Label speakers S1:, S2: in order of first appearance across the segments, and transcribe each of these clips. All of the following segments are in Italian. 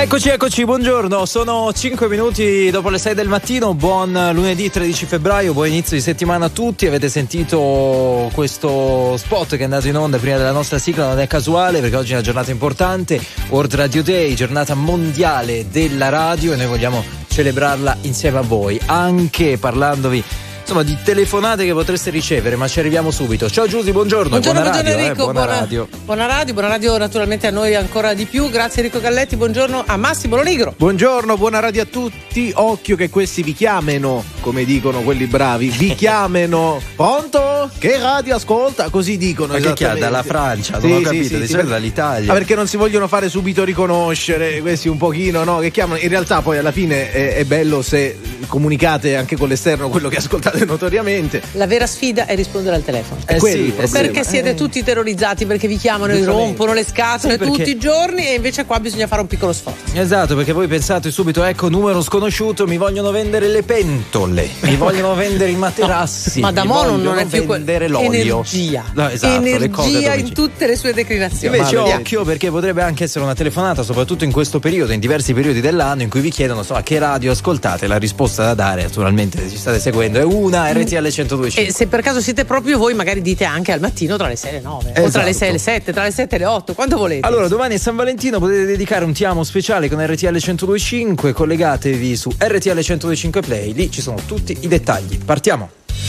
S1: Eccoci, buongiorno, sono 5 minuti dopo le 6 del mattino, buon lunedì 13 febbraio, buon inizio di settimana a tutti. Avete sentito questo spot che è andato in onda prima della nostra sigla, non è casuale perché oggi è una giornata importante, World Radio Day, giornata mondiale della radio, e noi vogliamo celebrarla insieme a voi, anche parlandovi di telefonate che potreste ricevere, ma ci arriviamo subito. Ciao Giusy, buongiorno
S2: buona
S1: radio,
S2: Enrico,
S1: buona radio
S2: naturalmente a noi ancora di più. Grazie Enrico Galletti, buongiorno a Massimo Lonigro.
S3: Buongiorno, buona radio a tutti. Occhio che questi vi chiamano, come dicono quelli bravi, vi chiamano. Pronto? Che radio ascolta? Così dicono.
S1: Ma che chiama? Dalla Francia? Non ho capito, di solito dall'Italia.
S3: Perché non si vogliono fare subito riconoscere, questi un pochino, no? Che chiamano. In realtà poi alla fine è bello se comunicate anche con l'esterno quello che ascoltate notoriamente.
S2: La vera sfida è rispondere al telefono.
S1: Perché
S2: siete tutti terrorizzati, perché vi chiamano e rompono le scatole tutti i giorni, e invece qua bisogna fare un piccolo sforzo.
S1: Esatto, perché voi pensate subito, ecco, numero sconosciuto, mi vogliono vendere le pentole, mi vogliono vendere i materassi,
S2: ma da mo' non è più
S1: vendere l'olio.
S2: Energia.
S1: No, esatto,
S2: energia
S1: le cose
S2: in tutte le sue declinazioni.
S1: Invece occhio, perché potrebbe anche essere una telefonata, soprattutto in questo periodo, in diversi periodi dell'anno in cui vi chiedono che radio ascoltate. La risposta da dare, naturalmente, se ci state seguendo, è una RTL 102.5.
S2: E se per caso siete proprio voi, magari dite anche al mattino tra le 6 e le 9, o tra le 6 e le 7, tra le 7 e le 8, quando volete.
S1: Allora, domani è San Valentino, potete dedicare un ti amo speciale con RTL 102.5, collegatevi su RTL 102.5 Play, lì ci sono tutti i dettagli. Partiamo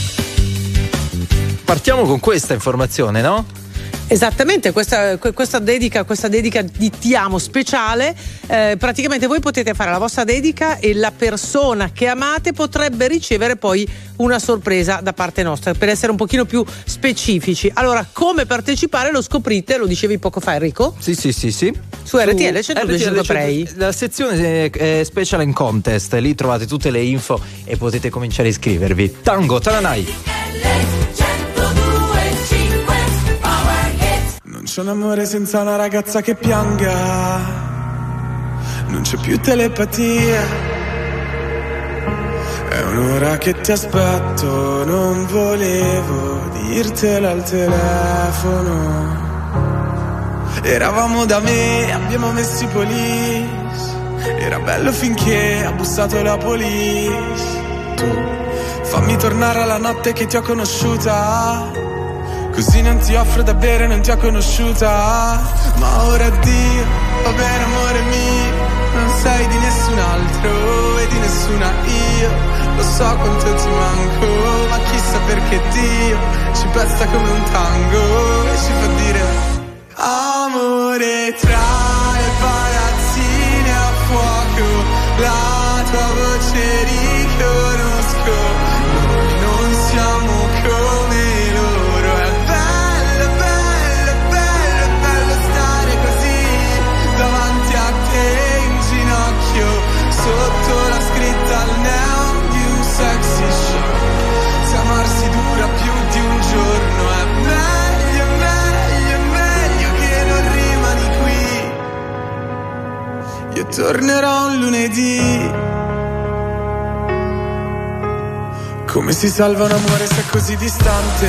S1: con questa informazione, no?
S2: Esattamente, questa dedica di ti amo speciale, praticamente voi potete fare la vostra dedica e la persona che amate potrebbe ricevere poi una sorpresa da parte nostra, per essere un pochino più specifici. Allora, come partecipare lo scoprite, lo dicevi poco fa Enrico?
S1: Sì.
S2: Su RTL 102.5 Play.
S1: La sezione Special and Contest, lì trovate tutte le info e potete cominciare a iscrivervi. Tango Taranai.
S4: Non c'è un amore senza una ragazza che pianga, non c'è più telepatia, è un'ora che ti aspetto, non volevo dirtelo al telefono. Eravamo da me, abbiamo messo i police, era bello finché ha bussato la police. Tu fammi tornare alla notte che ti ho conosciuta, così non ti offro da bere, non ti ho conosciuta. Ma ora addio, va bene amore mio, non sei di nessun altro e di nessuna io. Lo so quanto ti manco, ma chissà perché Dio ci pesta come un tango e ci fa dire amore tra le palazzine a fuoco. La tua voce riconosco, noi non siamo come sotto la scritta al neon di un sexy show. Se amarsi dura più di un giorno è meglio che non rimani qui. Io tornerò un lunedì. Come si salva un amore se è così distante?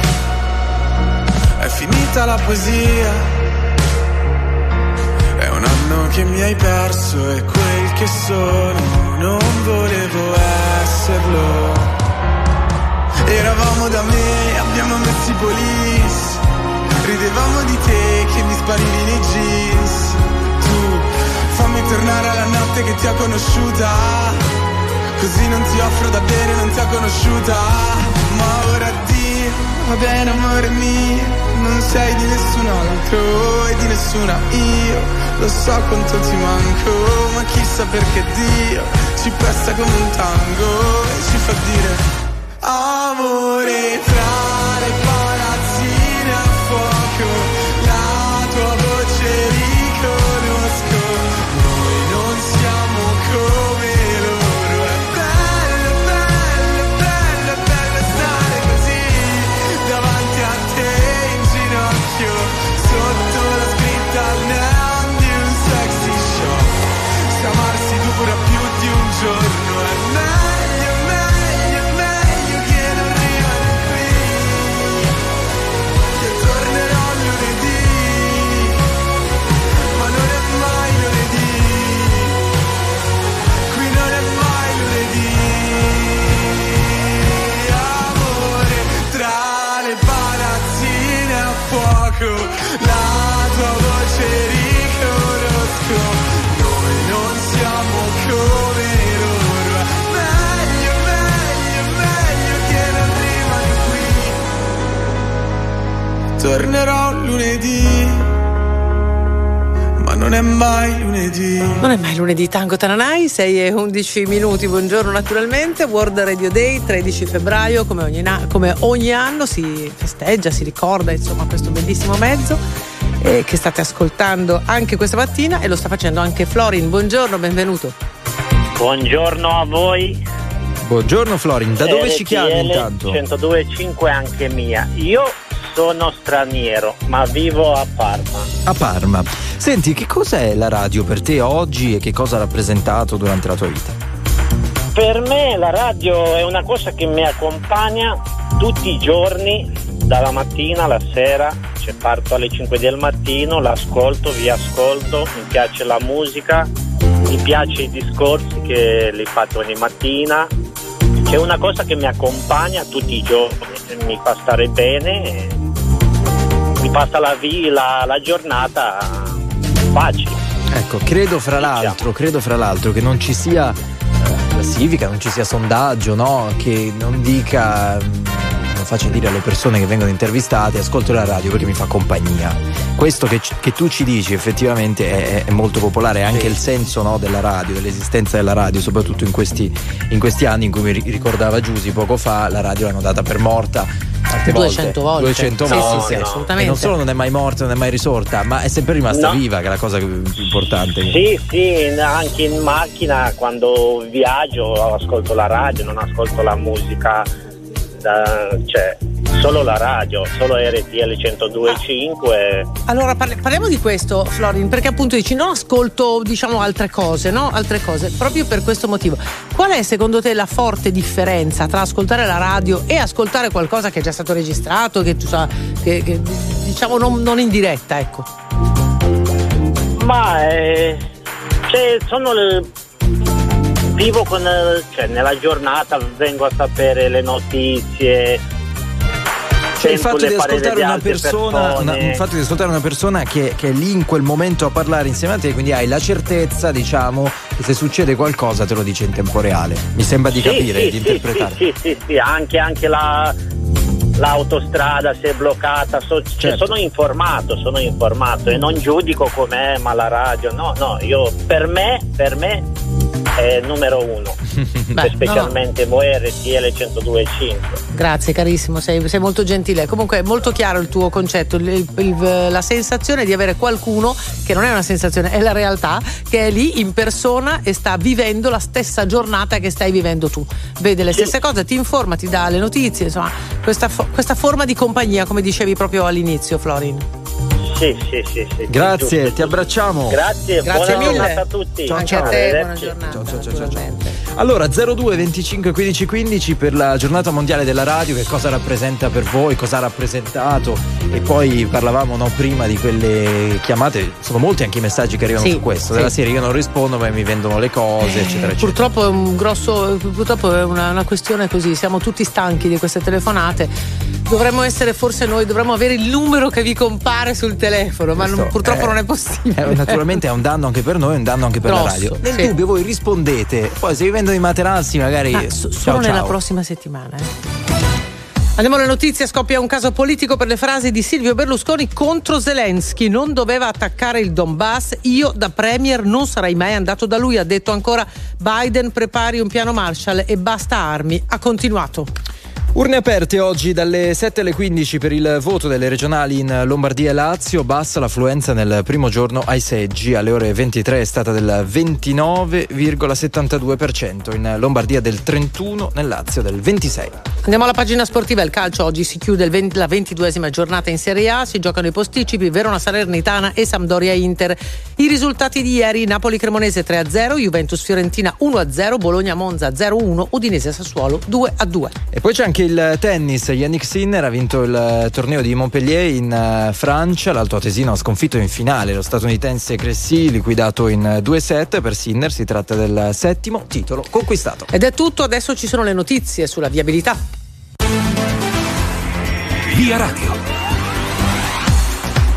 S4: È finita la poesia, è un anno che mi hai perso e quel che sono non volevo esserlo. Eravamo da me, abbiamo messo i police, ridevamo di te che mi sparivi nei jeans. Tu fammi tornare alla notte che ti ho conosciuta, così non ti offro da bere, non ti ho conosciuta. Ma ora addio, va bene amore mio, non sei di nessun altro e di nessuna io. Lo so quanto ti manco, ma chissà perché Dio ci pesta come un tango e ci fa dire amore tra le palazzine a fuoco. La tua voce riconosco, noi non siamo come loro. È bello stare così davanti a te in ginocchio, sotto la scritta al neon di un sexy show. Se amarsi dura più di un giorno è meglio tornerò lunedì, ma non è mai lunedì.
S2: Non è mai lunedì, Tango Tananai, 6:11. Buongiorno naturalmente, World Radio Day, 13 febbraio, come ogni anno si festeggia, si ricorda insomma questo bellissimo mezzo che state ascoltando anche questa mattina, e lo sta facendo anche Florin. Buongiorno, benvenuto.
S5: Buongiorno a voi.
S1: Buongiorno Florin, da dove ci chiami intanto?
S5: 102.5 anche mia. Io sono straniero, ma vivo a Parma.
S1: A Parma. Senti, che cos'è la radio per te oggi e che cosa ha rappresentato durante la tua vita?
S5: Per me la radio è una cosa che mi accompagna tutti i giorni, dalla mattina alla sera. Cioè, parto alle 5 del mattino, l'ascolto, vi ascolto, mi piace la musica, mi piace i discorsi che li fate ogni mattina. C'è una cosa che mi accompagna tutti i giorni, mi fa stare bene, mi passa la giornata facile.
S1: Ecco, credo fra l'altro che non ci sia classifica, non ci sia sondaggio, no? Che non dica, non faccia dire alle persone che vengono intervistate: ascolto la radio perché mi fa compagnia. Questo che tu ci dici effettivamente è molto popolare, anche il senso, no, della radio, dell'esistenza della radio, soprattutto in questi anni in cui mi ricordava Giusy poco fa, la radio l'hanno data per morta
S2: 200 volte.
S1: 200 volte.
S2: Sì, assolutamente.
S1: E non solo non è mai morta, non è mai risorta, ma è sempre rimasta viva, che è la cosa più importante.
S5: Sì, anche in macchina quando viaggio ascolto la radio, non ascolto la musica, cioè solo la radio, solo RTL 102.5.
S2: Allora parliamo di questo, Florin, perché appunto dici non ascolto, diciamo, altre cose, no? Altre cose, proprio per questo motivo. Qual è secondo te la forte differenza tra ascoltare la radio e ascoltare qualcosa che è già stato registrato, che diciamo non in diretta, ecco?
S5: Ma vivo nella giornata, vengo a sapere le notizie.
S1: Il fatto di ascoltare una persona che è lì in quel momento a parlare insieme a te, quindi hai la certezza, diciamo, che se succede qualcosa te lo dice in tempo reale. Mi sembra di capire, di interpretare.
S5: Sì, anche l'autostrada se è bloccata,
S1: certo.
S5: Sono informato e non giudico com'è, ma la radio no, io per me è numero uno. Specialmente voi RTL 102.5.
S2: Grazie carissimo, sei molto gentile. Comunque è molto chiaro il tuo concetto, la sensazione di avere qualcuno, che non è una sensazione, è la realtà, che è lì in persona e sta vivendo la stessa giornata che stai vivendo tu, vede le stesse cose, ti informa, ti dà le notizie, insomma questa forma di compagnia, come dicevi proprio all'inizio, Florin.
S5: Sì.
S1: Grazie,
S5: giusto.
S1: Ti abbracciamo.
S5: Grazie
S2: mille.
S5: Buona giornata a tutti.
S2: Anche a te, buona giornata.
S1: Ciao. Allora, 02 25 15 15 per la giornata mondiale della radio, che cosa rappresenta per voi, cosa ha rappresentato, e poi parlavamo prima di quelle chiamate, sono molti anche i messaggi che arrivano su questo, della serie io non rispondo ma mi vendono le cose, eccetera.
S2: Purtroppo è una questione così, siamo tutti stanchi di queste telefonate. Dovremmo avere il numero che vi compare sul telefono, ma purtroppo non è possibile.
S1: Naturalmente è un danno anche per noi, è un danno anche per la radio. Nel dubbio voi rispondete, poi se vi vendono i materassi magari
S2: solo nella prossima settimana. Andiamo alle notizie. Scoppia un caso politico per le frasi di Silvio Berlusconi contro Zelensky. Non doveva attaccare il Donbass, io da premier non sarei mai andato da lui, ha detto ancora. Biden prepari un piano Marshall e basta armi, ha continuato.
S1: Urne aperte oggi dalle 7 alle 15 per il voto delle regionali in Lombardia e Lazio. Bassa l'affluenza nel primo giorno ai seggi. Alle ore 23 è stata del 29,72%, in Lombardia del 31%, nel Lazio del 26%.
S2: Andiamo alla pagina sportiva. Il calcio oggi si chiude la 22esima giornata in Serie A. Si giocano i posticipi: Verona Salernitana e Sampdoria Inter. I risultati di ieri: Napoli Cremonese 3-0, Juventus Fiorentina 1-0, Bologna Monza 0-1, Udinese Sassuolo 2-2.
S1: E poi c'è anche il tennis. Yannick Sinner ha vinto il torneo di Montpellier in Francia. L'Alto Atesino ha sconfitto in finale lo statunitense Cressy, liquidato in 2-7. Per Sinner si tratta del 7° titolo conquistato.
S2: Ed è tutto, adesso ci sono le notizie sulla viabilità.
S6: Via Radio.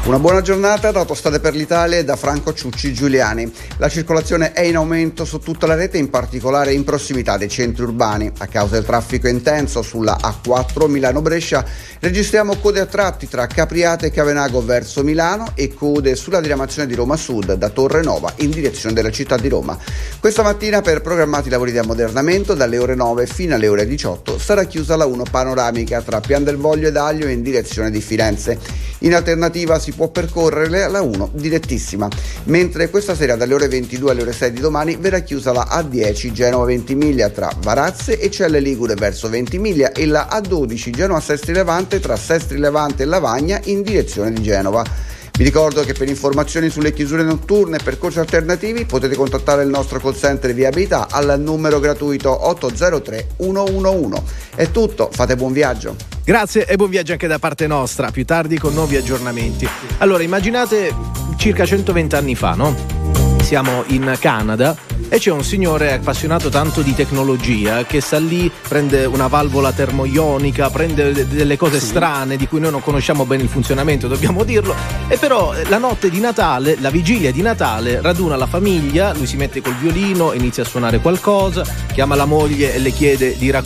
S6: Una buona giornata da Autostrade per l'Italia e da Franco Ciucci Giuliani. La circolazione è in aumento su tutta la rete, in particolare in prossimità dei centri urbani. A causa del traffico intenso sulla A4 Milano-Brescia registriamo code a tratti tra Capriate e Cavenago verso Milano e code sulla diramazione di Roma Sud da Torre Nova in direzione della città di Roma. Questa mattina, per programmati lavori di ammodernamento, dalle ore 9 fino alle ore 18 sarà chiusa la 1 panoramica tra Pian del Voglio ed Aglio in direzione di Firenze. In alternativa si può percorrere la 1 direttissima, mentre questa sera dalle ore 22 alle ore 6 di domani verrà chiusa la A10 Genova-Ventimiglia tra Varazze e Celle Ligure verso Ventimiglia e la A12 Genova-Sestri Levante tra Sestri Levante e Lavagna in direzione di Genova. Vi ricordo che per informazioni sulle chiusure notturne e percorsi alternativi potete contattare il nostro call center Viabilità al numero gratuito 803 111. È tutto, fate buon viaggio.
S3: Grazie e buon viaggio anche da parte nostra, più tardi con nuovi aggiornamenti. Allora, immaginate circa 120 anni fa, no? Siamo in Canada e c'è un signore appassionato tanto di tecnologia che sta lì, prende una valvola termoionica, prende delle cose strane di cui noi non conosciamo bene il funzionamento, dobbiamo dirlo, e però la notte di Natale, la vigilia di Natale, raduna la famiglia, lui si mette col violino, inizia a suonare qualcosa, chiama la moglie e le chiede di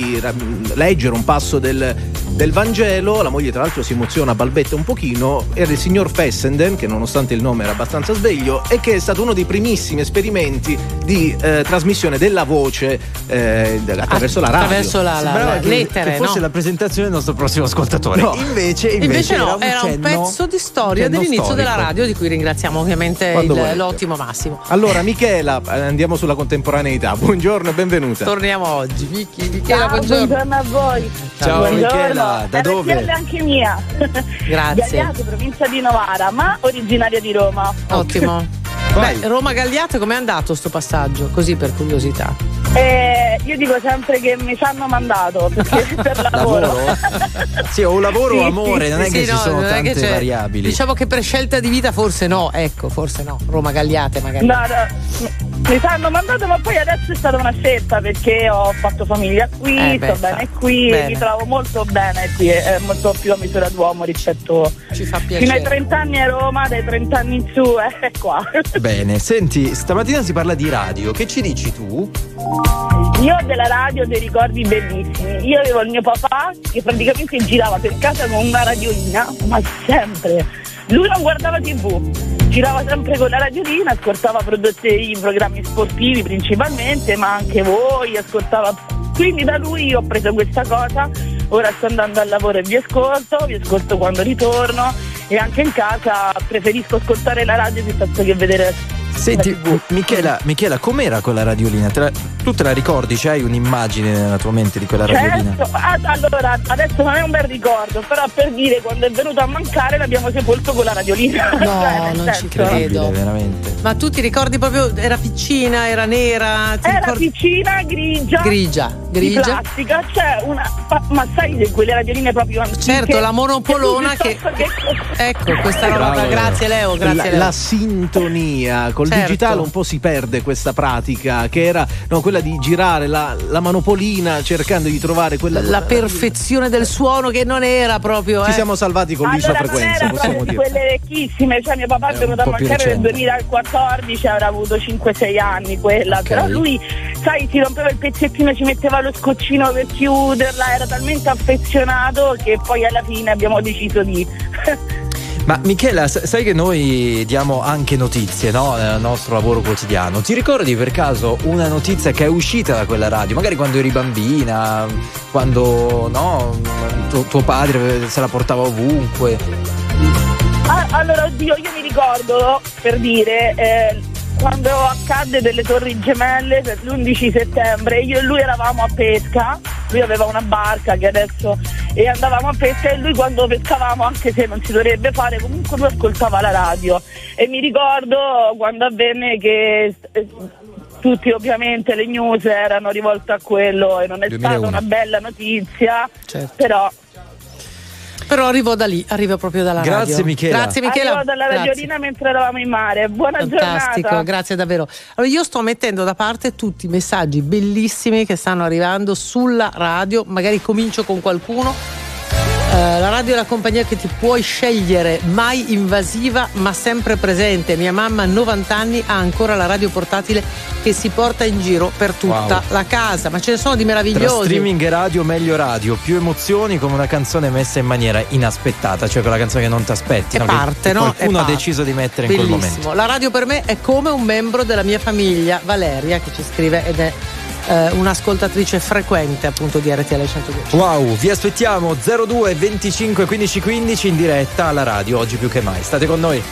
S3: leggere un passo del Vangelo. La moglie tra l'altro si emoziona, balbetta un pochino. Era il signor Fessenden, che nonostante il nome era abbastanza sveglio e che è stato uno dei primissimi esperimenti di trasmissione della voce attraverso la radio.
S2: Attraverso la lettere,
S1: che fosse
S2: no?
S1: la presentazione del nostro prossimo ascoltatore.
S3: No.
S2: Invece no, era un pezzo di storia dell'inizio
S1: storico
S2: della radio, di cui ringraziamo ovviamente l'ottimo Massimo.
S3: Allora, Michela, andiamo sulla contemporaneità. Buongiorno e benvenuta.
S2: Torniamo oggi. Michela,
S7: buongiorno a voi.
S1: Ciao
S7: Buongiorno.
S1: Michela, da dove?
S7: RTL anche mia.
S2: Grazie.
S7: Gagliate, provincia di Novara, ma originaria di Roma.
S2: Ottimo. Beh, Roma-Gagliate, com'è andato sto passaggio? Così per curiosità.
S7: Io dico sempre che mi ci hanno mandato perché per lavoro.
S1: Sì, o lavoro o amore, non è che
S2: Sì,
S1: ci sono tante variabili.
S2: Diciamo che per scelta di vita forse no, forse no. Roma-Gagliate magari.
S7: No, mi ci hanno mandato, ma poi adesso è stata una scelta perché ho fatto famiglia qui, sto bene qui, mi trovo molto bene qui, è molto più a misura d'uomo rispetto
S2: Ci fa piacere.
S7: fino ai 30 anni a Roma, dai 30 anni in su è qua.
S1: Bene, senti, stamattina si parla di radio, che ci dici tu?
S7: Io ho della radio dei ricordi bellissimi. Io avevo il mio papà che praticamente girava per casa con una radiolina, ma sempre. Lui non guardava TV, girava sempre con la radiolina, ascoltava i programmi sportivi principalmente, ma anche voi, ascoltava. Quindi da lui io ho preso questa cosa, ora sto andando al lavoro e vi ascolto quando ritorno, e anche in casa preferisco ascoltare la radio piuttosto che vedere.
S1: Senti, Michela, com'era quella radiolina? Tu te la ricordi? C'hai un'immagine nella tua mente di quella radiolina?
S7: Certo, allora adesso non è un bel ricordo, però per dire, quando è venuto a mancare l'abbiamo sepolto con la radiolina.
S2: No, non ci credo.
S1: Veramente.
S2: Ma tu ti ricordi proprio, era piccina, era nera?
S7: Piccina, grigia. Di plastica, c'è una. Ma sai di quelle radioline proprio antiche?
S2: Certo, la monopolona che. Ecco, questa roba. Grazie Leo, grazie Leo.
S3: La sintonia col digitale un po' si perde questa pratica che era quella di girare la manopolina cercando di trovare la
S2: perfezione del suono, che non era proprio.
S3: Ci siamo salvati con l'isoфrequenza, possiamo dire.
S7: Quelle vecchissime, cioè mio papà è venuto a mancare nel 2014, avrà avuto 5-6 anni quella, però lui, sai, si rompeva il pezzettino, ci metteva lo scoccino per chiuderla, era talmente affezionato che poi alla fine abbiamo deciso di.
S1: Ma Michela, sai che noi diamo anche notizie, no? Nel nostro lavoro quotidiano. Ti ricordi per caso una notizia che è uscita da quella radio? Magari quando eri bambina, quando tuo padre se la portava ovunque.
S7: Allora, oddio, io mi ricordo, per dire, quando accadde delle Torri Gemelle per l'11 settembre, io e lui eravamo a pesca, lui aveva una barca che adesso, e andavamo a pesca, e lui quando pescavamo, anche se non si dovrebbe fare, comunque lui ascoltava la radio, e mi ricordo quando avvenne che tutti ovviamente le news erano rivolte a quello, e non è
S1: 2001.
S7: stata una bella notizia,
S2: certo.
S7: Però
S2: arrivo da lì, arrivo proprio dalla radio.
S1: Grazie Michela.
S7: Arrivo dalla radiolina mentre eravamo in mare. Buona
S2: Fantastico,
S7: giornata.
S2: grazie davvero. Allora, io sto mettendo da parte tutti i messaggi bellissimi che stanno arrivando sulla radio, magari comincio con qualcuno. La radio è la compagnia che ti puoi scegliere, mai invasiva ma sempre presente. Mia mamma a 90 anni ha ancora la radio portatile che si porta in giro per tutta la casa, ma ce ne sono di meravigliosi.
S1: Tra streaming e radio, meglio radio, più emozioni, come una canzone messa in maniera inaspettata, cioè quella canzone che non ti aspetti,
S2: e parte,
S1: che qualcuno ha deciso di mettere
S2: Bellissimo.
S1: In quel momento.
S2: La radio per me è come un membro della mia famiglia, Valeria, che ci scrive ed è un'ascoltatrice frequente appunto di RTL 110.
S1: Wow, vi aspettiamo 02 25 15 15 in diretta alla radio, oggi più che mai. State con noi.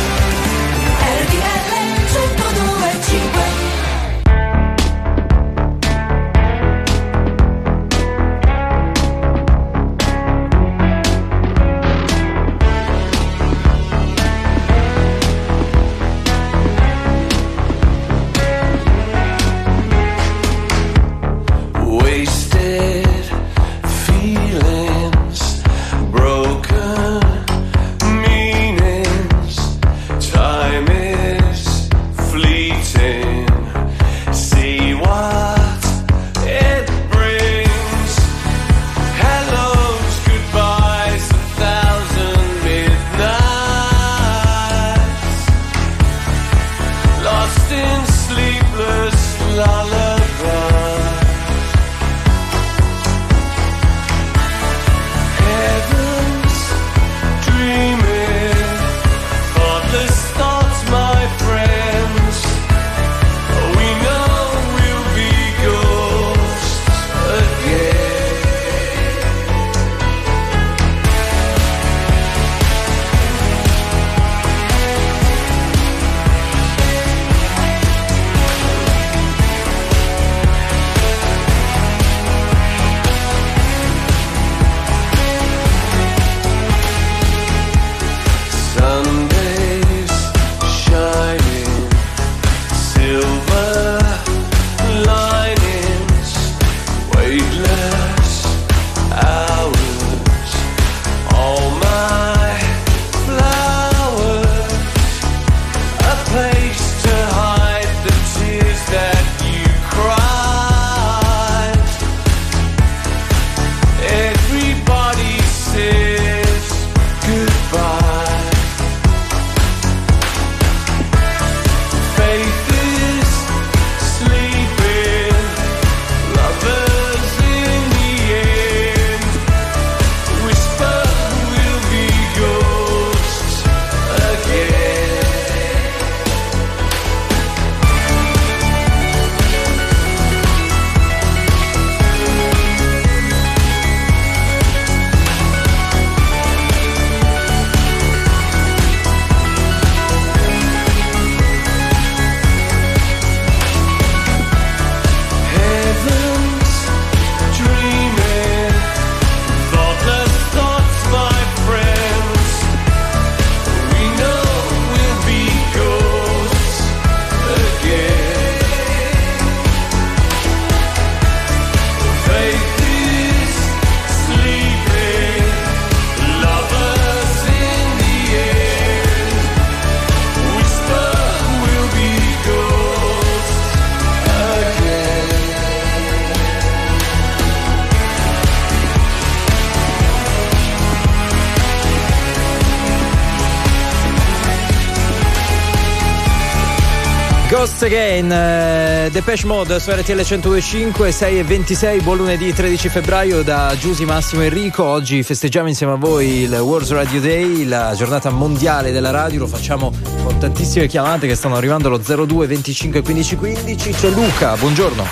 S1: Ghost Again, Depeche Mode su RTL 102.5, 6:26, buon lunedì 13 febbraio da Giusy, Massimo e Enrico. Oggi festeggiamo insieme a voi il World Radio Day, la giornata mondiale della radio. Lo facciamo con tantissime chiamate che stanno arrivando allo 02 25 15 15. C'è Luca, buongiorno.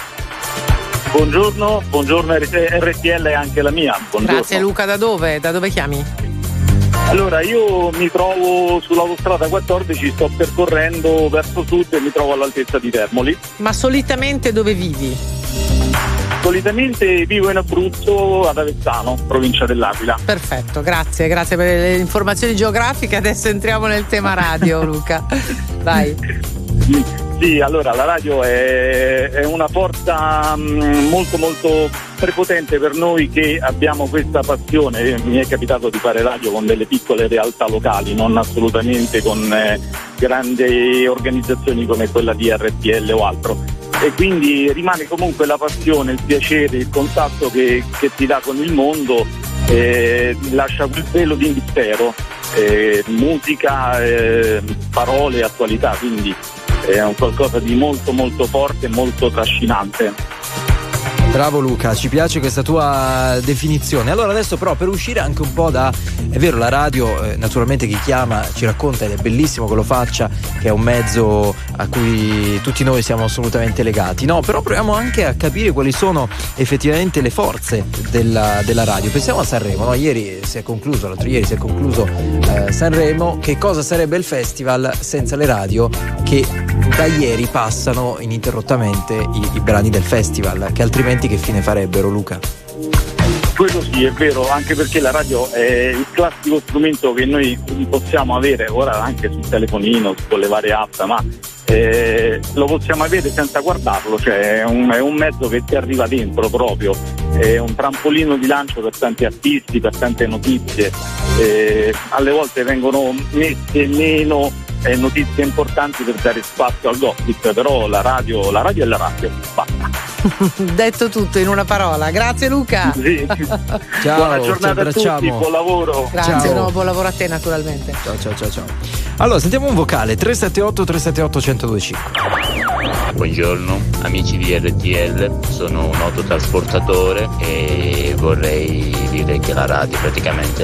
S5: Buongiorno RTL e anche la mia. Buongiorno.
S2: Grazie Luca, da dove chiami?
S5: Allora, io mi trovo sull'autostrada 14, sto percorrendo verso sud e mi trovo all'altezza di Termoli.
S2: Ma solitamente dove vivi?
S5: Solitamente vivo in Abruzzo, ad Avezzano, provincia dell'Aquila.
S2: Perfetto, grazie per le informazioni geografiche. Adesso entriamo nel tema radio, Luca. Vai.
S5: Sì, allora la radio è una forza molto molto prepotente per noi che abbiamo questa passione. Mi è capitato di fare radio con delle piccole realtà locali, non assolutamente con grandi organizzazioni come quella di RTL o altro, e quindi rimane comunque la passione, il piacere, il contatto che ti dà con il mondo,
S8: lascia quel velo di mistero, musica, parole, attualità, quindi è un qualcosa di molto molto forte e molto trascinante.
S1: Bravo Luca, ci piace questa tua definizione. Allora adesso però, per uscire anche un po' da, è vero, la radio, naturalmente chi chiama ci racconta, ed è bellissimo che lo faccia, che è un mezzo a cui tutti noi siamo assolutamente legati, no? Però proviamo anche a capire quali sono effettivamente le forze della radio. Pensiamo a Sanremo, no? L'altro ieri si è concluso Sanremo. Che cosa sarebbe il festival senza le radio che da ieri passano ininterrottamente i brani del festival, che altrimenti che fine farebbero, Luca?
S8: Quello sì, è vero, anche perché la radio è il classico strumento che noi possiamo avere ora anche sul telefonino, con le varie app, ma lo possiamo avere senza guardarlo, cioè è un mezzo che ti arriva dentro proprio, è un trampolino di lancio per tanti artisti, per tante notizie, alle volte vengono messe meno notizie importanti per dare spazio al gossip, però la radio è la radio, basta.
S2: Detto tutto in una parola. Grazie Luca.
S8: Sì.
S1: Ciao,
S8: buona giornata a tutti, buon lavoro.
S2: Grazie, no, buon lavoro a te naturalmente.
S1: Ciao. Allora sentiamo un vocale 378 1025.
S9: Buongiorno amici di RTL, sono un autotrasportatore e vorrei dire che la radio è praticamente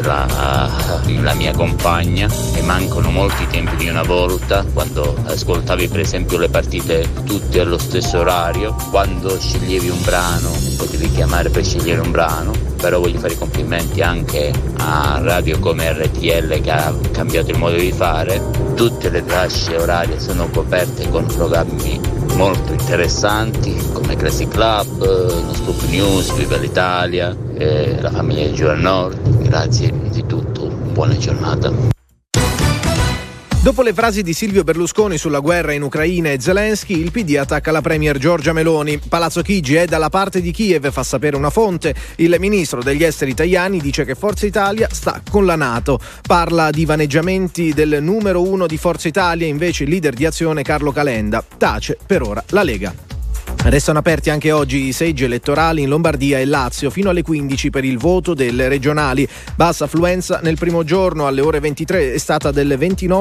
S9: la mia compagna. Mi mancano molti tempi di una volta, quando ascoltavi per esempio le partite tutte allo stesso orario, quando sceglievi un brano potevi chiamare per scegliere un brano. Però voglio fare i complimenti anche a radio come RTL, che ha cambiato il modo di fare. Tutte le fasce orarie sono coperte con programmi molto interessanti come Classic Club, lo Scoop News, Viva l'Italia, la famiglia di Giù al Nord. Grazie di tutto, buona giornata.
S3: Dopo le frasi di Silvio Berlusconi sulla guerra in Ucraina e Zelensky, il PD attacca la premier Giorgia Meloni. Palazzo Chigi è dalla parte di Kiev, fa sapere una fonte. Il ministro degli esteri Tajani dice che Forza Italia sta con la NATO. Parla di vaneggiamenti del numero 1 di Forza Italia, invece il leader di Azione Carlo Calenda. Tace per ora la Lega. Restano aperti anche oggi i seggi elettorali in Lombardia e Lazio fino alle 15 per il voto delle regionali. Bassa affluenza nel primo giorno alle ore 23 è stata del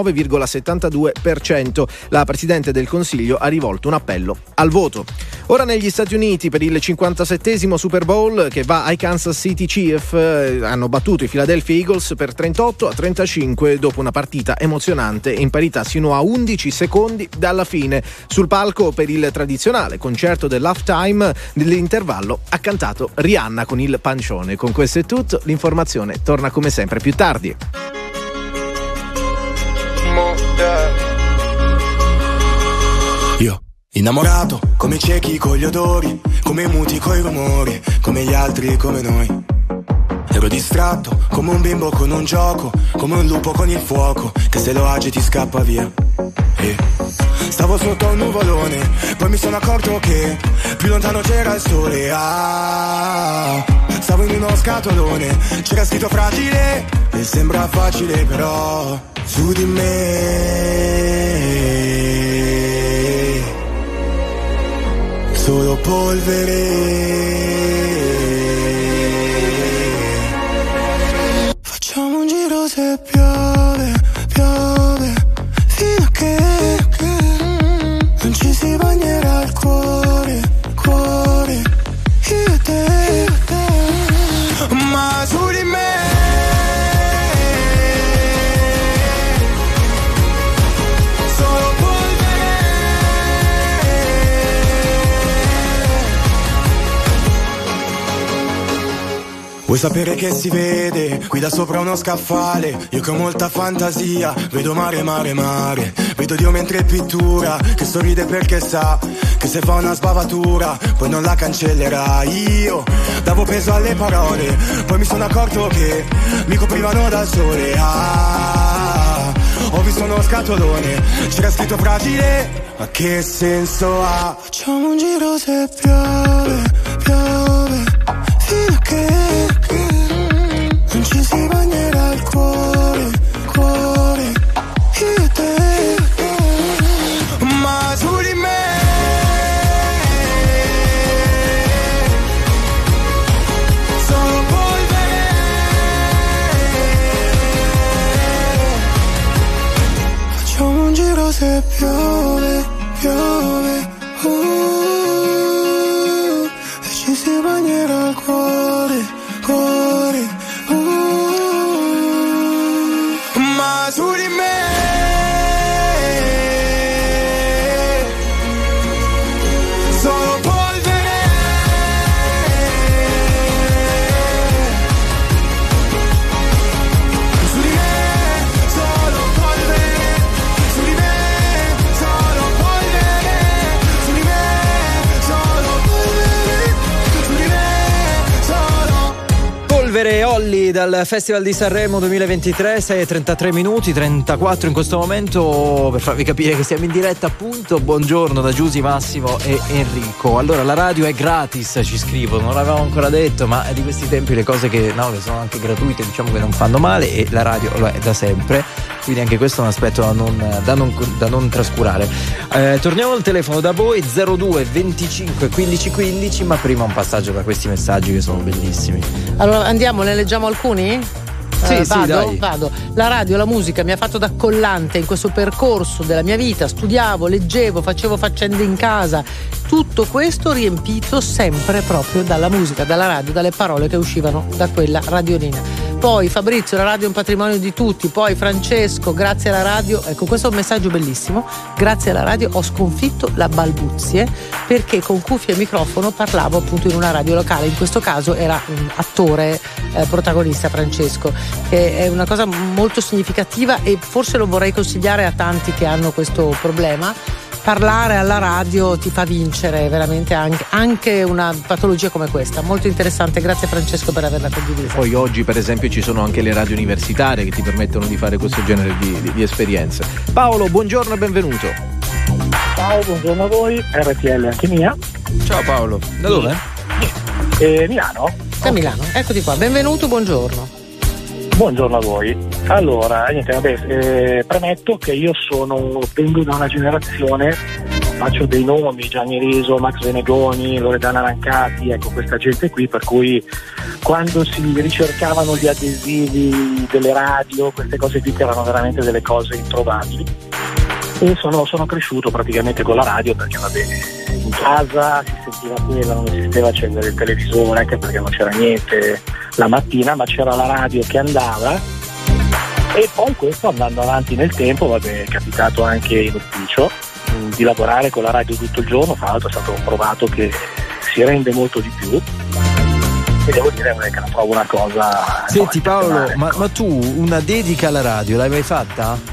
S3: 29,72%. La Presidente del Consiglio ha rivolto un appello al voto. Ora negli Stati Uniti per il 57esimo Super Bowl che va ai Kansas City Chiefs. Hanno battuto i Philadelphia Eagles per 38-35 dopo una partita emozionante in parità sino a 11 secondi dalla fine. Sul palco per il tradizionale concerto dell'halftime dell'intervallo ha cantato Rihanna con il pancione. Con questo è tutto, l'informazione torna come sempre più tardi.
S10: Io innamorato come i ciechi con gli odori, come i muti coi rumori, come gli altri come noi. Ero distratto come un bimbo con un gioco, come un lupo con il fuoco che se lo agiti scappa via. E stavo sotto un nuvolone, poi mi sono accorto che più lontano c'era il sole. Stavo in uno scatolone, c'era scritto fragile e sembra facile, però su di me solo polvere. Facciamo un giro se piove, piove, fino a che non ci si bagnerà il cuore, cuore, io e te, ma su di me solo polvere. Vuoi sapere che si vede qui da sopra uno scaffale? Io che ho molta fantasia vedo mare, mare, mare. Vedo Dio mentre pittura, che sorride perché sa che se fa una sbavatura poi non la cancellerà. Io davo peso alle parole, poi mi sono accorto che mi coprivano dal sole. Ho visto uno scatolone, c'era scritto fragile, ma che senso ha? Facciamo un giro se piove, piove, fino a che non ci si bagnerà il cuore, cuore, io e te, ma su di me solo polvere. piove, e ci si bagnerà il cuore, cuore, ma su di me solo polvere, su di me solo polvere, su di me solo polvere, su di me solo polvere, su di me solo
S1: Polvere Olli dal Festival di Sanremo 2023, 6:33 minuti, 34 in questo momento, per farvi capire che siamo in diretta appunto. Buongiorno da Giusy, Massimo e Enrico. Allora, la radio è gratis, ci scrivono, non l'avevamo ancora detto, ma di questi tempi le cose che sono anche gratuite, diciamo che non fanno male, e la radio lo è da sempre, quindi anche questo è un aspetto da non trascurare. Torniamo al telefono da voi, 02 25 15 15, ma prima un passaggio da questi messaggi che sono bellissimi.
S2: Allora andiamo, ne leggiamo alcuni?
S1: Sì, dai.
S2: Vado. La radio, la musica mi ha fatto da collante in questo percorso della mia vita. Studiavo, leggevo, facevo faccende in casa. Tutto questo riempito sempre proprio dalla musica, dalla radio, dalle parole che uscivano da quella radiolina. Poi Fabrizio, la radio è un patrimonio di tutti. Poi Francesco, grazie alla radio, ecco, questo è un messaggio bellissimo. Grazie alla radio ho sconfitto la balbuzie, perché con cuffia e microfono parlavo appunto in una radio locale. In questo caso era un attore protagonista, Francesco, che è una cosa molto significativa, e forse lo vorrei consigliare a tanti che hanno questo problema. Parlare alla radio ti fa vincere veramente anche una patologia come questa. Molto interessante, grazie Francesco per averla condivisa.
S3: Poi oggi per esempio ci sono anche le radio universitarie che ti permettono di fare questo genere di esperienze. Paolo, buongiorno e benvenuto.
S11: Ciao, buongiorno a voi, RTL anche mia.
S1: Ciao Paolo, da dove?
S11: Milano.
S2: Da Milano, eccoti qua, benvenuto, buongiorno.
S11: Buongiorno a voi. Allora, niente, premetto che io vengo da una generazione, faccio dei nomi, Gianni Riso, Max Venegoni, Loredana Rancati, ecco, questa gente qui, per cui quando si ricercavano gli adesivi delle radio, queste cose qui che erano veramente delle cose introvabili, e sono cresciuto praticamente con la radio, perché in casa si sentiva quella, non esisteva accendere il televisore, anche perché non c'era niente la mattina, ma c'era la radio che andava. E poi questo, andando avanti nel tempo, è capitato anche in ufficio di lavorare con la radio tutto il giorno. Tra l'altro è stato provato che si rende molto di più, e devo dire che la trovo una cosa.
S1: Senti Paolo, ma tu una dedica alla radio l'hai mai fatta?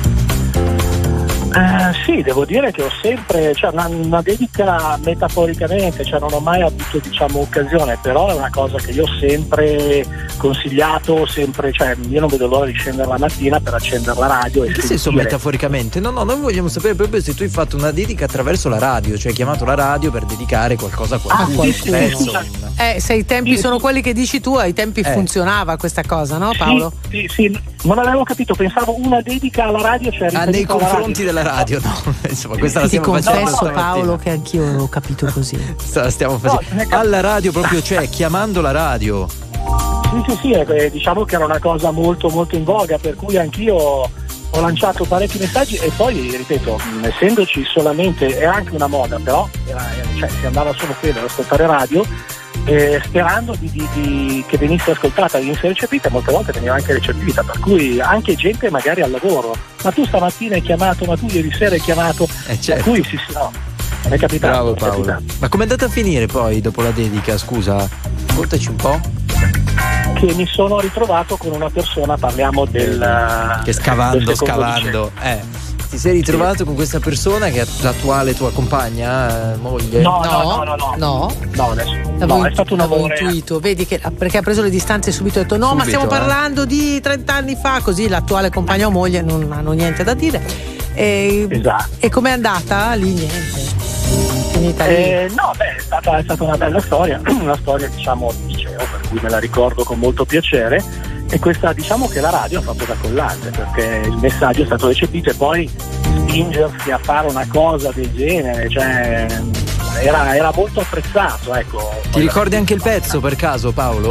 S11: Sì, devo dire che ho sempre, una dedica metaforicamente, non ho mai avuto occasione, però è una cosa che io ho sempre consigliato, io non vedo l'ora di scendere la mattina per accendere la radio.
S1: In che senso metaforicamente? No, noi vogliamo sapere proprio se tu hai fatto una dedica attraverso la radio, cioè hai chiamato la radio per dedicare qualcosa a qualcuno.
S2: Se i tempi sono quelli che dici tu, ai tempi funzionava questa cosa, no Paolo?
S11: Sì, non avevo capito, pensavo una dedica alla radio,
S1: nei confronti della radio, no? Insomma, questa la stiamo facendo.
S2: Ti confesso Paolo che anch'io l'ho capito così.
S1: La stiamo facendo alla radio proprio, chiamando la radio.
S11: Sì, diciamo che era una cosa molto molto in voga, per cui anch'io ho lanciato parecchi messaggi, e poi ripeto, essendoci solamente, è anche una moda, però si andava solo quello ad ascoltare radio, sperando che venisse ascoltata, venisse recepita. Molte volte veniva anche recepita, per cui anche gente magari al lavoro, ma tu stamattina hai chiamato, ma tu ieri sera hai chiamato,
S1: certo.
S11: Per cui sì, no, è capitato.
S1: Bravo Paolo. Ma com'è andata a finire poi dopo la dedica, scusa? Raccontaci un po'.
S11: Che mi sono ritrovato con una persona, parliamo
S1: che scavando ti sei ritrovato con questa persona che è l'attuale tua compagna, moglie?
S11: No,
S2: adesso
S11: è stato un amore
S2: intuito, vedi che perché ha preso le distanze subito, ha detto no, ma stiamo parlando di 30 anni fa, così l'attuale compagna o moglie non hanno niente da dire.
S11: Esatto.
S2: E com'è andata? Lì niente.
S11: È stata una bella storia, una storia di liceo, per cui me la ricordo con molto piacere. E questa, diciamo che la radio ha fatto da collante, perché il messaggio è stato recepito, e poi spingersi a fare una cosa del genere, era molto apprezzato, ecco.
S1: Ti ricordi anche il pezzo per caso, Paolo?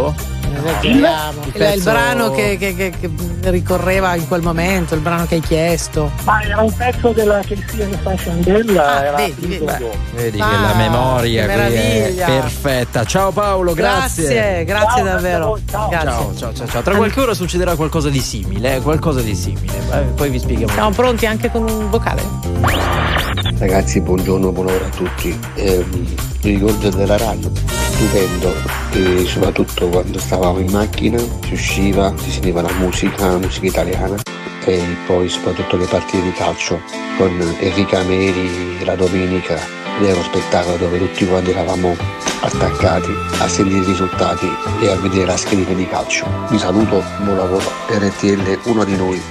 S2: Il brano che ricorreva in quel momento, il brano che hai chiesto.
S11: Ma era un pezzo della Casey Fashion Della.
S1: Vedi che la memoria qui è perfetta. Ciao Paolo, grazie.
S2: Grazie davvero.
S1: Ciao. Tra qualche ora succederà qualcosa di simile. Poi vi spieghiamo.
S2: Siamo pronti anche con un vocale?
S12: Ragazzi, buongiorno, buon'ora a tutti. Il ricordo della radio stupendo, e soprattutto quando stavamo in macchina si usciva, si sentiva la musica italiana, e poi soprattutto le partite di calcio con Enrica Meri la domenica, ed era uno spettacolo dove tutti quanti eravamo attaccati a sentire i risultati e a vedere la schermata di calcio. Vi saluto, buon lavoro, RTL, uno di noi.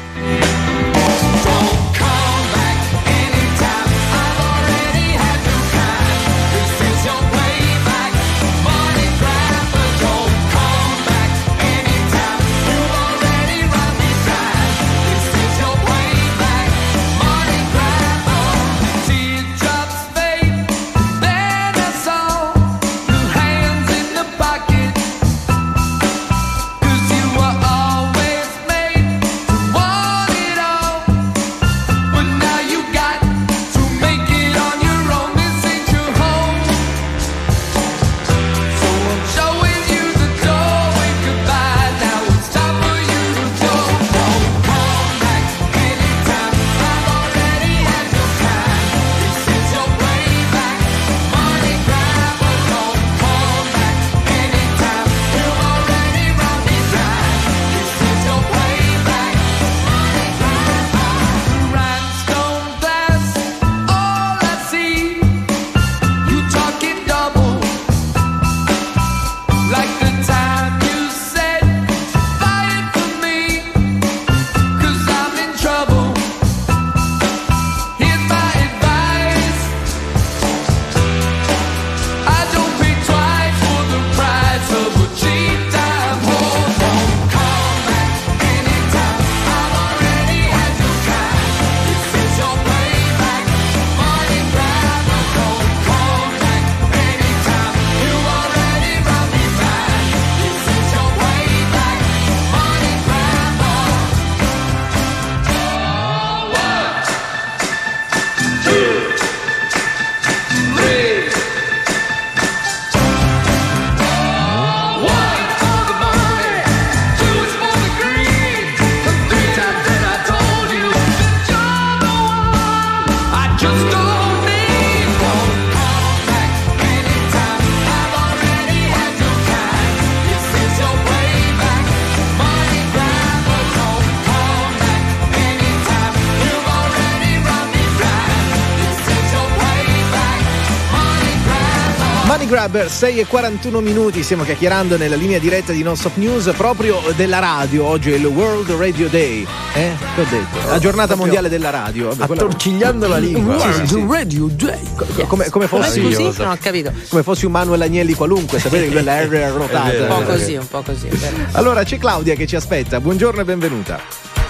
S3: Grabber, 6:41 minuti, stiamo chiacchierando nella linea diretta di Non Stop News proprio della radio. Oggi è il World Radio Day, che ho detto? La giornata mondiale della radio.
S1: Attorcigliando la lingua.
S3: World
S2: Radio Day.
S3: Come fossi
S2: così? Non ho capito.
S3: Come fossi un Manuel Agnelli qualunque, sapete che quella R è rotata.
S2: Un po' così.
S3: Allora c'è Claudia che ci aspetta. Buongiorno e benvenuta.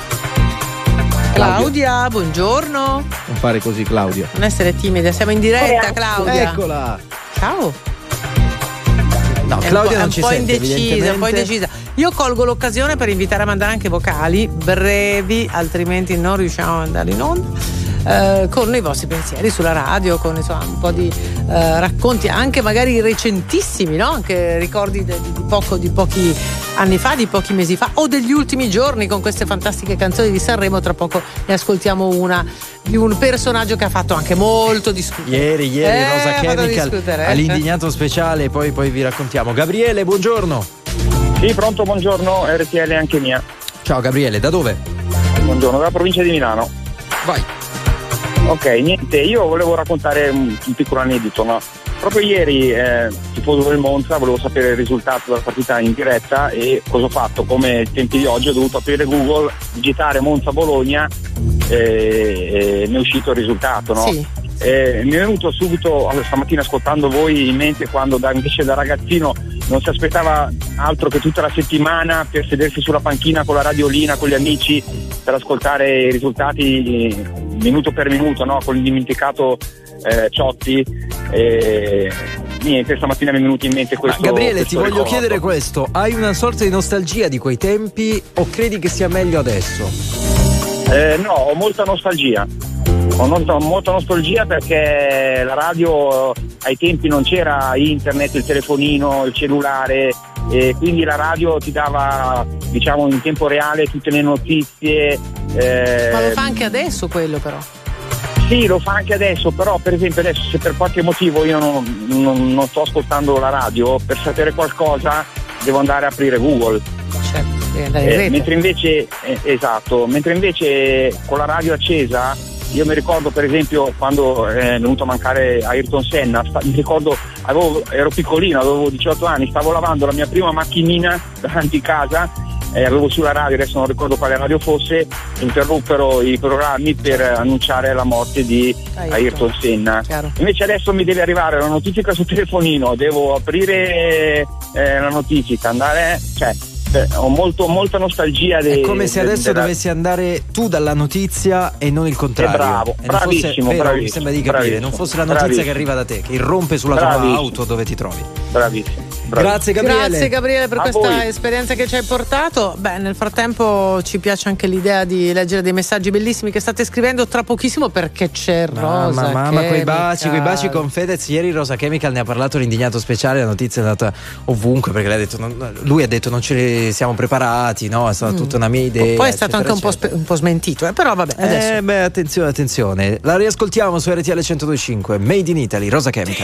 S2: Claudia, buongiorno.
S3: Non fare così, Claudia.
S2: Non essere timida, siamo in diretta, Claudia.
S3: Eccola.
S2: Ciao.
S1: No, Claudia non ci sente,
S2: un po' indecisa. Io colgo l'occasione per invitare a mandare anche vocali brevi, altrimenti non riusciamo a andare in onda, con i vostri pensieri sulla radio, con insomma un po' di racconti anche magari recentissimi, no? Anche ricordi di pochi anni fa, di pochi mesi fa o degli ultimi giorni, con queste fantastiche canzoni di Sanremo. Tra poco ne ascoltiamo una di un personaggio che ha fatto anche molto discutere.
S1: Ieri Rosa Chemical all'indignato speciale, poi vi raccontiamo. Gabriele, buongiorno.
S8: Sì, pronto, buongiorno, RTL anche mia.
S1: Ciao Gabriele, da dove?
S8: Buongiorno, dalla provincia di Milano.
S1: Vai.
S8: Ok, niente, io volevo raccontare un piccolo aneddoto, no? Proprio ieri, tifoso del Monza, volevo sapere il risultato della partita in diretta e cosa ho fatto? Come ai tempi di oggi ho dovuto aprire Google, digitare Monza-Bologna e mi è uscito il risultato, no?
S2: Sì.
S8: Mi è venuto subito stamattina ascoltando voi in mente quando invece da ragazzino non si aspettava altro che tutta la settimana per sedersi sulla panchina con la radiolina, con gli amici, per ascoltare i risultati minuto per minuto, no? Con l'indimenticato Ciotti,
S13: niente, stamattina mi è venuto in mente questo.
S1: Gabriele, ti voglio
S13: ricordo.
S1: chiedere questo: hai una sorta di nostalgia di quei tempi o credi che sia meglio adesso?
S13: No, ho molta nostalgia. Ho molta nostalgia perché la radio ai tempi non c'era internet, il telefonino, il cellulare, e quindi la radio ti dava, diciamo, in tempo reale tutte le notizie.
S2: Ma lo fa anche adesso quello, però.
S13: Sì, lo fa anche adesso, però per esempio adesso se per qualche motivo io non sto ascoltando la radio, per sapere qualcosa devo andare a aprire Google.
S2: Certo,
S13: mentre invece con la radio accesa, io mi ricordo per esempio quando è venuto a mancare Ayrton Senna, mi ricordo ero piccolino, avevo 18 anni, stavo lavando la mia prima macchinina davanti casa, avevo sulla radio, adesso non ricordo quale radio fosse, interruppero i programmi per annunciare la morte di Ayrton Senna.
S2: Chiaro.
S13: Invece adesso mi deve arrivare la notifica sul telefonino, devo aprire la notifica, andare, ho molta nostalgia.
S1: È come se adesso dovessi andare tu dalla notizia e non il contrario.
S13: Bravo, bravissimo,
S1: mi sembra di capire, non fosse la notizia che arriva da te, che irrompe sulla tua auto dove ti trovi.
S13: Bravissimo.
S1: Grazie Gabriele.
S2: Grazie Gabriele per
S13: A
S2: questa
S13: voi.
S2: esperienza che ci hai portato. Beh, nel frattempo ci piace anche l'idea di leggere dei messaggi bellissimi che state scrivendo tra pochissimo, perché c'è Rosa
S1: Mamma, quei
S2: Chemical.
S1: baci con Fedez. Ieri Rosa Chemical ne ha parlato l'indignato speciale, la notizia è andata ovunque perché lei ha detto, lui ha detto non ce ne siamo preparati, no? È stata tutta una mia idea.
S2: Poi è stato anche un po' smentito, però vabbè. Adesso.
S1: Attenzione. La riascoltiamo su RTL 102.5, Made in Italy, Rosa Chemical.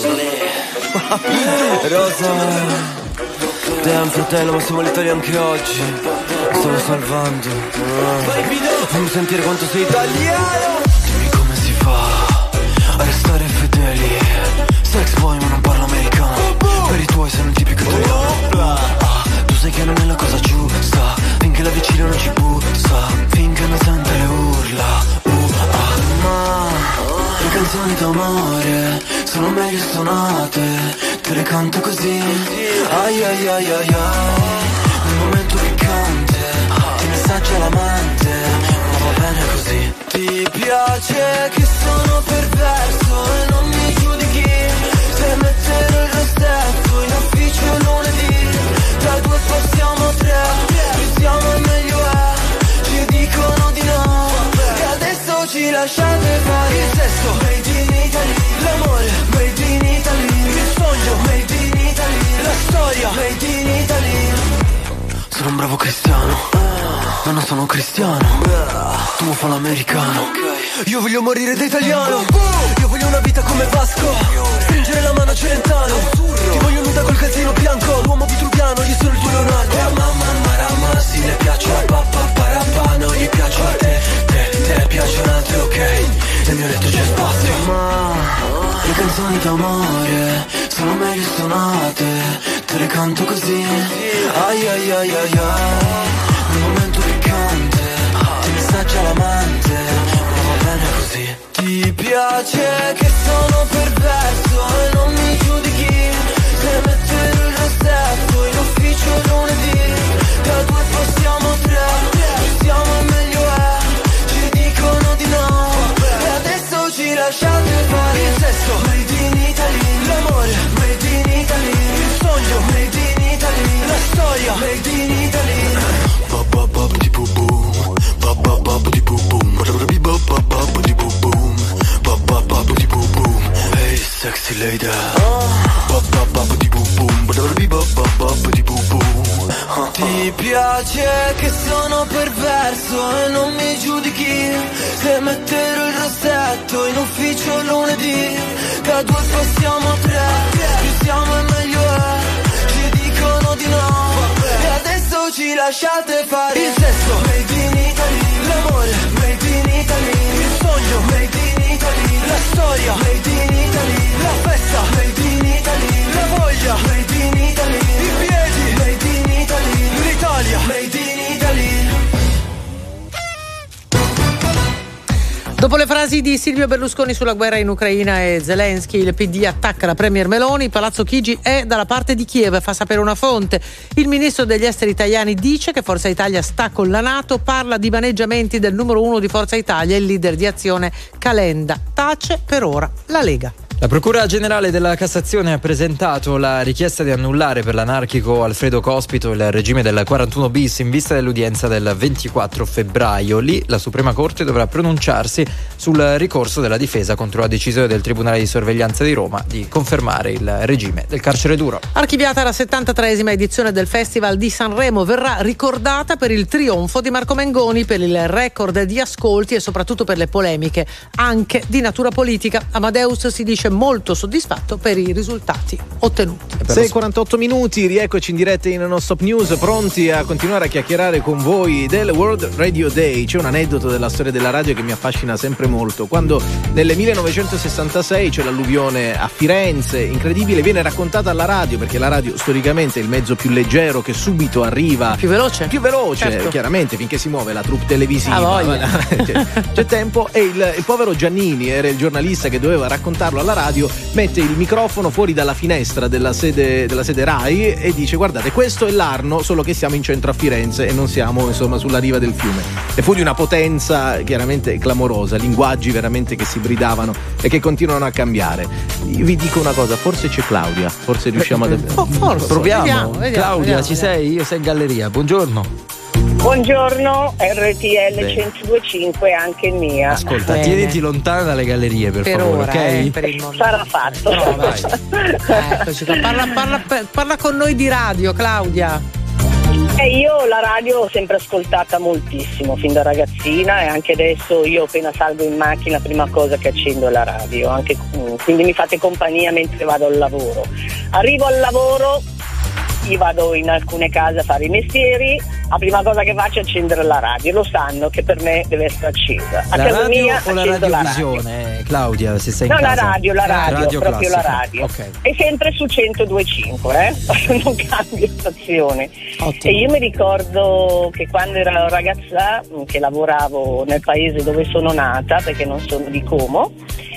S14: Rosa, te è un fratello ma siamo l'Italia anche oggi. Mi stavo salvando. Fammi sentire quanto sei italiano. Dimmi come si fa a restare fedeli. Sex boy ma non parlo americano. Per i tuoi sei un tipico italiano. Tu sai che non è la cosa giusta. Finché la vicina non ci bussa. Finché non sente le urla. Ma le canzoni d'amore sono meglio suonate, te le canto così. Ai ai ai ai ai. Nel momento piccante ti messaggia l'amante, ma va bene così. Ti piace che sono perverso e non mi giudichi. Se mettere il rossetto in ufficio lunedì, da due passiamo tre, più siamo e meglio è. Ci dicono di no e adesso ci lasciate fare il sesso. Made in Italy, l'amore made in Italy, il sogno made in Italy, la storia made in Italy. Sono un bravo cristiano, ma non sono cristiano. Tu mi fa l'americano. Io voglio morire da italiano. Io voglio una vita come Vasco, stringere la mano a Celentano. Ti voglio nuda col calzino bianco, l'uomo vitruviano, io sono il tuo Leonardo. Mamma marama, sì le piace la pappa parapà, non gli piace a te piacciono altre, ok? Nel mio letto c'è spazio. Ma le canzoni d'amore sono meglio suonate, te le canto così. Ai ai ai ai ai. Nel momento piccante ti messaggia l'amante, ma va bene così. Ti piace che sono perverso e non mi giudichi. Se mettere il rossetto in ufficio lunedì, da due passiamo tre, più siamo e meglio è. Ci lasciate fare il sesso made in Italy, l'amore made in Italy, il sogno made in Italy, la storia made in Italy. Hey sexy lady. Ti piace che sono perverso e non mi giudichi. Se mettere il rossetto in ufficio lunedì, da due passiamo tre, più siamo e meglio è. Ci dicono di no e adesso ci lasciate fare il sesso made in Italy, l'amore made in Italy, il sogno made in Italy, la storia made in Italy, la festa made in Italy, la voglia made in Italy, i piedi made in Italy, l'Italia made in Italy.
S2: Dopo le frasi di Silvio Berlusconi sulla guerra in Ucraina e Zelensky, il PD attacca la premier Meloni. Palazzo Chigi è dalla parte di Kiev, fa sapere una fonte. Il ministro degli esteri italiani dice che Forza Italia sta con la NATO, parla di maneggiamenti del numero uno di Forza Italia, il leader di Azione Calenda. Tace per ora la Lega.
S1: La Procura Generale della Cassazione ha presentato la richiesta di annullare per l'anarchico Alfredo Cospito il regime del 41 bis in vista dell'udienza del 24 febbraio. Lì la Suprema Corte dovrà pronunciarsi sul ricorso della difesa contro la decisione del Tribunale di Sorveglianza di Roma di confermare il regime del carcere duro.
S2: Archiviata la 73esima edizione del Festival di Sanremo, verrà ricordata per il trionfo di Marco Mengoni, per il record di ascolti e soprattutto per le polemiche anche di natura politica. Amadeus si dice molto soddisfatto per i risultati ottenuti.
S3: 6:48 minuti, rieccoci in diretta in Non Stop News, pronti a continuare a chiacchierare con voi del World Radio Day. C'è un aneddoto della storia della radio che mi affascina sempre molto. Quando nel 1966 c'è l'alluvione a Firenze, incredibile, viene raccontata alla radio, perché la radio storicamente è il mezzo più leggero che subito arriva.
S2: Più veloce,
S3: certo. Chiaramente, finché si muove la troupe televisiva. C'è tempo. E il povero Giannini era il giornalista che doveva raccontarlo alla radio, mette il microfono fuori dalla finestra della sede Rai e dice: guardate, questo è l'Arno, solo che siamo in centro a Firenze e non siamo insomma sulla riva del fiume. E fu di una potenza chiaramente clamorosa, linguaggi veramente che si bridavano e che continuano a cambiare. Io vi dico una cosa, forse c'è Claudia, forse riusciamo
S2: forse.
S1: Proviamo.
S2: Vediamo,
S1: Claudia, ci sei? Io sei in galleria, buongiorno.
S15: Buongiorno, RTL 102.5 anche mia.
S1: Ascolta, tieniti lontana dalle gallerie per favore,
S2: ora,
S1: ok?
S2: Per il momento.
S15: Sarà fatto.
S2: No, vai. Eccoci qua. Parla con noi di radio, Claudia.
S15: Io la radio ho sempre ascoltata moltissimo fin da ragazzina, e anche adesso io appena salgo in macchina prima cosa che accendo è la radio, anche, quindi mi fate compagnia mentre vado al lavoro. Arrivo al lavoro, io vado in alcune case a fare i mestieri, la prima cosa che faccio è accendere la radio, lo sanno che per me deve essere accesa. A
S1: la
S15: casa
S1: radio
S15: mia
S1: o la radiovisione, Claudia, se sei in casa?
S15: La radio proprio
S1: classica.
S15: la radio.
S1: Okay.
S15: È sempre su 102.5, non cambio stazione.
S2: Ottimo.
S15: E io mi ricordo che quando ero ragazza, che lavoravo nel paese dove sono nata, perché non sono di Como,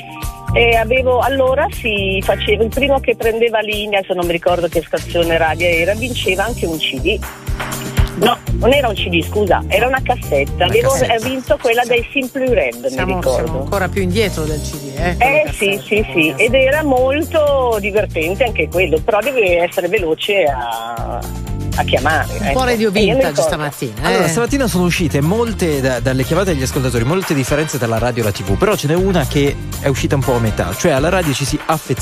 S15: e allora si faceva, il primo che prendeva linea, se non mi ricordo che stazione radio era, vinceva anche un CD. No, non era un CD, scusa, era una cassetta. Avevo vinto quella dei Simply Red, mi ricordo.
S2: Siamo ancora più indietro del CD,
S15: sì, ed era molto divertente anche quello, però devi essere veloce a chiamare.
S2: Un po' radio vintage stamattina.
S1: Allora, stamattina sono uscite molte dalle chiamate degli ascoltatori, molte differenze tra la radio e la TV, però ce n'è una che è uscita un po' a metà, cioè alla radio ci si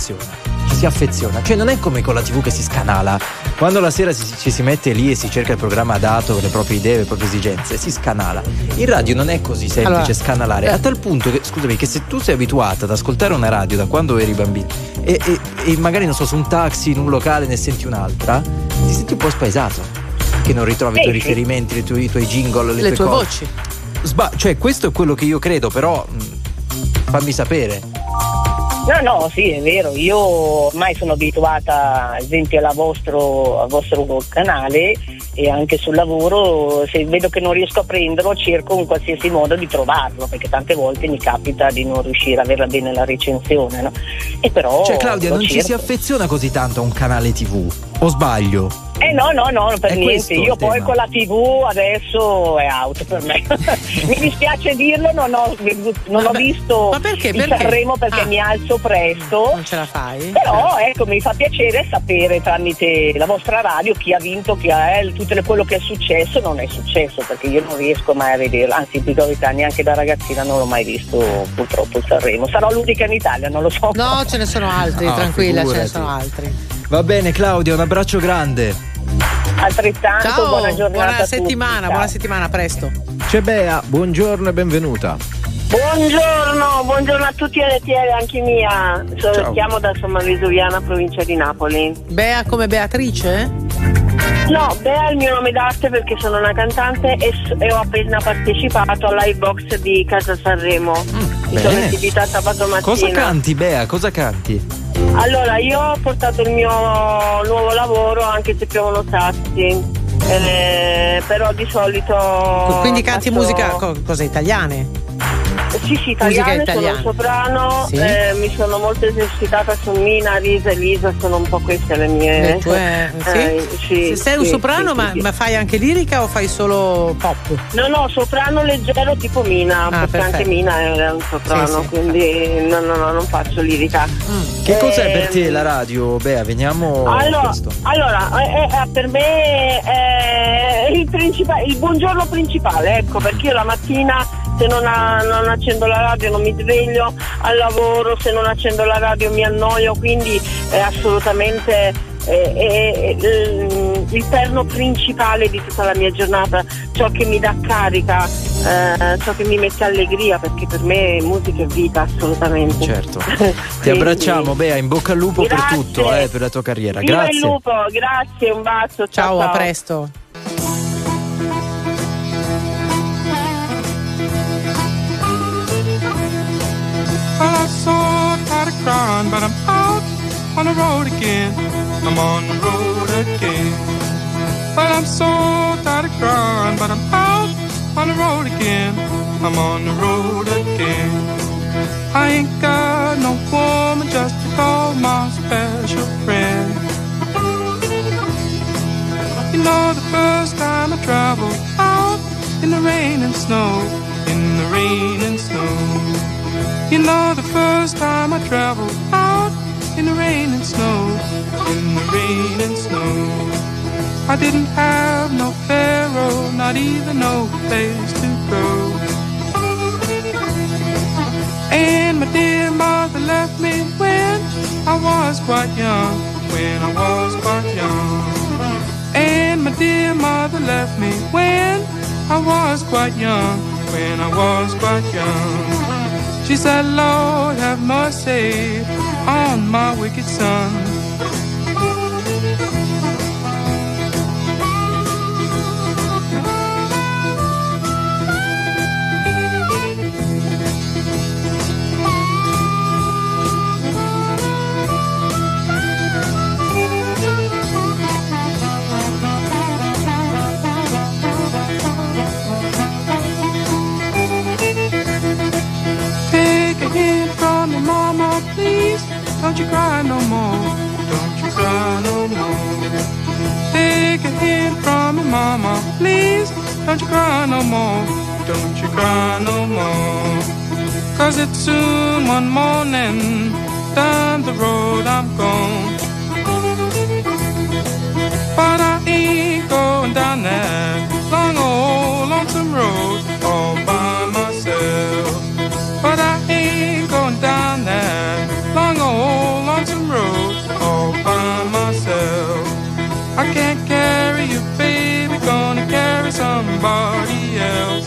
S1: affeziona, cioè non è come con la TV che si scanala. Quando la sera ci si mette lì e si cerca il programma adatto con le proprie idee, le proprie esigenze, si scanala. In radio non è così semplice scanalare, a tal punto che, scusami, che se tu sei abituata ad ascoltare una radio da quando eri bambino e magari non so, su un taxi, in un locale ne senti un'altra, ti senti un po' spaesato, che non ritrovi i tuoi riferimenti, i tuoi jingle, le tue
S2: voci.
S1: Cioè, questo è quello che io credo, però fammi sapere.
S15: No, sì, è vero, io ormai sono abituata, ad esempio, al vostro canale, e anche sul lavoro, se vedo che non riesco a prenderlo cerco in qualsiasi modo di trovarlo, perché tante volte mi capita di non riuscire a averla bene la recensione, no? E però,
S1: cioè, Claudia, non ci si affeziona così tanto a un canale TV, o sbaglio?
S15: No, per
S1: è
S15: niente. Io poi con la TV adesso è out per me. Mi dispiace dirlo, non ho visto il Sanremo perché mi alzo presto.
S2: Non ce la fai?
S15: Però ecco, mi fa piacere sapere tramite la vostra radio chi ha vinto, tutto quello che è successo. Non è successo perché io non riesco mai a vederlo, anzi, di verità, neanche da ragazzina non l'ho mai visto purtroppo il Sanremo. Sarò l'unica in Italia, non lo so.
S2: No, ce ne sono altri, tranquilla,
S1: figurati.
S2: ce ne sono altri.
S1: Va bene, Claudia, un abbraccio grande.
S15: Altrettanto,
S2: ciao,
S15: buona giornata
S2: buona settimana, buona settimana, presto.
S3: C'è Bea, buongiorno e benvenuta.
S16: Buongiorno a tutti, RTL anche mia. Chiamo da Somma Vesuviana, provincia di Napoli.
S2: Bea come Beatrice?
S16: No, Bea è il mio nome d'arte perché sono una cantante e ho appena partecipato all'Ivebox di Casa Sanremo. Mi sono esibita sabato mattina.
S1: Cosa canti, Bea? Cosa canti?
S16: Allora, io ho portato il mio nuovo lavoro, anche se piovono sassi, però di solito...
S2: Quindi canti musica, cose italiane?
S16: Sì, italiane, sono soprano,
S2: Sì.
S16: mi sono molto esercitata su Mina, Risa e Lisa, sono un po' queste le mie.
S2: Se sei un soprano, ma fai anche lirica o fai solo pop?
S16: No, soprano leggero tipo Mina, perché
S2: perfetto.
S16: anche Mina è un soprano, quindi no, non faccio lirica.
S1: Che cos'è per te la radio? Bea, veniamo a questo.
S16: Allora, per me è il buongiorno principale, ecco, perché io la mattina se non accendo la radio non mi sveglio, al lavoro se non accendo la radio mi annoio, quindi è assolutamente il perno principale di tutta la mia giornata, ciò che mi dà carica, ciò che mi mette allegria, perché per me musica è vita, assolutamente.
S1: Certo. Ti abbracciamo, Bea, in bocca al lupo.
S16: Grazie.
S1: Per tutto, per la tua carriera.
S16: Viva
S1: Grazie.
S16: il lupo, grazie, un bacio, ciao.
S2: A presto.
S17: Well, I'm so tired of crying, but I'm out on the road again. I'm on the road again. Well, I'm so tired of crying, but I'm out on the road again. I'm on the road again. I ain't got no woman just to call my special friend. You know, the first time I traveled out in the rain and snow, in the rain and snow. You know, the first time I traveled out in the rain and snow, in the rain and snow. I didn't have no pharaoh, not even no place to go. And my dear mother left me when I was quite young, when I was quite young. And my dear mother left me when I was quite young, when I was quite young. She said, Lord, have mercy on my wicked son. Don't you cry no more, don't you cry no more. Take a hint from me, mama, please. Don't you cry no more, don't you cry no more. Cause it's soon one morning, down the road I'm gone. But I ain't going down that long old lonesome road all by myself. But I ain't going down that long old lonesome road all by myself. I can't carry you, baby, gonna carry somebody else.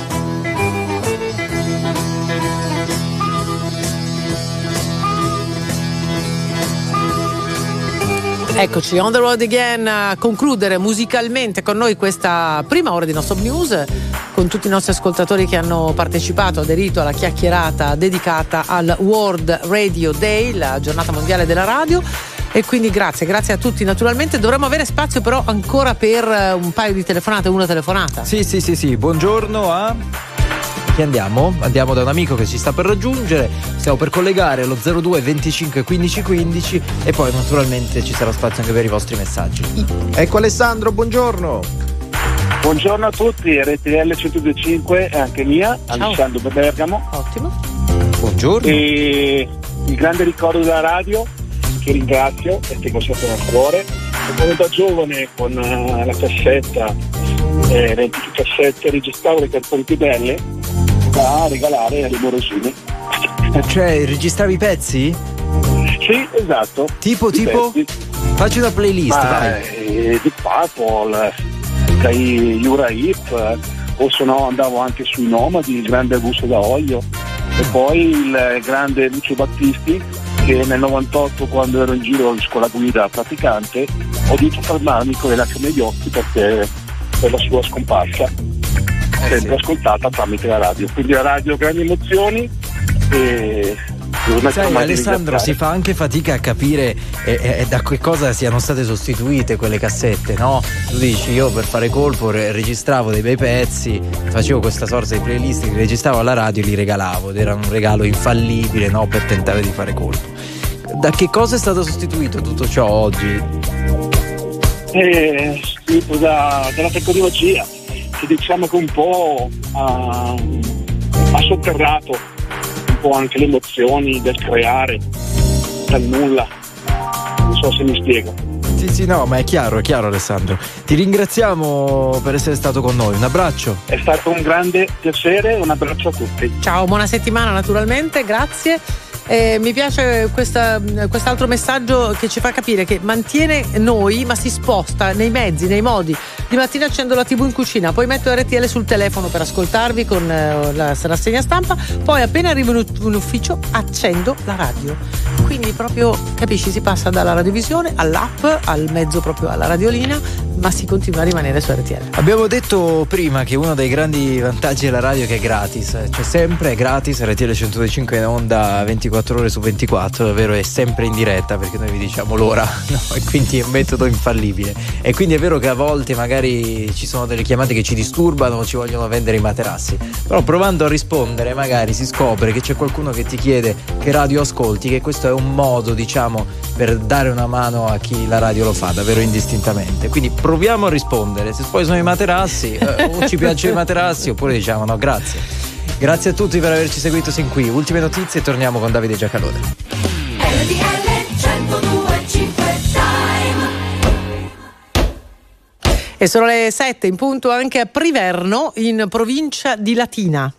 S2: Eccoci, on the road again, a concludere musicalmente con noi questa prima ora di nostro news, con tutti i nostri ascoltatori che hanno partecipato, aderito alla chiacchierata dedicata al World Radio Day, la giornata mondiale della radio. E quindi grazie a tutti. Naturalmente dovremmo avere spazio però ancora per un paio di telefonate, una telefonata.
S1: Sì, buongiorno a... Chi andiamo? Andiamo da un amico che ci sta per raggiungere, stiamo per collegare allo 02 25 15 15 e poi naturalmente ci sarà spazio anche per i vostri messaggi.
S3: Ecco Alessandro, buongiorno.
S18: Buongiorno a tutti, RTL 102.5 è anche mia, Alessandro da Bergamo.
S2: Ottimo.
S1: Buongiorno.
S18: E il grande ricordo della radio, che ringrazio e tengo sempre nel cuore. Quando da giovane con la cassetta, le antiche cassette, registravo le canzoni più belle da regalare alle morosine.
S1: Cioè, registravi i pezzi?
S18: Sì, esatto.
S1: Tipo? Facci una playlist, vai.
S18: Di Purple, dai Uriah, o se no andavo anche sui Nomadi, il grande Augusto da Oglio, e poi il grande Lucio Battisti, che nel 98, quando ero in giro con la guida praticante, ho dovuto fermarmi con le lacrime agli occhi per la sua scomparsa, sempre ascoltata tramite la radio. Quindi la radio, grandi emozioni, e
S1: Sai, Alessandro, si fa anche fatica a capire da che cosa siano state sostituite quelle cassette, no? Tu dici, io per fare colpo registravo dei bei pezzi, facevo questa sorta di playlist, li registravo alla radio e li regalavo ed era un regalo infallibile, no? Per tentare di fare colpo. Da che cosa è stato sostituito tutto ciò oggi?
S18: Sostituito dalla tecnologia, che diciamo che un po' ha sotterrato un po' anche le emozioni del creare dal nulla. Non so se mi spiego.
S1: Sì, no, ma è chiaro Alessandro. Ti ringraziamo per essere stato con noi. Un abbraccio.
S18: È stato un grande piacere, un abbraccio a tutti.
S2: Ciao, buona settimana naturalmente, grazie. Mi piace quest'altro messaggio che ci fa capire che mantiene noi, ma si sposta nei mezzi, nei modi. Di mattina accendo la TV in cucina, poi metto RTL sul telefono per ascoltarvi con la rassegna stampa, poi appena arrivo in ufficio accendo la radio. Quindi proprio, capisci, si passa dalla radiovisione all'app, al mezzo proprio alla radiolina, ma si continua a rimanere su RTL.
S1: Abbiamo detto prima che uno dei grandi vantaggi della radio è che è gratis, cioè sempre è gratis. RTL 102.5 in onda 24 ore su 24, davvero, è sempre in diretta perché noi vi diciamo l'ora, no? E quindi è un metodo infallibile. E quindi è vero che a volte magari ci sono delle chiamate che ci disturbano, ci vogliono vendere i materassi, però provando a rispondere magari si scopre che c'è qualcuno che ti chiede che radio ascolti, che questo è un modo, diciamo, per dare una mano a chi la radio lo fa davvero indistintamente. Quindi proviamo a rispondere. Se poi sono i materassi, o ci piacciono i materassi oppure diciamo no, grazie. Grazie a tutti per averci seguito sin qui. Ultime notizie e torniamo con Davide Giacalone.
S2: E sono le 7 in punto anche a Priverno, in provincia di Latina.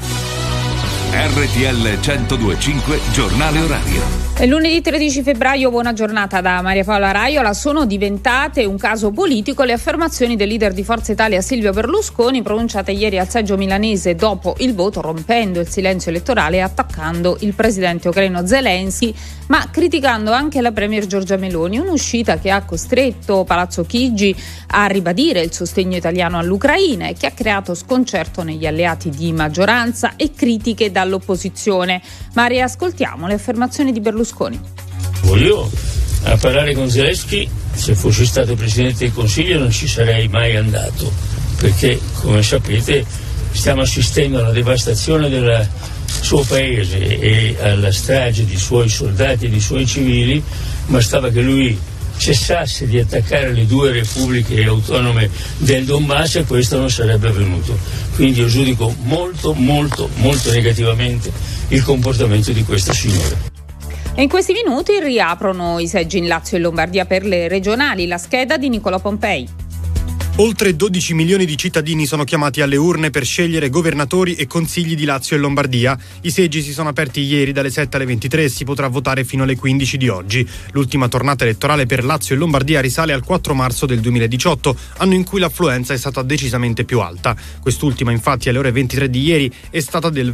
S19: RTL 102.5 Giornale Orario.
S20: È lunedì 13 febbraio, buona giornata da Maria Paola Raiola. Sono diventate un caso politico le affermazioni del leader di Forza Italia Silvio Berlusconi pronunciate ieri al seggio milanese dopo il voto, rompendo il silenzio elettorale e attaccando il presidente ucraino Zelensky, ma criticando anche la premier Giorgia Meloni, un'uscita che ha costretto Palazzo Chigi a ribadire il sostegno italiano all'Ucraina e che ha creato sconcerto negli alleati di maggioranza e critiche dall'opposizione. Ma riascoltiamo le affermazioni di Berlusconi.
S21: Io a parlare con Zelensky, se fossi stato Presidente del Consiglio, non ci sarei mai andato, perché come sapete stiamo assistendo alla devastazione del suo paese e alla strage di suoi soldati e di suoi civili. Bastava che lui cessasse di attaccare le due repubbliche autonome del Donbass e questo non sarebbe avvenuto. Quindi io giudico molto negativamente il comportamento di questo signore.
S20: E in questi minuti riaprono i seggi in Lazio e Lombardia per le regionali. La scheda di Nicola Pompei.
S22: Oltre 12 milioni di cittadini sono chiamati alle urne per scegliere governatori e consigli di Lazio e Lombardia. I seggi si sono aperti ieri dalle 7 alle 23 e si potrà votare fino alle 15 di oggi. L'ultima tornata elettorale per Lazio e Lombardia risale al 4 marzo del 2018, anno in cui l'affluenza è stata decisamente più alta. Quest'ultima, infatti, alle ore 23 di ieri è stata del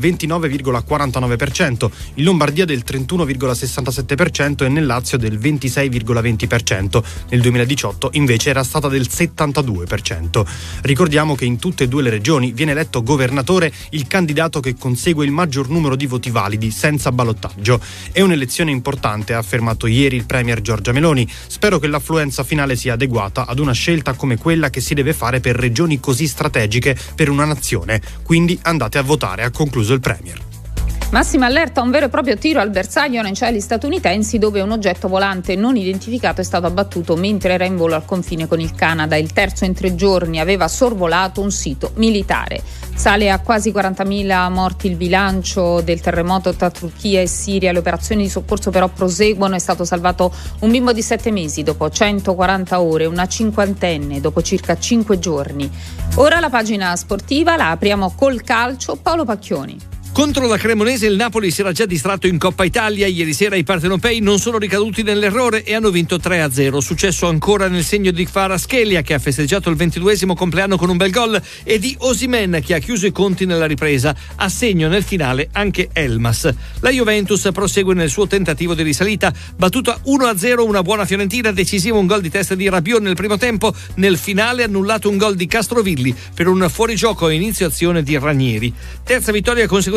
S22: 29,49%, in Lombardia del 31,67% e nel Lazio del 26,20%. Nel 2018 invece era stata del 72%. Ricordiamo che in tutte e due le regioni viene eletto governatore il candidato che consegue il maggior numero di voti validi senza ballottaggio. È un'elezione importante, ha affermato ieri il premier Giorgia Meloni. Spero che l'affluenza finale sia adeguata ad una scelta come quella che si deve fare per regioni così strategiche per una nazione. Quindi andate a votare, ha concluso il premier.
S20: Massima allerta, un vero e proprio tiro al bersaglio nei cieli statunitensi, dove un oggetto volante non identificato è stato abbattuto mentre era in volo al confine con il Canada. Il terzo in 3 giorni aveva sorvolato un sito militare. Sale a quasi 40.000 morti il bilancio del terremoto tra Turchia e Siria. Le operazioni di soccorso però proseguono. È stato salvato un bimbo di 7 mesi dopo 140 ore, una cinquantenne dopo circa 5 giorni. Ora la pagina sportiva la apriamo col calcio. Paolo Pacchioni.
S23: Contro la Cremonese il Napoli si era già distratto in Coppa Italia. Ieri sera i partenopei non sono ricaduti nell'errore e hanno vinto 3-0. Successo ancora nel segno di Kvaratskhelia, che ha festeggiato il 22esimo compleanno con un bel gol, e di Osimhen, che ha chiuso i conti nella ripresa. A segno nel finale anche Elmas. La Juventus prosegue nel suo tentativo di risalita, battuta 1-0 una buona Fiorentina, decisivo un gol di testa di Rabiot nel primo tempo. Nel finale annullato un gol di Castrovilli per un fuorigioco a inizio azione di Ranieri. Terza vittoria consecutiva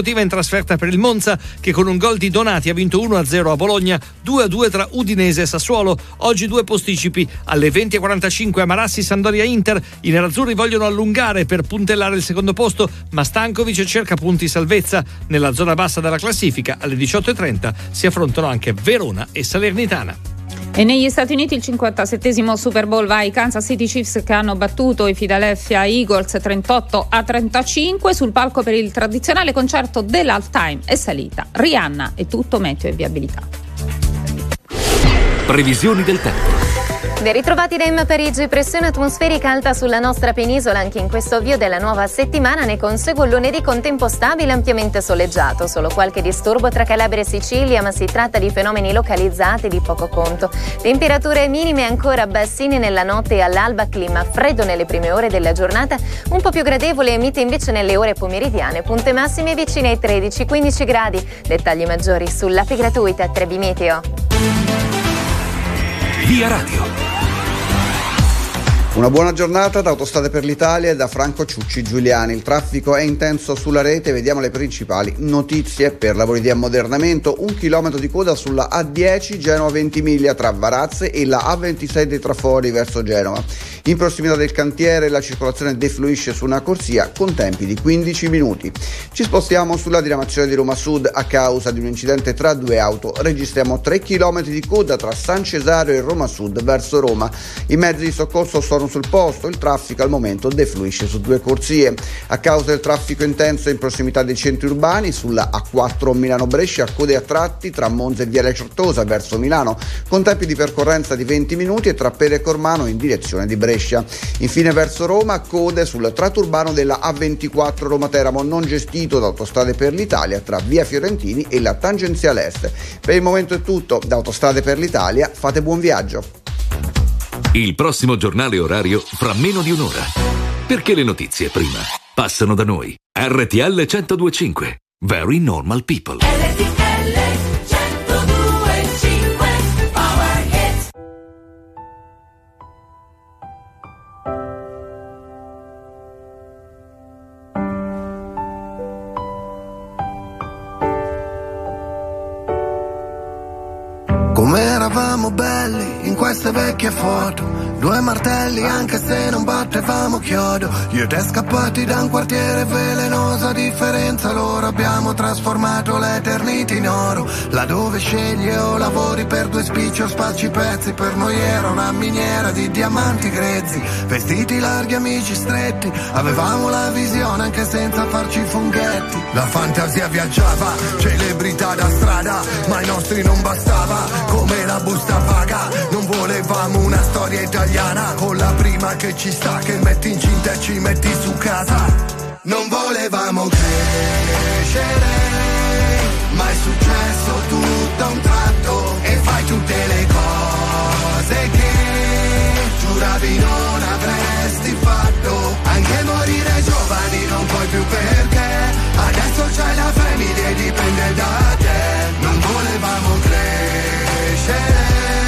S23: consecutiva in trasferta per il Monza, che con un gol di Donati ha vinto 1-0 a Bologna, 2-2 tra Udinese e Sassuolo. Oggi 2 posticipi: alle 20:45 a Marassi Sampdoria Inter. I nerazzurri vogliono allungare per puntellare il secondo posto, ma Stankovic cerca punti salvezza. Nella zona bassa della classifica alle 18:30 si affrontano anche Verona e Salernitana.
S20: E negli Stati Uniti il 57esimo Super Bowl va ai Kansas City Chiefs, che hanno battuto i Philadelphia Eagles 38-35. Sul palco per il tradizionale concerto dell'halftime è salita Rihanna. E tutto meteo e viabilità.
S19: Previsioni del tempo.
S4: Ben ritrovati da Emma Parigi. Pressione atmosferica alta sulla nostra penisola anche in questo avvio della nuova settimana. Ne consegue un lunedì con tempo stabile, ampiamente soleggiato. Solo qualche disturbo tra Calabria e Sicilia, ma si tratta di fenomeni localizzati di poco conto. Temperature minime ancora bassine nella notte e all'alba, clima freddo nelle prime ore della giornata, un po' più gradevole e mite invece nelle ore pomeridiane. Punte massime vicine ai 13-15 gradi. Dettagli maggiori sull'app gratuita Trebi Meteo.
S19: Via Radio.
S6: Una buona giornata da Autostrade per l'Italia e da Franco Ciucci Giuliani. Il traffico è intenso sulla rete, vediamo le principali notizie. Per lavori di ammodernamento, 1 chilometro di coda sulla A10 Genova-Ventimiglia tra Varazze e la A26 dei Trafori verso Genova. In prossimità del cantiere la circolazione defluisce su una corsia con tempi di 15 minuti. Ci spostiamo sulla diramazione di Roma Sud. A causa di un incidente tra 2 auto registriamo 3 chilometri di coda tra San Cesario e Roma Sud verso Roma. I mezzi di soccorso sono sul posto, il traffico al momento defluisce su 2 corsie. A causa del traffico intenso in prossimità dei centri urbani, sulla A4 Milano-Brescia code a tratti tra Monza e Viale Certosa verso Milano, con tempi di percorrenza di 20 minuti, e tra Pere e Cormano in direzione di Brescia. Infine verso Roma, code sul tratto urbano della A24 Roma-Teramo non gestito da Autostrade per l'Italia tra via Fiorentini e la tangenziale est. Per il momento è tutto, da Autostrade per l'Italia fate buon viaggio.
S19: Il prossimo giornale orario fra meno di un'ora. Perché le notizie prima passano da noi. RTL 102.5. Very Normal People.
S7: Come eravamo belli in queste vecchie foto, 2 martelli anche se non battevamo chiodo. Io e te scappati da un quartiere velenoso, a differenza loro abbiamo trasformato l'eternity in oro. Laddove scegli o lavori per 2 spicci o spacci pezzi, per noi era una miniera di diamanti grezzi. Vestiti larghi, amici stretti, avevamo la visione anche senza farci funghetti. La fantasia viaggiava, celebrità da strada, ma ai nostri non bastava. Come la busta paga, non volevamo una storia italiana, con la prima che ci sta, che metti incinta e ci metti su casa. Non volevamo crescere, ma è successo tutto a un tratto, e fai tutte le cose che giuravi non avresti fatto. Anche morire giovani non puoi più, perché adesso c'hai la famiglia e dipende da te. Non volevamo crescere,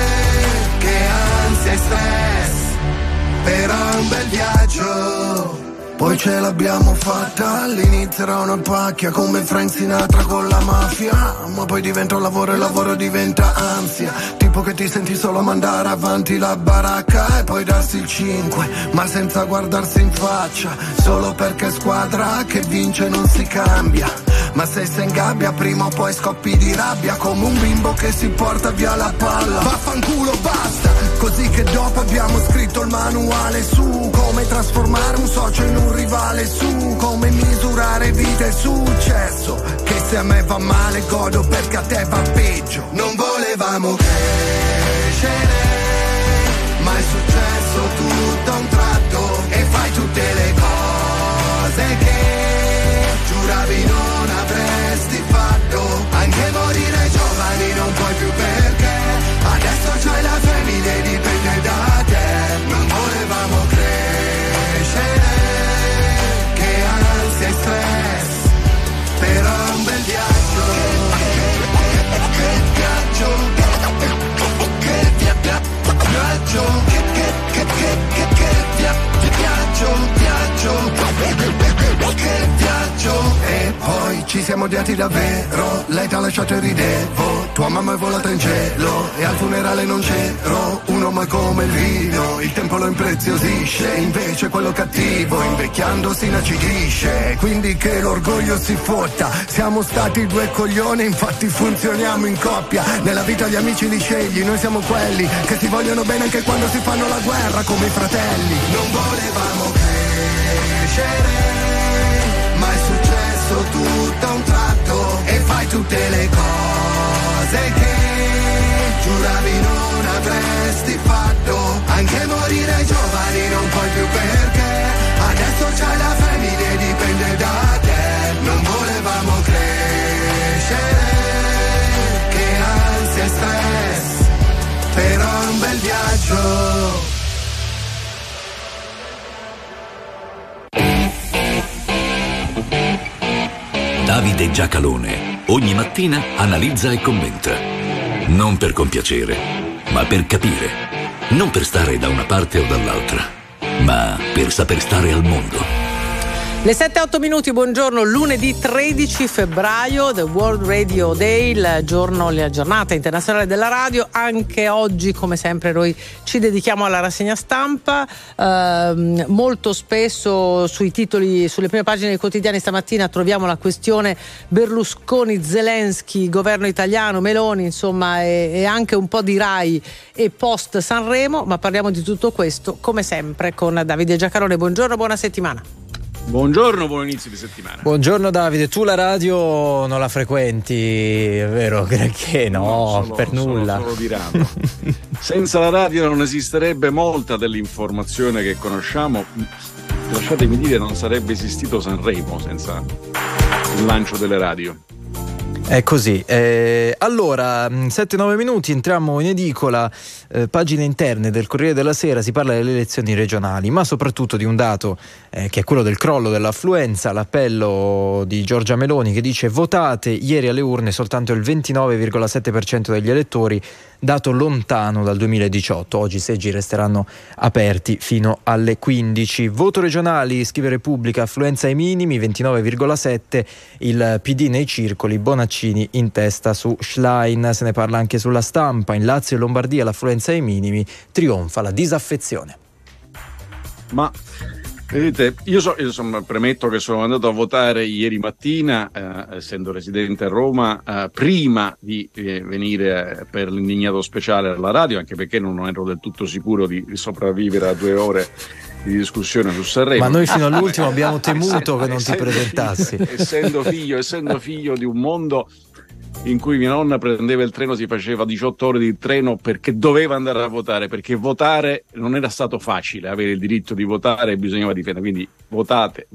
S7: che ansia e stress, però è un bel viaggio. Poi ce l'abbiamo fatta, all'inizio era una pacchia come Frank Sinatra con la mafia, ma poi diventa un lavoro e il lavoro diventa ansia, tipo che ti senti solo mandare avanti la baracca e poi darsi il 5, ma senza guardarsi in faccia, solo perché squadra che vince non si cambia, ma se sei in gabbia prima o poi scoppi di rabbia, come un bimbo che si porta via la palla. Vaffanculo, basta, così che dopo abbiamo scritto il manuale su come trasformare un socio in un rivale, su come misurare vita e successo, che se a me va male godo perché a te va peggio. Non volevamo crescere, ma è successo tutto a un tratto, e fai tutte le cose che giuravi non avresti fatto. Anche morire giovani non puoi più, perché adesso c'hai la famiglia e dipende da te. Non volevamo crescere, e stress, però è un bel viaggio. Che viaggio, che viaggio, che viaggio, che viaggio, e poi ci siamo odiati davvero. Lei t'ha lasciato e ridevo, tua mamma è volata in cielo e al funerale non c'ero. Un uomo è come il vino, il tempo lo impreziosisce, invece quello cattivo invecchiando si inacidisce. Quindi che l'orgoglio si fotta, siamo stati due coglioni, infatti funzioniamo in coppia. Nella vita gli amici li scegli, noi siamo quelli che si vogliono bene anche quando si fanno la guerra come i fratelli. Non volevamo crescere, ma è successo tutto a un tratto e fai tutte le cose che giuravi non avresti fatto. Anche morire ai giovani non puoi più perché adesso c'hai la famiglia e dipende da te. Non volevamo crescere, che ansia e stress, però è un bel viaggio.
S19: Davide Giacalone ogni mattina analizza e commenta. Non per compiacere, ma per capire. Non per stare da una parte o dall'altra, ma per saper stare al mondo.
S2: Le 7-8 minuti, buongiorno, lunedì 13 febbraio, The World Radio Day, la giornata internazionale della radio. Anche oggi, come sempre, noi ci dedichiamo alla rassegna stampa. Molto spesso sui titoli, sulle prime pagine dei quotidiani stamattina troviamo la questione Berlusconi, Zelensky, governo italiano, Meloni, insomma, e anche un po' di Rai e post Sanremo, ma parliamo di tutto questo come sempre con Davide Giacalone. Buongiorno, buona settimana.
S5: Buongiorno, buon inizio di settimana.
S1: Buongiorno Davide, tu la radio non la frequenti, è vero? Che no, per nulla.
S5: Solo di radio. Senza la radio non esisterebbe molta dell'informazione che conosciamo. Lasciatemi dire, non sarebbe esistito Sanremo senza il lancio delle radio.
S1: È così. Allora, 7-9 minuti, entriamo in edicola, pagine interne del Corriere della Sera, si parla delle elezioni regionali, ma soprattutto di un dato che è quello del crollo dell'affluenza, l'appello di Giorgia Meloni che dice: votate, ieri alle urne soltanto il 29,7% degli elettori, dato lontano dal 2018. Oggi i seggi resteranno aperti fino alle 15. Voto regionali, scrive Repubblica, affluenza ai minimi 29,7%, il PD nei circoli, Bonaccini in testa su Schlein. Se ne parla anche sulla Stampa. In Lazio e Lombardia l'affluenza ai minimi, trionfa la disaffezione.
S5: Ma vedete, io premetto che sono andato a votare ieri mattina, essendo residente a Roma, prima di venire per l'indignato speciale alla radio, anche perché non ero del tutto sicuro di sopravvivere a 2 ore di discussione su Sanremo.
S1: Ma noi fino all'ultimo abbiamo temuto che non ti presentassi.
S5: Essendo figlio di un mondo in cui mia nonna prendeva il treno, si faceva 18 ore di treno perché doveva andare a votare, perché votare non era stato facile, avere il diritto di votare bisognava difendere, quindi votate.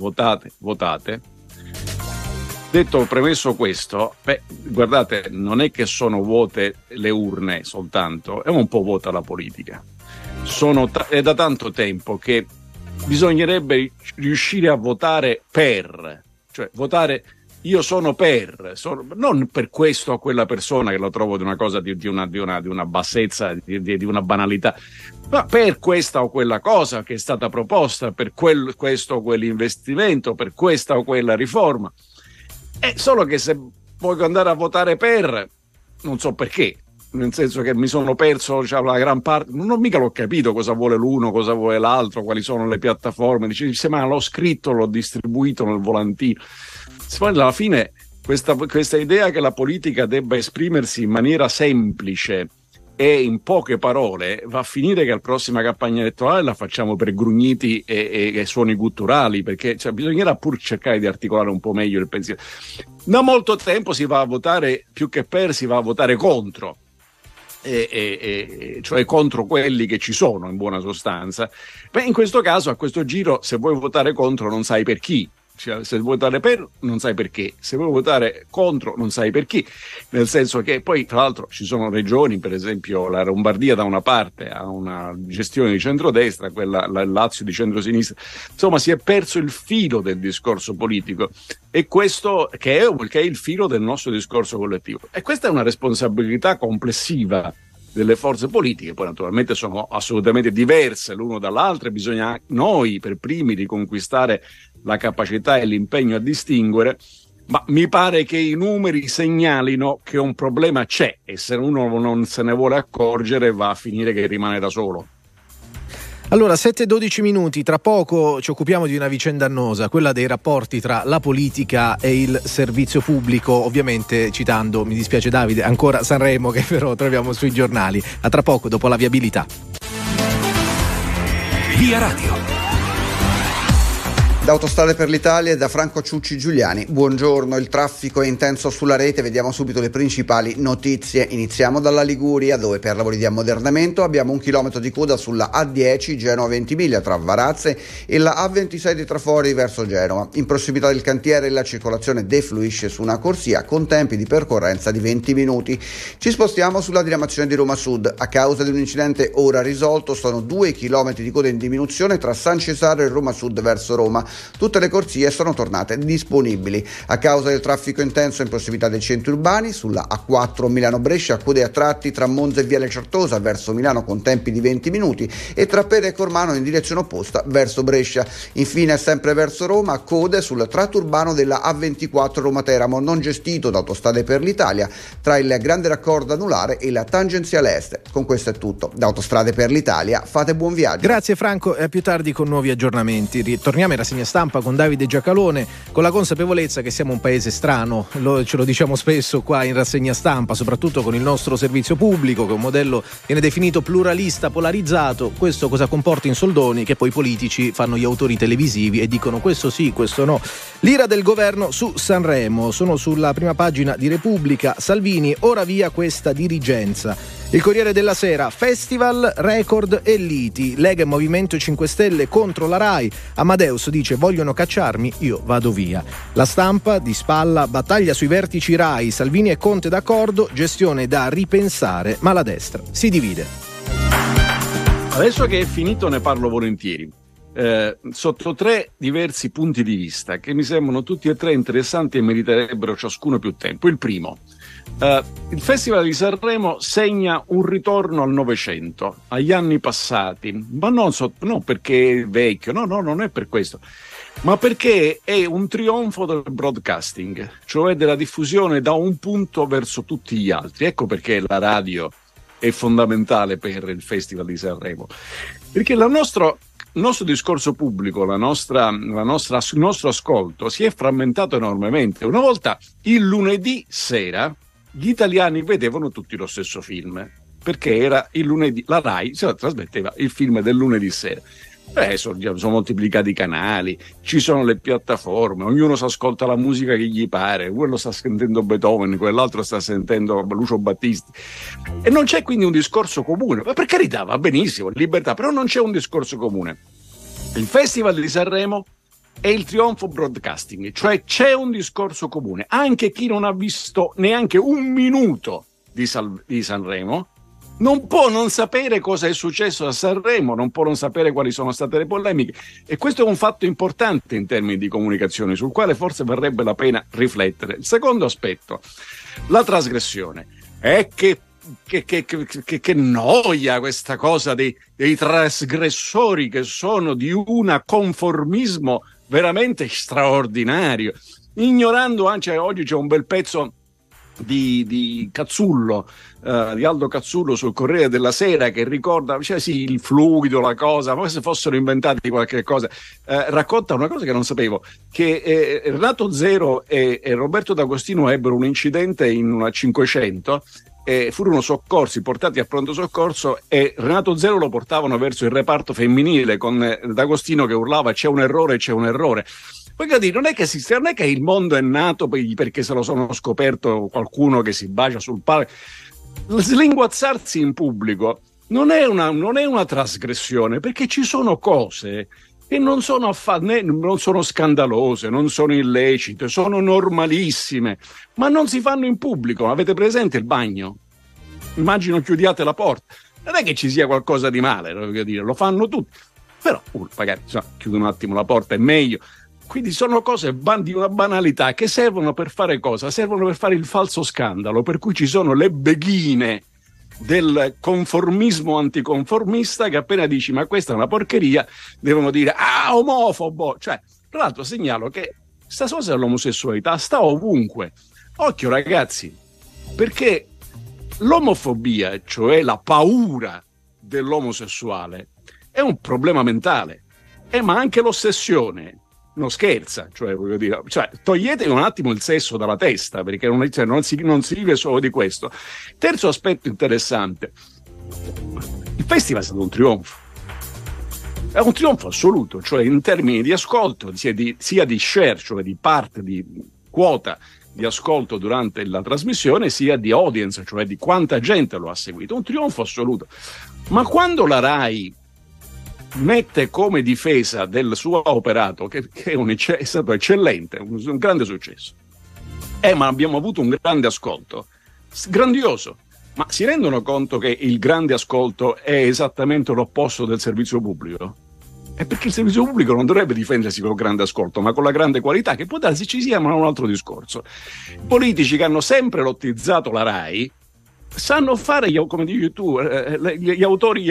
S5: Premesso questo, guardate, non è che sono vuote le urne soltanto, è un po' vuota la politica. È da tanto tempo che bisognerebbe riuscire a votare cioè votare io sono non per questo o quella persona, che lo trovo di una cosa di una bassezza, di una banalità, ma per questa o quella cosa che è stata proposta, per questo o quell'investimento, per questa o quella riforma. È solo che se voglio andare a votare non so perché, nel senso che mi sono perso la gran parte, non mica l'ho capito cosa vuole l'uno, cosa vuole l'altro, quali sono le piattaforme, dice ma l'ho scritto, l'ho distribuito nel volantino. Poi alla fine questa idea che la politica debba esprimersi in maniera semplice e in poche parole va a finire che la prossima campagna elettorale la facciamo per grugniti e suoni gutturali, perché bisognerà pur cercare di articolare un po' meglio il pensiero. Da molto tempo si va a votare, più che si va a votare contro, cioè contro quelli che ci sono in buona sostanza. In questo caso, a questo giro, se vuoi votare contro non sai per chi. Cioè, se vuoi votare per non sai perché, se vuoi votare contro non sai per chi, nel senso che poi tra l'altro ci sono regioni, per esempio la Lombardia da una parte ha una gestione di centrodestra, quella la Lazio di centrosinistra, insomma si è perso il filo del discorso politico, e questo che è il filo del nostro discorso collettivo, e questa è una responsabilità complessiva delle forze politiche. Poi naturalmente sono assolutamente diverse l'uno dall'altro e bisogna noi per primi riconquistare la capacità e l'impegno a distinguere, ma mi pare che i numeri segnalino che un problema c'è e se uno non se ne vuole accorgere va a finire che rimane da solo.
S3: Allora, 7-12 minuti, tra poco ci occupiamo di una vicenda annosa, quella dei rapporti tra la politica e il servizio pubblico, ovviamente citando, mi dispiace Davide, ancora Sanremo che però troviamo sui giornali. A tra poco, dopo la viabilità.
S19: Via Radio.
S6: Da Autostrade per l'Italia e da Franco Ciucci Giuliani, buongiorno. Il traffico è intenso sulla rete, vediamo subito le principali notizie. Iniziamo dalla Liguria, dove per lavori di ammodernamento abbiamo 1 chilometro di coda sulla A10 Genova-Ventimiglia tra Varazze e la A26 di Trafori verso Genova. In prossimità del cantiere la circolazione defluisce su una corsia con tempi di percorrenza di 20 minuti. Ci spostiamo sulla diramazione di Roma Sud. A causa di un incidente ora risolto sono 2 chilometri di coda in diminuzione tra San Cesare e Roma Sud verso Roma. Tutte le corsie sono tornate disponibili. A causa del traffico intenso in prossimità dei centri urbani, sulla A4 Milano-Brescia, code a tratti tra Monza e Viale Certosa verso Milano con tempi di 20 minuti e tra Pera e Cormano in direzione opposta verso Brescia. Infine, sempre verso Roma, code sul tratto urbano della A24 Roma-Teramo, non gestito da Autostrade per l'Italia, tra il grande raccordo anulare e la tangenziale est. Con questo è tutto. Da Autostrade per l'Italia, fate buon viaggio.
S3: Grazie Franco, e a più tardi con nuovi aggiornamenti. Ritorniamo in rassegna stampa con Davide Giacalone, con la consapevolezza che siamo un paese strano, ce lo diciamo spesso qua in rassegna stampa, soprattutto con il nostro servizio pubblico, che è un modello viene definito pluralista, polarizzato. Questo cosa comporta in soldoni? Che poi i politici fanno gli autori televisivi e dicono questo sì, questo no. L'ira del governo su Sanremo, sono sulla prima pagina di Repubblica. Salvini, ora via questa dirigenza. Il Corriere della Sera, festival, record e liti, Lega e Movimento 5 Stelle contro la Rai, Amadeus dice vogliono cacciarmi, io vado via. La Stampa, di spalla, battaglia sui vertici Rai, Salvini e Conte d'accordo, gestione da ripensare, ma la destra si divide.
S5: Adesso che è finito ne parlo volentieri, sotto 3 diversi punti di vista che mi sembrano tutti e 3 interessanti e meriterebbero ciascuno più tempo. Il primo, il Festival di Sanremo segna un ritorno al Novecento, agli anni passati, ma non perché è vecchio, no, non è per questo, ma perché è un trionfo del broadcasting, cioè della diffusione da un punto verso tutti gli altri. Ecco perché la radio è fondamentale per il Festival di Sanremo, perché il nostro discorso pubblico, il nostro ascolto si è frammentato enormemente. Una volta il lunedì sera gli italiani vedevano tutti lo stesso film, perché era il lunedì, la Rai trasmetteva il film del lunedì sera. Sono moltiplicati i canali, ci sono le piattaforme, ognuno si ascolta la musica che gli pare, quello sta sentendo Beethoven, quell'altro sta sentendo Lucio Battisti, e non c'è quindi un discorso comune. Ma per carità, va benissimo, libertà, però non c'è un discorso comune. Il Festival di Sanremo è il trionfo broadcasting, cioè c'è un discorso comune. Anche chi non ha visto neanche un minuto di Sanremo non può non sapere cosa è successo a Sanremo, non può non sapere quali sono state le polemiche, e questo è un fatto importante in termini di comunicazione sul quale forse varrebbe la pena riflettere. Il secondo aspetto, la trasgressione. È che noia questa cosa dei trasgressori, che sono di un conformismo veramente straordinario, ignorando anche oggi c'è un bel pezzo di Cazzullo, di Aldo Cazzullo sul Corriere della Sera, che ricorda, sì, il fluido, la cosa, ma se fossero inventati qualche cosa, racconta una cosa che non sapevo, che Renato Zero e Roberto D'Agostino ebbero un incidente in una 500 e furono soccorsi, portati a pronto soccorso, e Renato Zero lo portavano verso il reparto femminile con D'Agostino che urlava c'è un errore, c'è un errore. Voglio dire, non è che il mondo è nato perché se lo sono scoperto qualcuno che si bacia sul palco. Slinguazzarsi in pubblico non è una trasgressione, perché ci sono cose che non sono scandalose, non sono illecite, sono normalissime, ma non si fanno in pubblico. Avete presente il bagno? Immagino chiudiate la porta. Non è che ci sia qualcosa di male, voglio dire, lo fanno tutti. Però magari chiudono un attimo la porta, è meglio. Quindi sono cose di una banalità che servono per fare cosa? Servono per fare il falso scandalo, per cui ci sono le beghine del conformismo anticonformista che appena dici ma questa è una porcheria devono dire omofobo. Cioè, tra l'altro segnalo che sta cosa dell'omosessualità sta ovunque. Occhio ragazzi, perché l'omofobia, cioè la paura dell'omosessuale, è un problema mentale, ma anche l'ossessione non scherza, cioè voglio dire, togliete un attimo il sesso dalla testa, perché non si vive solo di questo. Terzo aspetto interessante, il festival è stato un trionfo. È un trionfo assoluto, cioè in termini di ascolto, sia di share, cioè di parte, di quota di ascolto durante la trasmissione, sia di audience, cioè di quanta gente lo ha seguito. Un trionfo assoluto. Ma quando la RAI mette come difesa del suo operato, che è stato eccellente, un grande successo, ma abbiamo avuto un grande ascolto, grandioso, ma si rendono conto che il grande ascolto è esattamente l'opposto del servizio pubblico? È perché il servizio pubblico non dovrebbe difendersi con il grande ascolto, ma con la grande qualità, che può darsi ci sia, ma è un altro discorso. I politici che hanno sempre lottizzato la RAI sanno fare, come dici tu, gli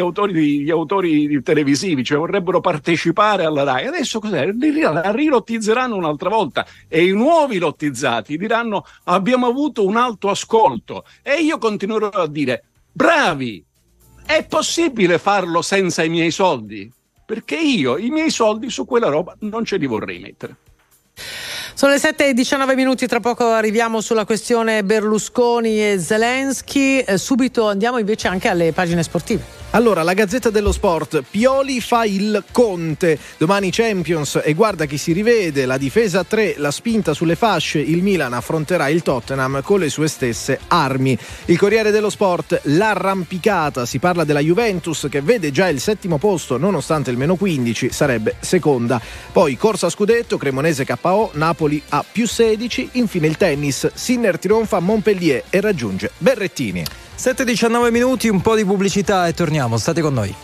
S5: autori televisivi, cioè vorrebbero partecipare alla RAI. Adesso cos'è? La rilottizzeranno un'altra volta e i nuovi lottizzati diranno abbiamo avuto un alto ascolto, e io continuerò a dire bravi, è possibile farlo senza i miei soldi? Perché io i miei soldi su quella roba non ce li vorrei mettere.
S2: Sono le 7:19, tra poco arriviamo sulla questione Berlusconi e Zelensky. Subito andiamo invece anche alle pagine sportive.
S3: Allora, la Gazzetta dello Sport, Pioli fa il Conte, domani Champions e guarda chi si rivede, la difesa a 3, la spinta sulle fasce, il Milan affronterà il Tottenham con le sue stesse armi. Il Corriere dello Sport, l'arrampicata, si parla della Juventus che vede già il 7° posto nonostante il -15, sarebbe seconda. Poi corsa a scudetto, Cremonese KO, Napoli a +16, infine il tennis, Sinner trionfa a Montpellier e raggiunge Berrettini.
S1: 7:19, un po' di pubblicità e torniamo, state con noi.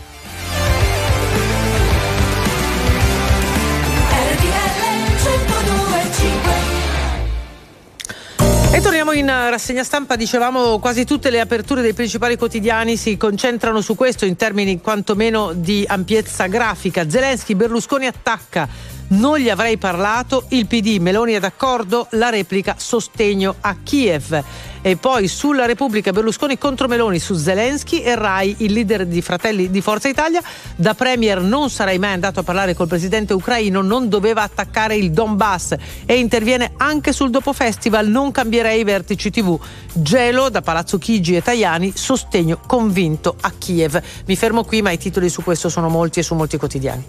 S2: E torniamo in rassegna stampa. Dicevamo, quasi tutte le aperture dei principali quotidiani si concentrano su questo in termini quantomeno di ampiezza grafica. Zelensky, Berlusconi attacca, non gli avrei parlato, il PD, Meloni è d'accordo, la replica, sostegno a Kiev. E poi sulla Repubblica, Berlusconi contro Meloni su Zelensky e Rai, il leader di Fratelli di Forza Italia, da premier non sarei mai andato a parlare col presidente ucraino, non doveva attaccare il Donbass, e interviene anche sul dopo festival, non cambierei i vertici TV. Gelo da Palazzo Chigi e Tajani, sostegno convinto a Kiev. Mi fermo qui, ma i titoli su questo sono molti e su molti quotidiani.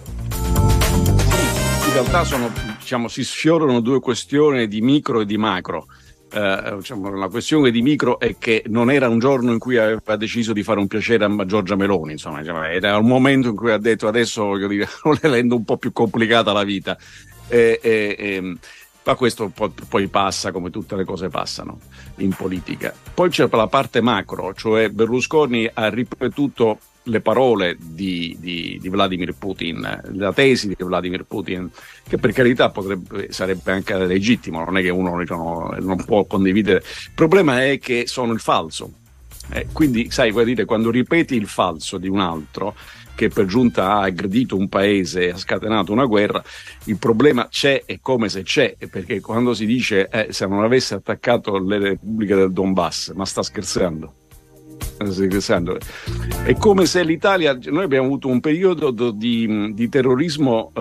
S5: In realtà si sfiorano due questioni di micro e di macro. La questione di micro è che non era un giorno in cui aveva deciso di fare un piacere a Giorgia Meloni, era un momento in cui ha detto adesso voglio dire, le rendo un po' più complicata la vita, ma questo poi passa come tutte le cose passano in politica. Poi c'è la parte macro, cioè Berlusconi ha ripetuto le parole di Vladimir Putin, la tesi di Vladimir Putin, che per carità sarebbe anche legittimo, non è che uno non può condividere. Il problema è che sono il falso. Quindi, vuol dire, quando ripeti il falso di un altro che per giunta ha aggredito un paese e ha scatenato una guerra, il problema c'è, è come se c'è, perché quando si dice se non avesse attaccato le repubbliche del Donbass, ma sta scherzando? È come se l'Italia, noi abbiamo avuto un periodo di terrorismo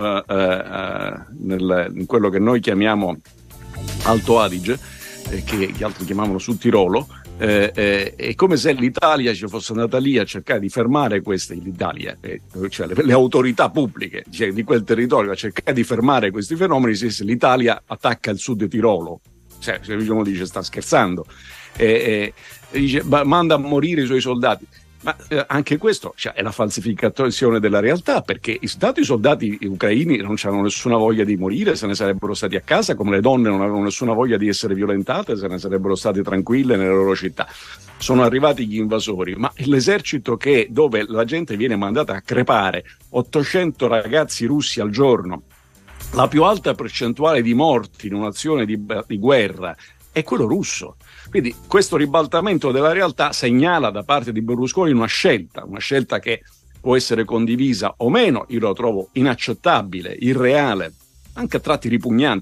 S5: in quello che noi chiamiamo Alto Adige, che gli altri chiamavano Sud Tirolo. È come se l'Italia ci fosse andata lì a cercare di fermare l'Italia, cioè le autorità pubbliche di quel territorio a cercare di fermare questi fenomeni. Se l'Italia attacca il Sud Tirolo, se uno dice sta scherzando, dice manda a morire i suoi soldati, ma anche questo è la falsificazione della realtà, perché i soldati ucraini non hanno nessuna voglia di morire, se ne sarebbero stati a casa, come le donne non avevano nessuna voglia di essere violentate, se ne sarebbero state tranquille nelle loro città. Sono arrivati gli invasori, ma l'esercito dove la gente viene mandata a crepare, 800 ragazzi russi al giorno, la più alta percentuale di morti in un'azione di guerra è quello russo. Quindi questo ribaltamento della realtà segnala da parte di Berlusconi una scelta che può essere condivisa o meno. Io lo trovo inaccettabile, irreale, anche a tratti ripugnante,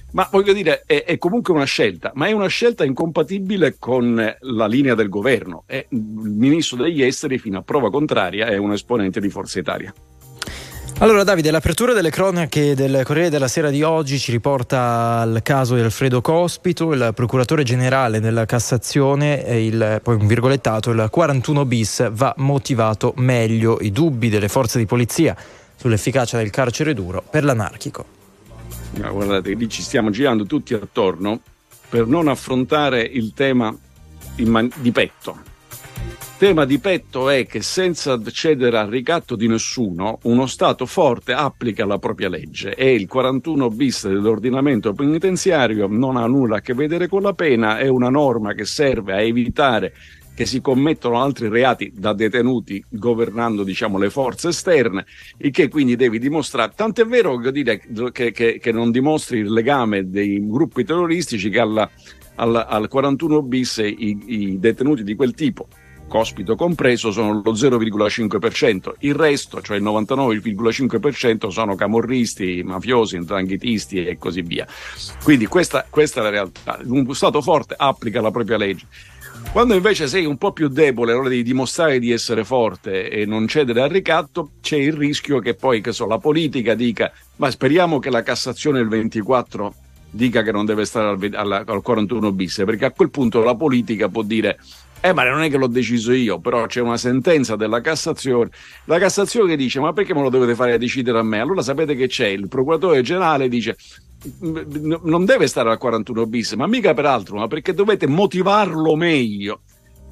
S5: Ma voglio dire, è comunque una scelta, ma è una scelta incompatibile con la linea del governo. Il ministro degli esteri, fino a prova contraria, è un esponente di Forza Italia.
S1: Allora Davide, l'apertura delle cronache del Corriere della Sera di oggi ci riporta al caso di Alfredo Cospito, il procuratore generale della Cassazione, poi un virgolettato, il 41 bis va motivato meglio, i dubbi delle forze di polizia sull'efficacia del carcere duro per l'anarchico.
S5: Ma guardate, lì ci stiamo girando tutti attorno per non affrontare il tema di petto. Tema di petto è che senza cedere al ricatto di nessuno, uno Stato forte applica la propria legge e il 41 bis dell'ordinamento penitenziario non ha nulla a che vedere con la pena, è una norma che serve a evitare che si commettono altri reati da detenuti governando, diciamo, le forze esterne, il che quindi devi dimostrare. Tant'è vero che non dimostri il legame dei gruppi terroristici che al 41 bis i detenuti di quel tipo, Cospito compreso, sono lo 0,5%, il resto, cioè il 99,5%, sono camorristi, mafiosi, 'ndranghetisti e così via. Quindi questa è la realtà. Un Stato forte applica la propria legge. Quando invece sei un po' più debole, allora devi dimostrare di essere forte e non cedere al ricatto, c'è il rischio che poi, la politica dica: ma speriamo che la Cassazione del 24 dica che non deve stare al 41 bis, perché a quel punto la politica può dire: ma non è che l'ho deciso io, però c'è una sentenza della Cassazione, la Cassazione che dice: ma perché me lo dovete fare decidere a me? Allora sapete che c'è, il procuratore generale dice: non deve stare al 41 bis, ma mica per altro, ma perché dovete motivarlo meglio.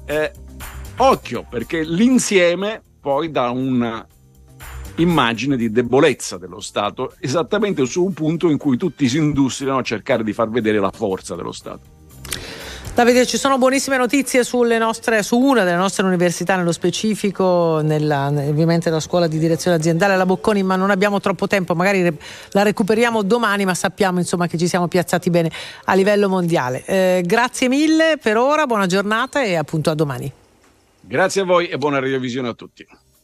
S5: Occhio, perché l'insieme poi dà una immagine di debolezza dello Stato, esattamente su un punto in cui tutti si industriano a cercare di far vedere la forza dello Stato.
S2: Davide, ci sono buonissime notizie su una delle nostre università, nello specifico ovviamente la scuola di direzione aziendale alla Bocconi, ma non abbiamo troppo tempo, magari la recuperiamo domani, ma sappiamo insomma che ci siamo piazzati bene a livello mondiale. Grazie mille per ora, buona giornata e appunto a domani.
S5: Grazie a voi e buona revisione a tutti.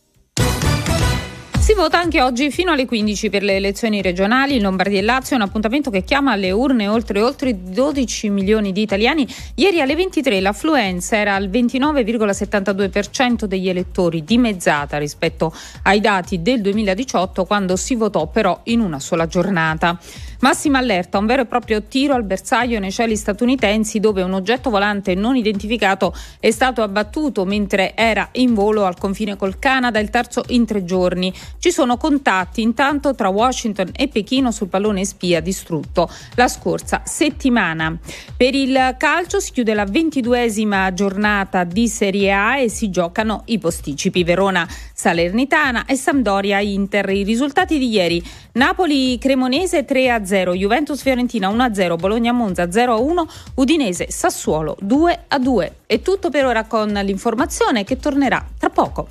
S20: Si vota anche oggi fino alle 15 per le elezioni regionali in Lombardia e Lazio, un appuntamento che chiama alle urne oltre 12 milioni di italiani. Ieri alle 23 l'affluenza era al 29,72% degli elettori, dimezzata rispetto ai dati del 2018, quando si votò però in una sola giornata. Massima allerta, un vero e proprio tiro al bersaglio nei cieli statunitensi, dove un oggetto volante non identificato è stato abbattuto mentre era in volo al confine col Canada, il terzo in 3 giorni. Ci sono contatti intanto tra Washington e Pechino sul pallone spia distrutto la scorsa settimana. Per il calcio si chiude la 22esima giornata di Serie A e si giocano i posticipi: Verona Salernitana e Sampdoria Inter. I risultati di ieri: Napoli Cremonese 3-0, Juventus Fiorentina 1-0, Bologna Monza 0-1, Udinese Sassuolo 2-2. È tutto per ora con l'informazione che tornerà tra poco.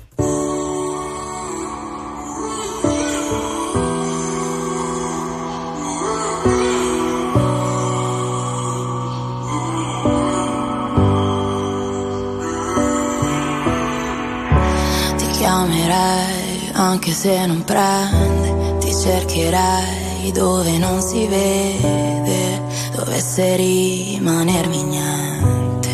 S9: Chiamerei anche se non prende, ti cercherei dove non si vede, dovesse rimanermi niente.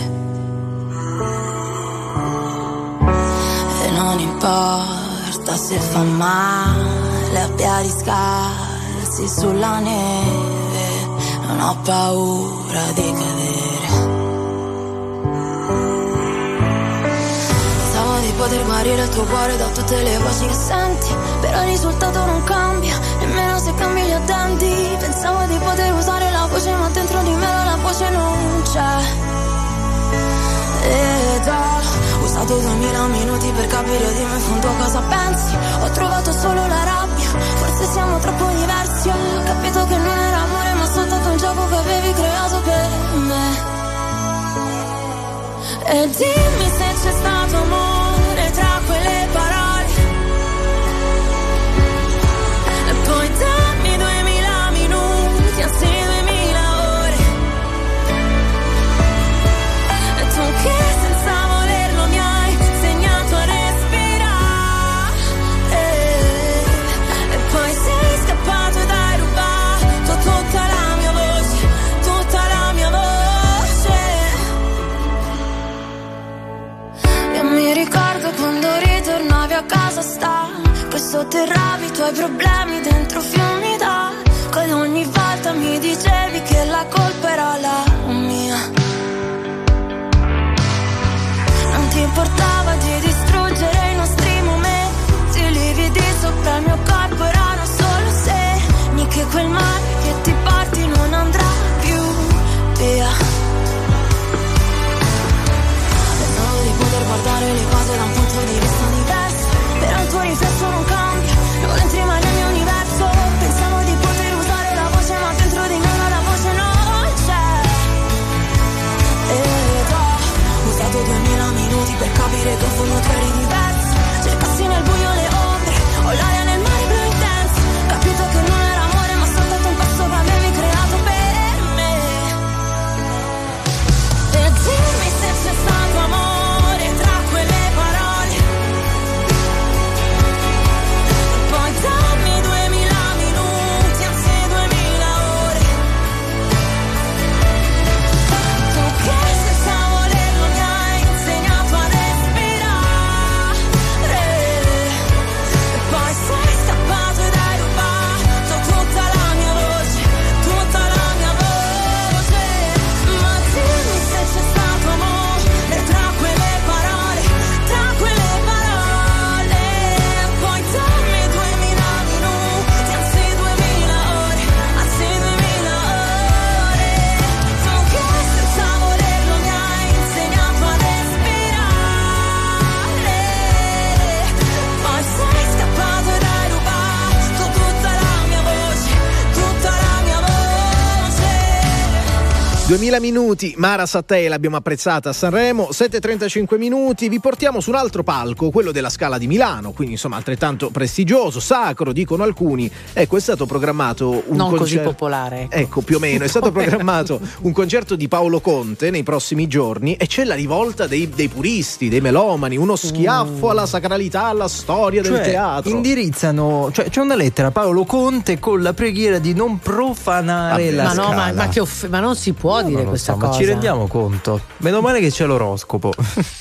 S9: E non importa se fa male a piedi scalzi sulla neve, non ho paura di cadere. Poter guarire il tuo cuore da tutte le voci che senti, però il risultato non cambia, nemmeno se cambi gli attenti. Pensavo di poter usare la voce, ma dentro di me la voce non c'è. Ed ho usato 2000 minuti per capire di me in fondo cosa pensi. Ho trovato solo la rabbia, forse siamo troppo diversi. Ho capito che non era amore, ma soltanto un gioco che avevi creato per me. E dimmi se c'è stato amore tra quelle parole, e poi dammi 2000 minuti, anzi 2000 ore, e tu che senza volerlo mi hai insegnato a respirare, e poi sei scappato ed hai rubato tutta la mia voce, sotterravi i tuoi problemi dentro fiumi d'acqua ed ogni volta mi dicevi che la colpa era la mia. Non ti importava di distruggere i nostri momenti, i lividi sopra il mio corpo erano solo segni che quel mare che ti porti non andrà più via. Pensavo di poter guardare le cose da un punto di vista diverso, però il tuo riflesso non cambia, non entri mai nel mio universo. Pensavo di poter usare la voce, ma dentro di me la voce non c'è. Ed ho usato 2000 minuti per capire che in fondo tu eri diverso. Cercassi nel buio le ombre, ho l'aria nel mare blu intenso. Capito che non era amore, ma soltanto un passo che avevi creato per me. E dimmi se c'è stato amore tra quelle parole. E poi dammi 2000 minuti, anzi 2000 ore. Tu che senza volerlo mi hai insegnato a respirare. E poi sei scappato ed hai rubato tutta la mia voce, tutta la mia voce. Ma dimmi se c'è stato amore tra quelle parole, tra quelle parole. E poi dammi 2000 minuti, anzi 2000 ore, anzi 2000 ore. Tu che senza volerlo mi hai insegnato a respirare. Poi sei scappato ed hai rubato tutta la mia voce, tutta la mia voce.
S3: 2000 minuti, Mara Sattei l'abbiamo apprezzata a Sanremo. 7:35 minuti, vi portiamo su un altro palco, quello della Scala di Milano, quindi insomma altrettanto prestigioso, sacro dicono alcuni. Ecco, è stato programmato un
S2: non così
S3: concerto
S2: popolare.
S3: Ecco, più o meno, è stato programmato un concerto di Paolo Conte nei prossimi giorni e c'è la rivolta dei puristi, dei melomani, uno schiaffo alla sacralità, alla storia del teatro.
S1: Indirizzano, cioè c'è una lettera a Paolo Conte con la preghiera di non profanare la
S2: Ma no,
S1: Scala.
S2: ma non si può dire
S1: Non lo
S2: questa
S1: so,
S2: cosa.
S1: ma ci rendiamo conto? Meno male che c'è l'oroscopo.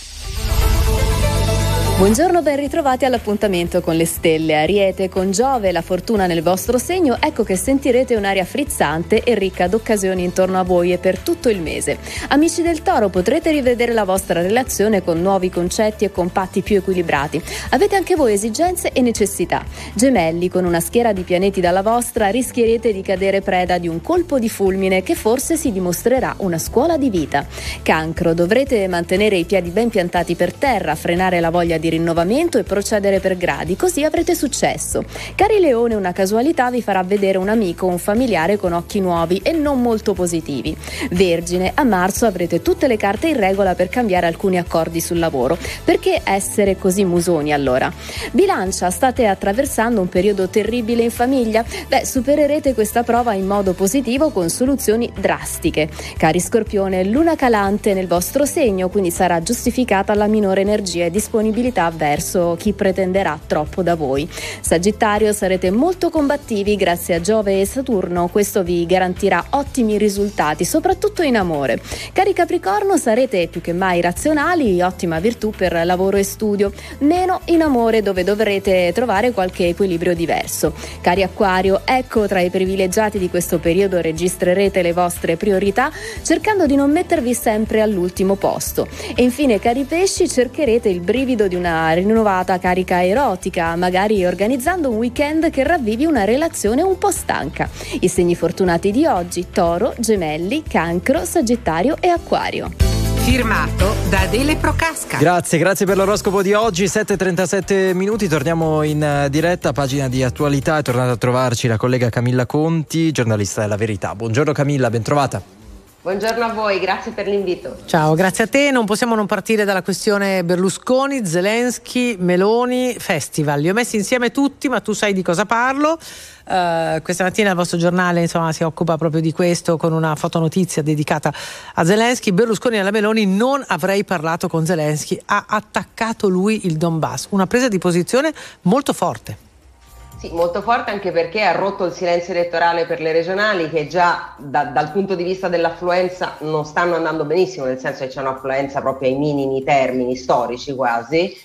S10: Buongiorno, ben ritrovati all'appuntamento con le stelle. Ariete, con Giove, la fortuna nel vostro segno, ecco che sentirete un'aria frizzante e ricca d'occasioni intorno a voi e per tutto il mese. Amici del Toro, potrete rivedere la vostra relazione con nuovi concetti e compatti più equilibrati. Avete anche voi esigenze e necessità. Gemelli, con una schiera di pianeti dalla vostra, rischierete di cadere preda di un colpo di fulmine che forse si dimostrerà una scuola di vita. Cancro, dovrete mantenere i piedi ben piantati per terra, frenare la voglia di rinnovamento e procedere per gradi, così avrete successo. Cari Leone, una casualità vi farà vedere un amico o un familiare con occhi nuovi e non molto positivi. Vergine, a marzo avrete tutte le carte in regola per cambiare alcuni accordi sul lavoro. Perché essere così musoni allora? Bilancia, state attraversando un periodo terribile in famiglia? Supererete questa prova in modo positivo con soluzioni drastiche. Cari Scorpione, luna calante nel vostro segno, quindi sarà giustificata la minore energia e disponibilità verso chi pretenderà troppo da voi. Sagittario, sarete molto combattivi grazie a Giove e Saturno, questo vi garantirà ottimi risultati, soprattutto in amore. Cari Capricorno, sarete più che mai razionali, ottima virtù per lavoro e studio, meno in amore dove dovrete trovare qualche equilibrio diverso. Cari Acquario, ecco tra i privilegiati di questo periodo registrerete le vostre priorità cercando di non mettervi sempre all'ultimo posto. E infine cari Pesci, cercherete il brivido di una rinnovata carica erotica, magari organizzando un weekend che ravvivi una relazione un po' stanca. I segni fortunati di oggi: Toro, Gemelli, Cancro, Sagittario e Acquario.
S2: Firmato da Adele Procasca.
S1: Grazie per l'oroscopo di oggi. 7:37 minuti, torniamo in diretta, pagina di attualità. È tornata a trovarci la collega Camilla Conti, giornalista della Verità. Buongiorno Camilla, ben trovata.
S11: Buongiorno a voi, grazie per l'invito.
S2: Ciao, grazie a te. Non possiamo non partire dalla questione Berlusconi, Zelensky, Meloni, festival. Li ho messi insieme tutti, ma tu sai di cosa parlo. Questa mattina il vostro giornale si occupa proprio di questo con una fotonotizia dedicata a Zelensky. Berlusconi e alla Meloni: non avrei parlato con Zelensky, ha attaccato lui il Donbass. Una presa di posizione molto forte.
S11: Sì, molto forte, anche perché ha rotto il silenzio elettorale per le regionali, che già dal punto di vista dell'affluenza non stanno andando benissimo, nel senso che c'è un'affluenza proprio ai minimi termini storici quasi,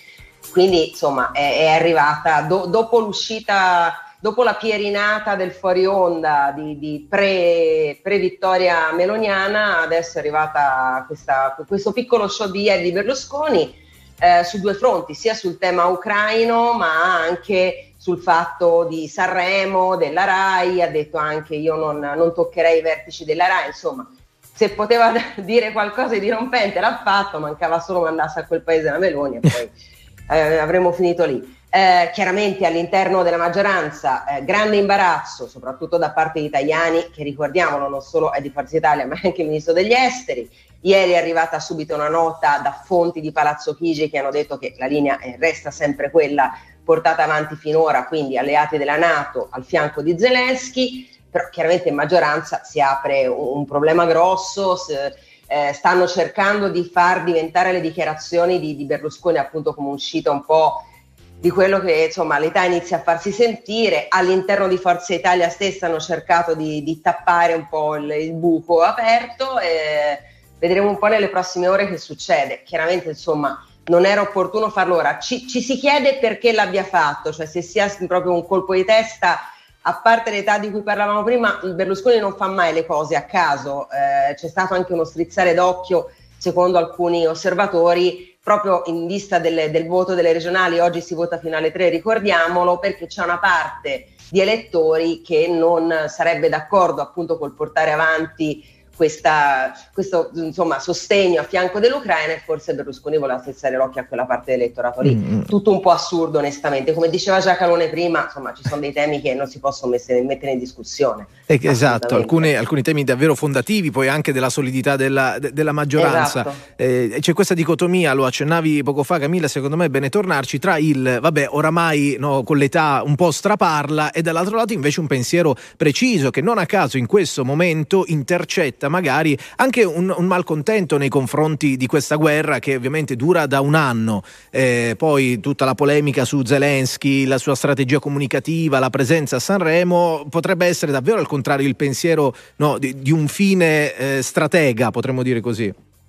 S11: Quindi insomma è arrivata dopo l'uscita, dopo la pierinata del fuori onda di pre-vittoria meloniana, adesso è arrivata questo piccolo show di ieri di Berlusconi su due fronti, sia sul tema ucraino ma anche sul fatto di Sanremo, della RAI. Ha detto anche: io non toccherei i vertici della RAI, insomma. Se poteva dire qualcosa di dirompente l'ha fatto, mancava solo mandasse a quel paese la Meloni e poi avremmo finito lì. Chiaramente all'interno della maggioranza grande imbarazzo, soprattutto da parte di Tajani, che ricordiamolo non solo è di Forza Italia ma è anche il ministro degli esteri. Ieri è arrivata subito una nota da fonti di Palazzo Chigi che hanno detto che la linea resta sempre quella portata avanti finora, quindi alleati della NATO al fianco di Zelensky. Però chiaramente in maggioranza si apre un problema grosso. Stanno cercando di far diventare le dichiarazioni di Berlusconi appunto come uscita un po' di quello che insomma l'età inizia a farsi sentire. All'interno di Forza Italia stessa hanno cercato di tappare un po' il buco aperto e vedremo un po' nelle prossime ore che succede. Chiaramente insomma non era opportuno farlo ora. Ci si chiede perché l'abbia fatto, cioè se sia proprio un colpo di testa. A parte l'età di cui parlavamo prima, Berlusconi non fa mai le cose a caso. C'è stato anche uno strizzare d'occhio, secondo alcuni osservatori, proprio in vista del voto delle regionali. Oggi si vota fino alle 3, ricordiamolo, perché c'è una parte di elettori che non sarebbe d'accordo appunto col portare avanti questo insomma sostegno a fianco dell'Ucraina, e forse Berlusconi voleva strizzare l'occhio a quella parte dell'elettorato lì. Tutto un po' assurdo onestamente, come diceva Giacalone prima, insomma ci sono dei temi che non si possono mettere in discussione.
S3: Esatto, alcuni temi davvero fondativi, poi anche della solidità della maggioranza. Esatto. C'è questa dicotomia, lo accennavi poco fa Camilla, secondo me è bene tornarci, tra il oramai con l'età un po' straparla, e dall'altro lato invece un pensiero preciso che non a caso in questo momento intercetta magari anche un malcontento nei confronti di questa guerra che ovviamente dura da un anno, poi tutta la polemica su Zelensky, la sua strategia comunicativa, la presenza a Sanremo, potrebbe essere davvero al contrario il pensiero di un fine stratega, potremmo dire così.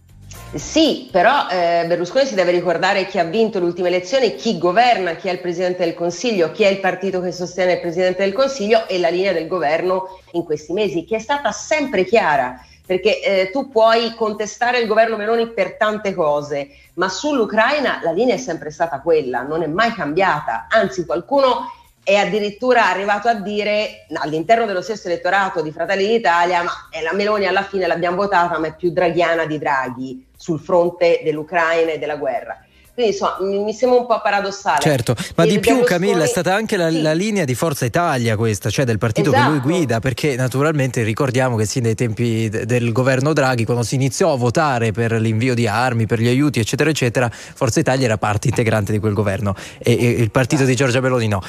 S11: Sì, però Berlusconi si deve ricordare chi ha vinto le ultime elezioni, chi governa, chi è il Presidente del Consiglio, chi è il partito che sostiene il Presidente del Consiglio e la linea del governo in questi mesi, che è stata sempre chiara, perché tu puoi contestare il governo Meloni per tante cose, ma sull'Ucraina la linea è sempre stata quella, non è mai cambiata, anzi qualcuno è addirittura arrivato a dire all'interno dello stesso elettorato di Fratelli d'Italia: ma la Meloni alla fine l'abbiamo votata, ma è più draghiana di Draghi sul fronte dell'Ucraina e della guerra. Quindi insomma mi sembra un po' paradossale.
S1: Certo, ma di più Camilla è stata anche la linea di Forza Italia questa, cioè del partito che lui guida, perché naturalmente ricordiamo che sin dai tempi del governo Draghi, quando si iniziò a votare per l'invio di armi, per gli aiuti eccetera eccetera, Forza Italia era parte integrante di quel governo e il partito di Giorgia Meloni no.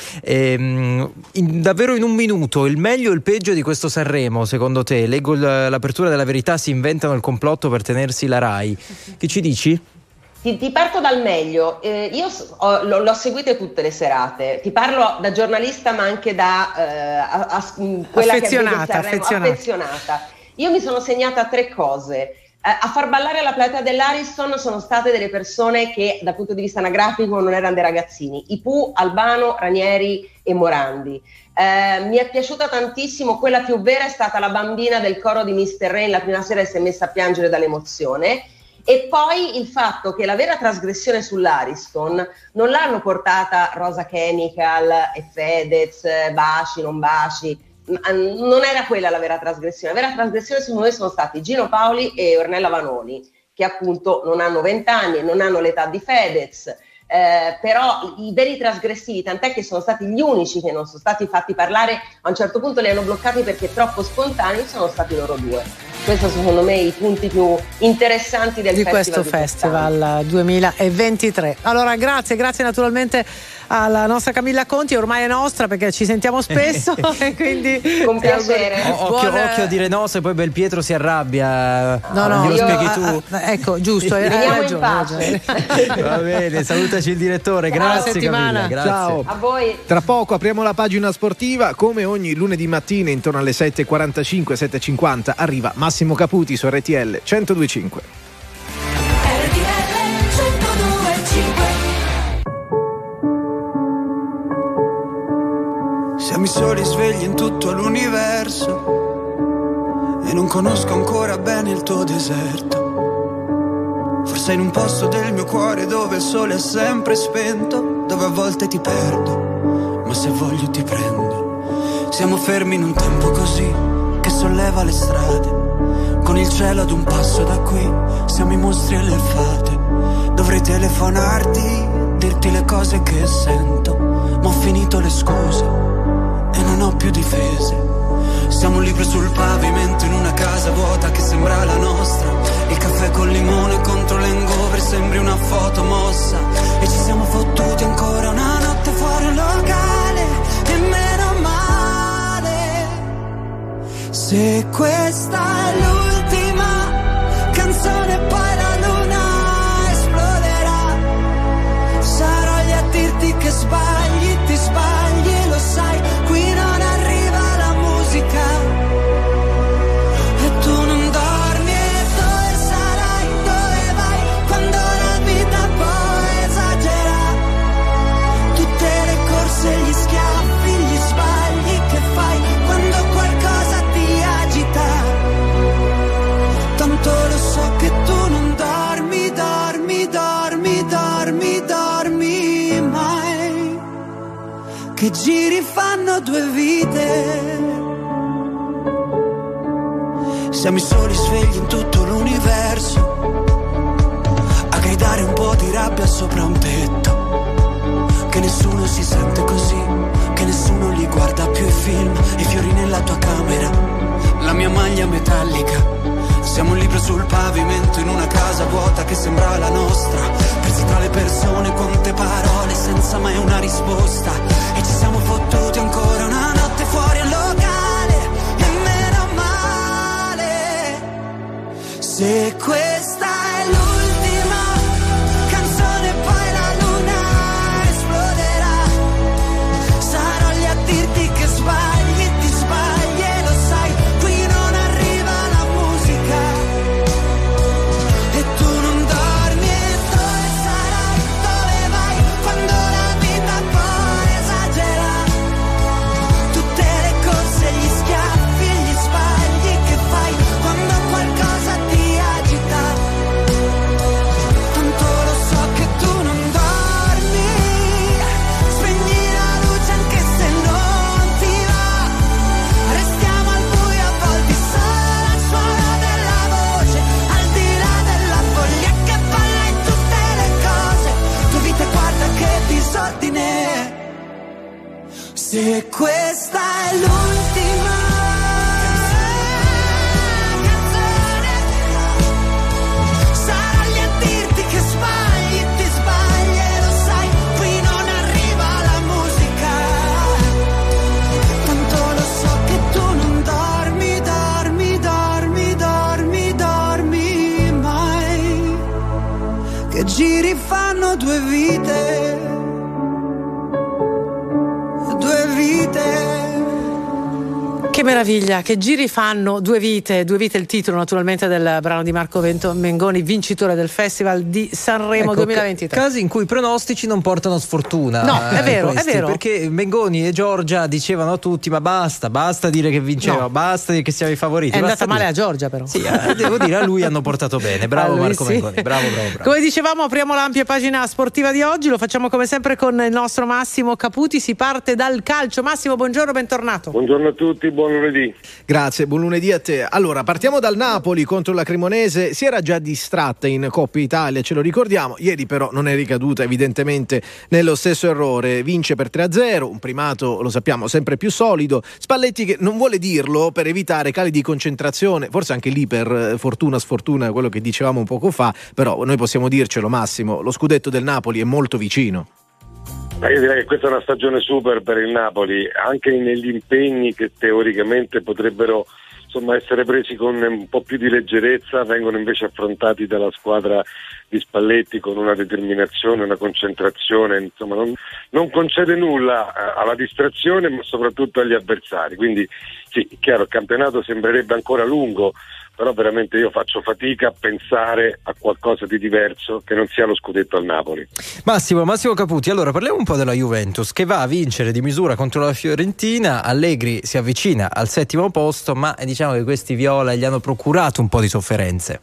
S1: Davvero in un minuto, il meglio e il peggio di questo Sanremo secondo te? Leggo l'apertura della Verità: si inventano il complotto per tenersi la RAI. Che ci dici?
S11: Ti parto dal meglio. Io l'ho seguite tutte le serate, ti parlo da giornalista ma anche da quella affezionata. Io mi sono segnata 3 cose. A far ballare la platea dell'Ariston sono state delle persone che dal punto di vista anagrafico non erano dei ragazzini: Ipu, Albano, Ranieri e Morandi. Mi è piaciuta tantissimo, quella più vera è stata la bambina del coro di Mr. Rain, la prima sera si è messa a piangere dall'emozione. E poi il fatto che la vera trasgressione sull'Ariston non l'hanno portata Rosa Chemical e Fedez, baci, non baci, non era quella la vera trasgressione. La vera trasgressione secondo me sono stati Gino Paoli e Ornella Vanoni, che appunto non hanno 20 anni, non hanno l'età di Fedez, però i veri trasgressivi, tant'è che sono stati gli unici che non sono stati fatti parlare, a un certo punto li hanno bloccati perché troppo spontanei, sono stati loro due. Questi sono secondo me i punti più interessanti di questo
S2: festival 2023. Allora grazie naturalmente alla nostra Camilla Conti, ormai è nostra perché ci sentiamo spesso e quindi
S11: con piacere.
S1: Occhio a dire no, se poi Belpietro si arrabbia.
S2: No,
S1: glielo spieghi tu.
S2: Ecco, giusto, hai ragione.
S1: Va bene, salutaci il direttore. Grazie Camilla, grazie.
S3: Ciao.
S11: A voi.
S3: Tra poco apriamo la pagina sportiva, come ogni lunedì mattina intorno alle 7:45, 7:50 arriva Massimo Caputi su RTL 102.5.
S8: soli svegli in tutto l'universo e non conosco ancora bene il tuo deserto. Forse in un posto del mio cuore dove il sole è sempre spento, dove a volte ti perdo, ma se voglio ti prendo. Siamo fermi in un tempo così che solleva le strade, con il cielo ad un passo da qui, siamo i mostri e le fate. Dovrei telefonarti, dirti le cose che sento, ma ho finito le scuse e non ho più difese. Siamo un libro sul pavimento in una casa vuota che sembra la nostra. Il caffè col limone contro l'hangover sembri una foto mossa. E ci siamo fottuti ancora una notte fuori un locale, e meno male. Se questa è l'ultima canzone poi la luna esploderà. Sarò lì a dirti che sbagli, ti sbagli e lo sai. Qui non arriva la musica e tu non dormi. E dove sarai, dove vai, quando la vita poi esagera. Tutte le corse, gli schiaffi, gli sbagli che fai quando qualcosa ti agita. Tanto lo so che tu non dormi, dormi, dormi, dormi, dormi mai. Che giri fanno due vite. Siamo i soli svegli in tutto l'universo, a gridare un po' di rabbia sopra un tetto. Che nessuno si sente così, che nessuno li guarda più i film. I fiori nella tua camera, la mia maglia metallica. Siamo un libro sul pavimento in una casa vuota che sembra la nostra. Persi tra le persone, quante parole senza mai una risposta. E ci siamo fottuti ancora una notte fuori al locale, e meno male. Se questa è l'ultima canzone poi la luna esploderà. Sarò lì a dirti che sbagli, ti sbagli e lo sai. Qui non arriva la musica e tu non dormi. E dove sarai, dove vai, quando la vita poi esagera. Tutte le corse, gli schiaffi, gli sbagli che fai quando qualcosa ti agita. Tanto lo so che tu non dormi. Spegni la luce anche se non ti va. Restiamo al buio avvolti solo al suono della voce, al di là della follia che balla in tutte le cose. Tua vita guarda che disordine. Se questa è l'ultima canzone, sarò lì a dirti che sbagli, ti sbagli e lo sai. Qui non arriva la musica. Tanto lo so che tu non dormi, dormi, dormi, dormi, dormi mai. Che giri fanno due vite, due vite.
S2: Che meraviglia, che giri fanno due vite il titolo naturalmente del brano di Marco Mengoni, vincitore del Festival di Sanremo 2023.
S1: Casi in cui i pronostici non portano sfortuna.
S2: No, è vero,
S1: questi,
S2: è vero.
S1: Perché Mengoni e Giorgia dicevano a tutti: ma basta dire che vinceva,
S2: No.
S1: basta dire che siamo i favoriti.
S2: È
S1: basta
S2: andata male
S1: dire.
S2: a Giorgia però.
S1: Sì, devo dire, a lui hanno portato bene. Bravo
S2: A lui
S1: Marco
S2: sì.
S1: Mengoni, bravo.
S2: Come dicevamo, apriamo l'ampia pagina sportiva di oggi, lo facciamo come sempre con il nostro Massimo Caputi, si parte dal calcio. Massimo, buongiorno, bentornato.
S12: Buongiorno a tutti, buon lunedì.
S3: Grazie, buon lunedì a te. Allora, partiamo dal Napoli contro la Cremonese. Si era già distratta in Coppa Italia, ce lo ricordiamo. Ieri però non è ricaduta evidentemente nello stesso errore. Vince per 3-0, un primato, lo sappiamo, sempre più solido. Spalletti che non vuole dirlo per evitare cali di concentrazione, forse anche lì per fortuna sfortuna, quello che dicevamo un poco fa, però noi possiamo dircelo, Massimo, lo scudetto del Napoli è molto vicino.
S12: Io direi che questa è una stagione super per il Napoli, anche negli impegni che teoricamente potrebbero essere presi con un po' più di leggerezza, vengono invece affrontati dalla squadra di Spalletti con una determinazione, una concentrazione, insomma non concede nulla alla distrazione ma soprattutto agli avversari, quindi sì, chiaro, il campionato sembrerebbe ancora lungo, però veramente io faccio fatica a pensare a qualcosa di diverso che non sia lo scudetto al Napoli.
S1: Massimo Caputi, allora parliamo un po' della Juventus che va a vincere di misura contro la Fiorentina. Allegri si avvicina al 7° posto, ma diciamo che questi viola gli hanno procurato un po' di sofferenze.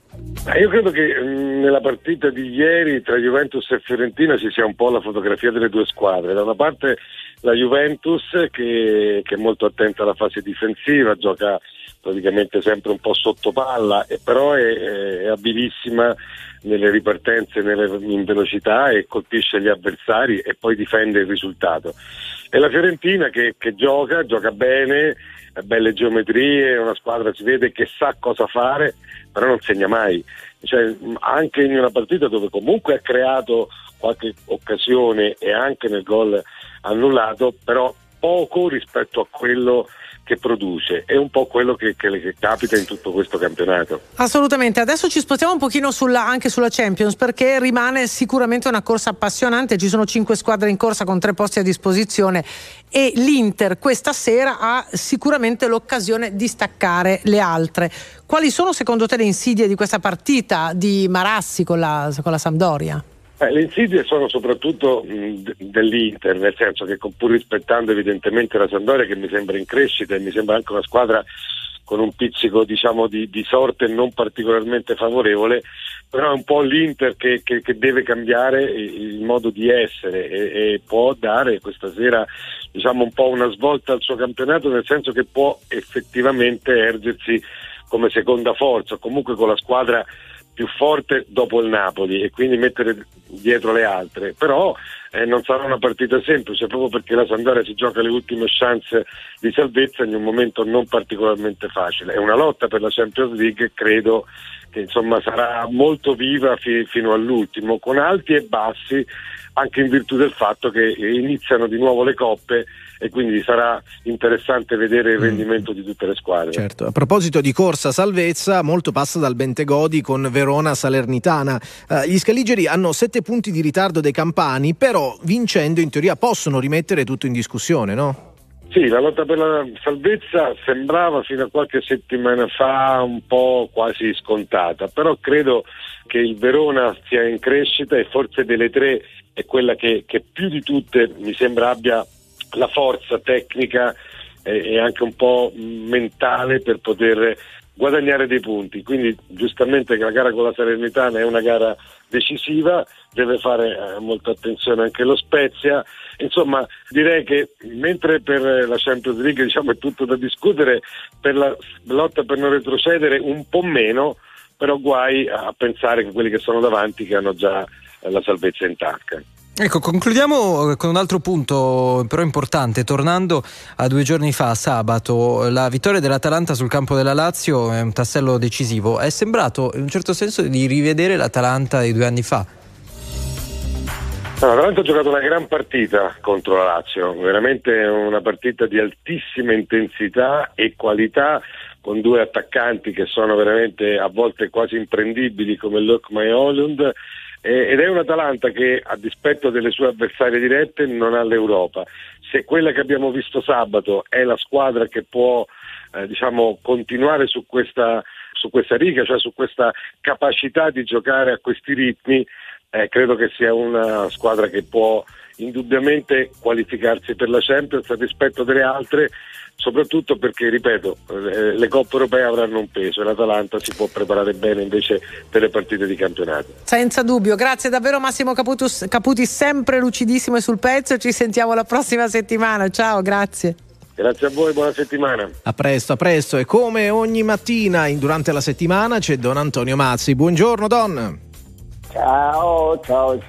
S12: Io credo che nella partita di ieri tra Juventus e Fiorentina ci sia un po' la fotografia delle due squadre. Da una parte la Juventus che è molto attenta alla fase difensiva, gioca praticamente sempre un po' sotto palla, e però è abilissima nelle ripartenze, in velocità, e colpisce gli avversari e poi difende il risultato. E la Fiorentina che gioca bene, belle geometrie, è una squadra, si vede che sa cosa fare, però non segna mai. Cioè, anche in una partita dove comunque ha creato qualche occasione e anche nel gol annullato, però poco rispetto a quello che produce, è un po' quello che capita in tutto questo campionato.
S2: Assolutamente. Adesso ci spostiamo un pochino anche sulla Champions, perché rimane sicuramente una corsa appassionante. Ci sono 5 squadre in corsa con 3 posti a disposizione e l'Inter questa sera ha sicuramente l'occasione di staccare le altre. Quali sono secondo te le insidie di questa partita di Marassi con la Sampdoria?
S12: Le insidie sono soprattutto dell'Inter, nel senso che, pur rispettando evidentemente la Sampdoria, che mi sembra in crescita e mi sembra anche una squadra con un pizzico, diciamo, di sorte non particolarmente favorevole, però è un po' l'Inter che deve cambiare il modo di essere e può dare questa sera, diciamo, un po' una svolta al suo campionato, nel senso che può effettivamente ergersi come seconda forza, comunque con la squadra più forte dopo il Napoli, e quindi mettere dietro le altre. Però non sarà una partita semplice, proprio perché la Sampdoria si gioca le ultime chance di salvezza in un momento non particolarmente facile. È una lotta per la Champions League, credo che insomma sarà molto viva fino all'ultimo, con alti e bassi, anche in virtù del fatto che iniziano di nuovo le coppe, e quindi sarà interessante vedere il rendimento di tutte le squadre.
S3: Certo. A proposito di corsa salvezza, molto passa dal Bentegodi con Verona Salernitana. Gli scaligeri hanno 7 punti di ritardo dei campani, però vincendo in teoria possono rimettere tutto in discussione, no?
S12: Sì, la lotta per la salvezza sembrava fino a qualche settimana fa un po' quasi scontata, però credo che il Verona sia in crescita e forse delle 3 è quella che più di tutte mi sembra abbia la forza tecnica e anche un po' mentale per poter guadagnare dei punti. Quindi giustamente che la gara con la Salernitana è una gara decisiva, deve fare molta attenzione anche lo Spezia. Insomma, direi che mentre per la Champions League, diciamo, è tutto da discutere, per la lotta per non retrocedere un po' meno, però guai a pensare che quelli che sono davanti che hanno già la salvezza in tasca.
S1: Ecco, concludiamo con un altro punto però importante, tornando a 2 giorni fa, sabato, la vittoria dell'Atalanta sul campo della Lazio è un tassello decisivo. È sembrato in un certo senso di rivedere l'Atalanta di 2 anni fa.
S12: L'Atalanta ha giocato una gran partita contro la Lazio, veramente una partita di altissima intensità e qualità, con 2 attaccanti che sono veramente a volte quasi imprendibili come Lokman e Højlund. Ed è un'Atalanta che, a dispetto delle sue avversarie dirette, non ha l'Europa. Se quella che abbiamo visto sabato è la squadra che può diciamo continuare su questa riga, cioè su questa capacità di giocare a questi ritmi, credo che sia una squadra che può indubbiamente qualificarsi per la Champions a rispetto delle altre, soprattutto perché, ripeto, le coppe europee avranno un peso e l'Atalanta si può preparare bene invece per le partite di campionato.
S2: Senza dubbio. Grazie davvero Massimo Caputi, sempre lucidissimo e sul pezzo. Ci sentiamo la prossima settimana. Ciao, grazie.
S12: Grazie a voi, buona settimana.
S3: A presto. E come ogni mattina durante la settimana c'è Don Antonio Mazzi. Buongiorno Don.
S13: Ciao.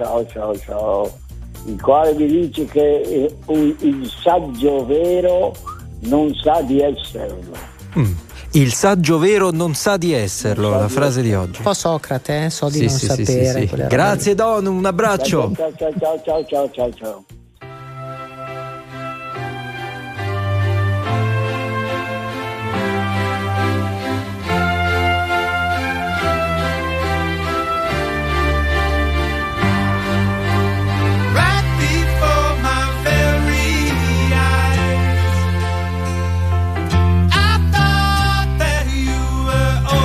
S13: Il quale mi dice che il saggio vero non sa di esserlo.
S1: Il saggio vero non sa di esserlo, la frase di oggi.
S2: Un po' Socrate, so di non sapere.
S1: Sì. Grazie Don, un abbraccio.
S13: Ciao.
S14: I thought that you were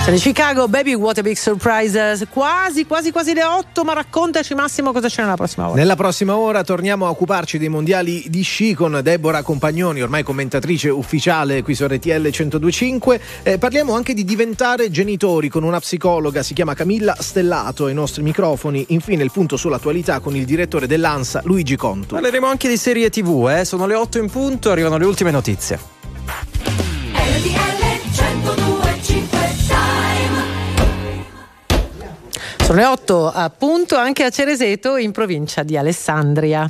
S2: Di Chicago, Baby What a Big Surprise. Quasi le 8, ma raccontaci Massimo cosa c'è nella prossima ora.
S3: Nella prossima ora torniamo a occuparci dei mondiali di sci con Deborah Compagnoni, ormai commentatrice ufficiale qui su RTL 102.5. Parliamo anche di diventare genitori con una psicologa, si chiama Camilla Stellato ai nostri microfoni. Infine il punto sull'attualità con il direttore dell'ANSA Luigi Contu.
S1: Parleremo anche di serie TV, sono le 8 in punto, arrivano le ultime notizie.
S2: Sono le 8 appunto anche a Cereseto in provincia di Alessandria.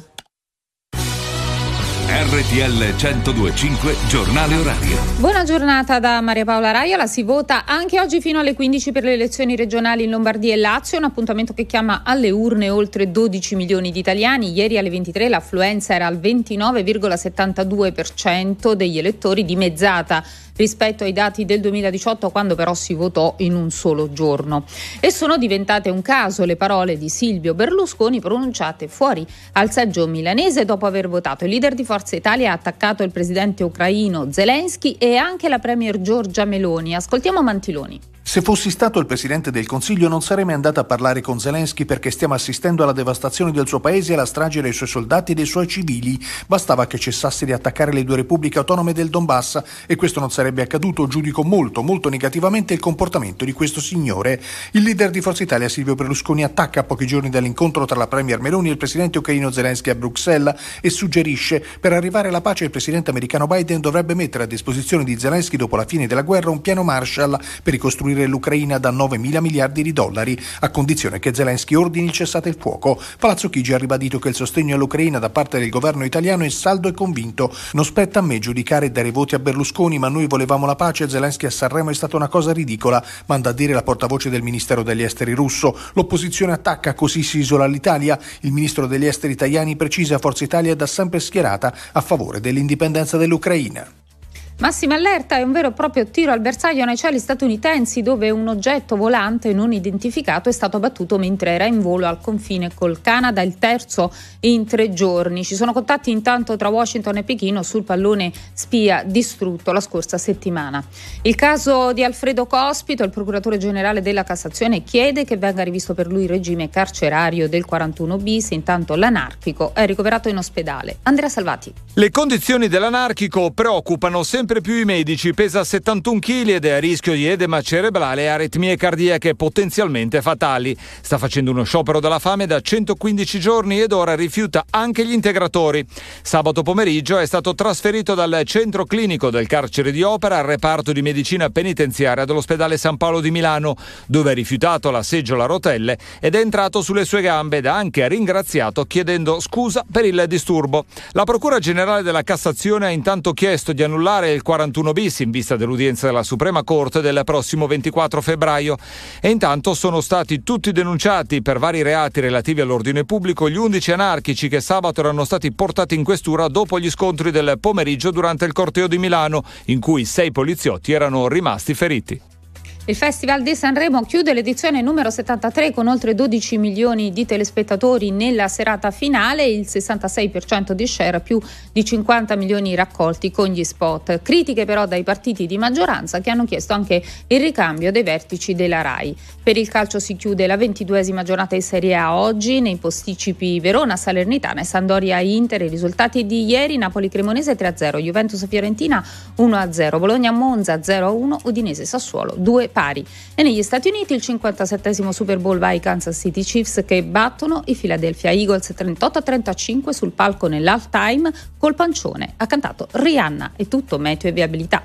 S19: RTL 102.5 Giornale Orario.
S20: Buona giornata da Maria Paola Raiola. Si vota anche oggi fino alle 15 per le elezioni regionali in Lombardia e Lazio, un appuntamento che chiama alle urne oltre 12 milioni di italiani. Ieri alle 23 l'affluenza era al 29,72% degli elettori, dimezzata rispetto ai dati del 2018, quando però si votò in un solo giorno. E sono diventate un caso le parole di Silvio Berlusconi pronunciate fuori al seggio milanese dopo aver votato. Il leader di Forza Italia ha attaccato il presidente ucraino Zelensky e anche la premier Giorgia Meloni. Ascoltiamo Mantiloni.
S14: Se fossi stato il Presidente del Consiglio non sarei mai andato a parlare con Zelensky perché stiamo assistendo alla devastazione del suo paese e alla strage dei suoi soldati e dei suoi civili. Bastava che cessasse di attaccare le due repubbliche autonome del Donbass e questo non sarebbe accaduto. Giudico molto negativamente il comportamento di questo signore. Il leader di Forza Italia Silvio Berlusconi attacca a pochi giorni dall'incontro tra la premier Meloni e il presidente ucraino Zelensky a Bruxelles e suggerisce: per arrivare alla pace il presidente americano Biden dovrebbe mettere a disposizione di Zelensky dopo la fine della guerra un piano Marshall per ricostruire l'Ucraina da 9.000 miliardi di dollari, a condizione che Zelensky ordini il cessate il fuoco. Palazzo Chigi ha ribadito che il sostegno all'Ucraina da parte del governo italiano è saldo e convinto. Non spetta a me giudicare e dare voti a Berlusconi, ma noi volevamo la pace. Zelensky a Sanremo è stata una cosa ridicola, manda a dire la portavoce del Ministero degli Esteri russo. L'opposizione attacca, così si isola l'Italia. Il ministro degli Esteri Tajani precisa: Forza Italia è da sempre schierata a favore dell'indipendenza dell'Ucraina.
S20: Massima allerta, è un vero e proprio tiro al bersaglio nei cieli statunitensi, dove un oggetto volante non identificato è stato abbattuto mentre era in volo al confine col Canada, il terzo in 3 giorni. Ci sono contatti intanto tra Washington e Pechino sul pallone spia distrutto la scorsa settimana. Il caso di Alfredo Cospito, il procuratore generale della Cassazione chiede che venga rivisto per lui il regime carcerario del 41 bis, intanto l'anarchico è ricoverato in ospedale. Andrea Salvati.
S15: Le condizioni dell'anarchico preoccupano sempre più i medici. Pesa 71 kg ed è a rischio di edema cerebrale e aritmie cardiache potenzialmente fatali. Sta facendo uno sciopero della fame da 115 giorni ed ora rifiuta anche gli integratori. Sabato pomeriggio è stato trasferito dal centro clinico del carcere di Opera al reparto di medicina penitenziaria dell'ospedale San Paolo di Milano, dove ha rifiutato la seggiola a rotelle ed è entrato sulle sue gambe ed ha anche ringraziato chiedendo scusa per il disturbo. La Procura Generale della Cassazione ha intanto chiesto di annullare il 41 bis in vista dell'udienza della Suprema Corte del prossimo 24 febbraio e intanto sono stati tutti denunciati per vari reati relativi all'ordine pubblico gli 11 anarchici che sabato erano stati portati in questura dopo gli scontri del pomeriggio durante il corteo di Milano, in cui 6 poliziotti erano rimasti feriti.
S20: Il Festival di Sanremo chiude l'edizione numero 73 con oltre 12 milioni di telespettatori nella serata finale e il 66% di share, più di 50 milioni raccolti con gli spot. Critiche però dai partiti di maggioranza che hanno chiesto anche il ricambio dei vertici della RAI. Per il calcio si chiude la 22esima giornata di Serie A oggi, nei posticipi Verona, Salernitana e Sampdoria Inter. I risultati di ieri: Napoli Cremonese 3-0, Juventus Fiorentina 1-0, Bologna Monza 0-1, Udinese Sassuolo 2 pari. E negli Stati Uniti il 57esimo Super Bowl va ai Kansas City Chiefs che battono i Philadelphia Eagles 38-35 sul palco nell'halftime col pancione. Ha cantato Rihanna. E tutto meteo e viabilità.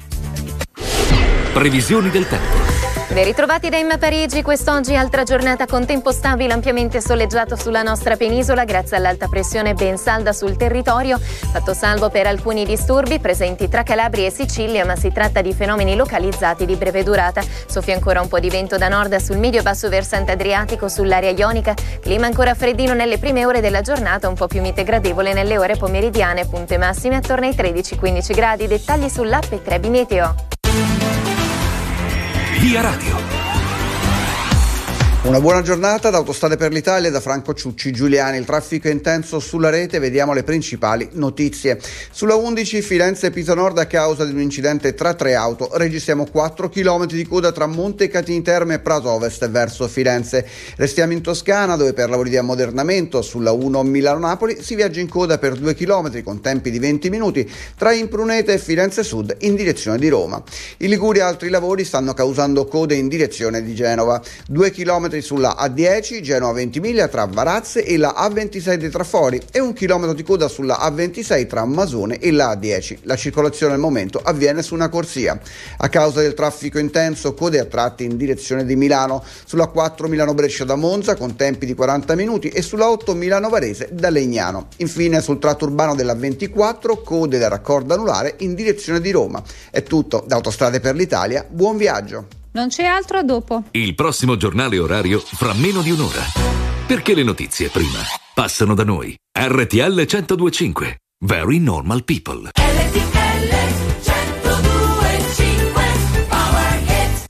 S19: Previsioni del tempo.
S4: Ben ritrovati da Emma Parigi. Quest'oggi altra giornata con tempo stabile, ampiamente soleggiato sulla nostra penisola grazie all'alta pressione ben salda sul territorio, fatto salvo per alcuni disturbi presenti tra Calabria e Sicilia, ma si tratta di fenomeni localizzati di breve durata. Soffia ancora un po' di vento da nord sul medio-basso versante adriatico, sull'area ionica, clima ancora freddino nelle prime ore della giornata, un po' più mite gradevole nelle ore pomeridiane, punte massime attorno ai 13-15 gradi. Dettagli sull'app e Trebi Meteo.
S19: Via Radio.
S6: Una buona giornata da Autostrade per l'Italia, da Franco Ciucci Giuliani. Il traffico è intenso sulla rete, vediamo le principali notizie. Sulla 11 Firenze-Pisa Nord, a causa di un incidente tra 3 auto, registriamo 4 km di coda tra Montecatini Terme e Prato Ovest verso Firenze. Restiamo in Toscana, dove per lavori di ammodernamento sulla 1 Milano-Napoli si viaggia in coda per 2 km con tempi di 20 minuti tra Impruneta e Firenze Sud in direzione di Roma. In Liguria altri lavori stanno causando code in direzione di Genova. 2 km sulla A10 Genova-Ventimiglia tra Varazze e la A26 dei Trafori e 1 chilometro di coda sulla A26 tra Masone e la A10. La circolazione al momento avviene su una corsia. A causa del traffico intenso, code a tratti in direzione di Milano, sulla 4 Milano-Brescia da Monza con tempi di 40 minuti e sulla 8 Milano-Varese da Legnano. Infine sul tratto urbano della 24 code da raccordo anulare in direzione di Roma. È tutto da Autostrade per l'Italia, buon viaggio!
S20: Non c'è altro, a dopo.
S19: Il prossimo giornale orario fra meno di un'ora. Perché le notizie prima passano da noi. RTL 102.5. Very Normal People.
S9: RTL 102.5. Power Hits.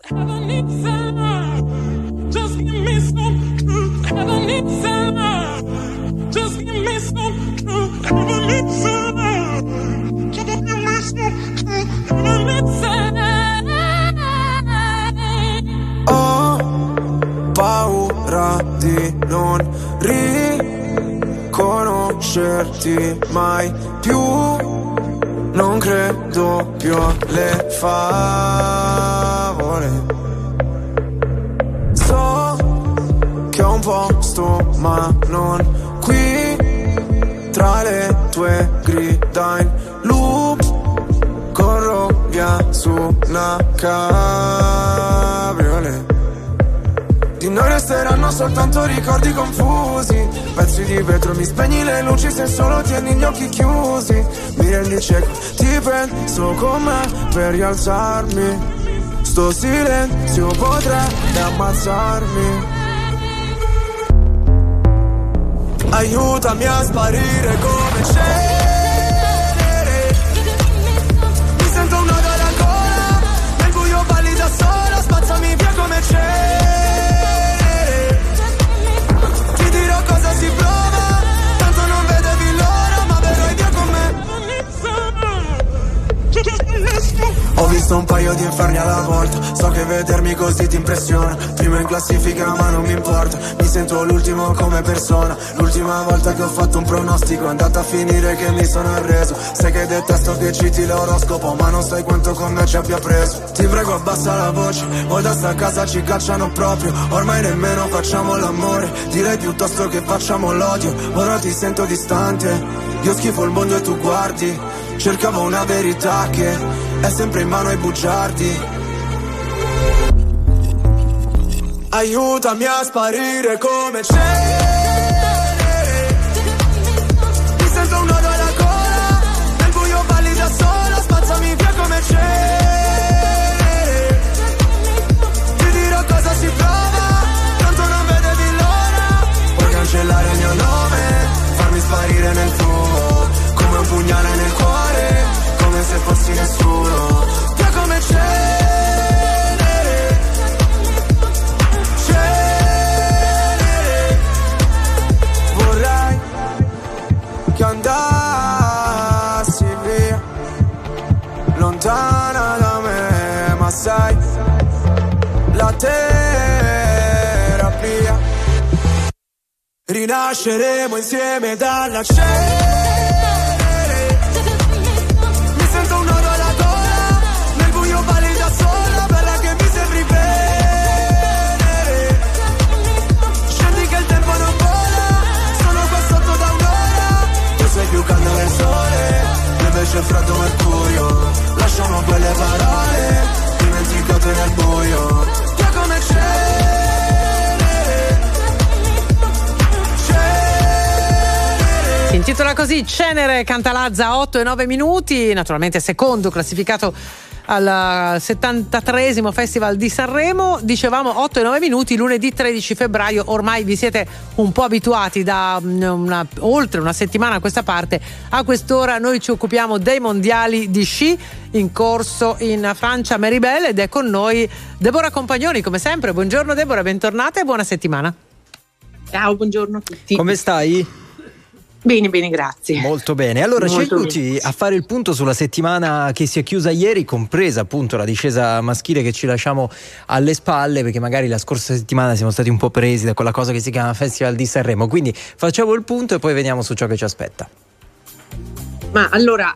S9: Just give me some truth. Never need some love. Just give me some truth. Never need some love. Just give me some truth. Never need some love.
S16: Ho paura di non riconoscerti mai più. Non credo più alle favole. So che ho un posto ma non qui. Tra le tue grida in loop corro via su una cabriolet. Di noi resteranno soltanto ricordi confusi. Pezzi di vetro, mi spegni le luci se solo tieni gli occhi chiusi. Mi rendi cieco, ti penso con me per rialzarmi. Sto silenzio potrebbe ammazzarmi. Aiutami a sparire come cenere. Mi sento un nodo alla gola. Nel buio balli da sola. Spazzami via come cenere. Ti dirò cosa si prova. Tanto non vedevi l'ora, ma verrai via con me. Ho visto un paio di inferni alla volta. So che vedermi così ti impressiona. Primo in classifica ma non mi importa. Mi sento l'ultimo come persona. L'ultima volta che ho fatto un pronostico è andata a finire che mi sono arreso. Sai che detesto che citi l'oroscopo, ma non sai quanto con me ci abbia preso. Ti prego abbassa la voce, o da sta casa ci cacciano proprio. Ormai nemmeno facciamo l'amore, direi piuttosto che facciamo l'odio. Ora ti sento distante, io schifo il mondo e tu guardi. Cercavo una verità che è sempre in mano ai bugiardi. Aiutami a sparire come cenere. Mi sento un nodo alla gola. Nel buio balli da sola. Spazzami via come cenere. Ti dirò cosa si prova. Tanto non vedevi l'ora. Puoi cancellare il mio nome, farmi sparire nel fumo, come un pugnale nel cuore, come se fossi nessuno. Via come cenere. Vorrei che andassi via, lontana da me, ma sai, la terapia. Rinasceremo insieme dalla cenere. Mi sento un nodo alla gola. Nel buio balli da sola. Bella che mi sembri venere. Scendi che il tempo non vola. Sono qua sotto da un'ora. Tu sei più caldo del sole, io invece freddo mercurio. Lasciamo quelle parole dimenticate nel buio. Via come c'è.
S2: Senti intitola così Cenere canta Lazza, 8 e 9 minuti, naturalmente secondo classificato al 73esimo Festival di Sanremo. Dicevamo 8 e 9 minuti, lunedì 13 febbraio, ormai vi siete un po' abituati da oltre una settimana a questa parte. A quest'ora noi ci occupiamo dei mondiali di sci in corso in Francia, Meribel, ed è con noi Deborah Compagnoni come sempre. Buongiorno Deborah, bentornata e buona settimana.
S17: Ciao, buongiorno a tutti.
S1: Come stai?
S17: Bene, grazie.
S1: Molto bene. Allora ci aiuti
S17: bene.
S1: a fare il punto sulla settimana che si è chiusa ieri, compresa appunto la discesa maschile che ci lasciamo alle spalle, perché magari la scorsa settimana siamo stati un po' presi da quella cosa che si chiama Festival di Sanremo. Quindi facciamo il punto e poi veniamo su ciò che ci aspetta.
S17: Ma allora,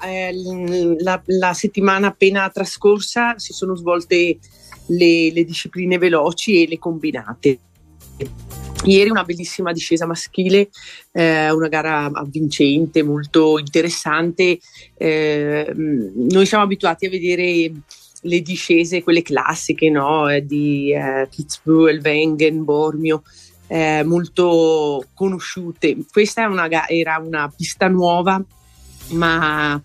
S17: la settimana appena trascorsa si sono svolte le discipline veloci e le combinate. Ieri una bellissima discesa maschile, una gara avvincente, molto interessante. Noi siamo abituati a vedere le discese, quelle classiche, no? Di Kitzbühel, Wengen, Bormio, molto conosciute. Questa era una pista nuova, ma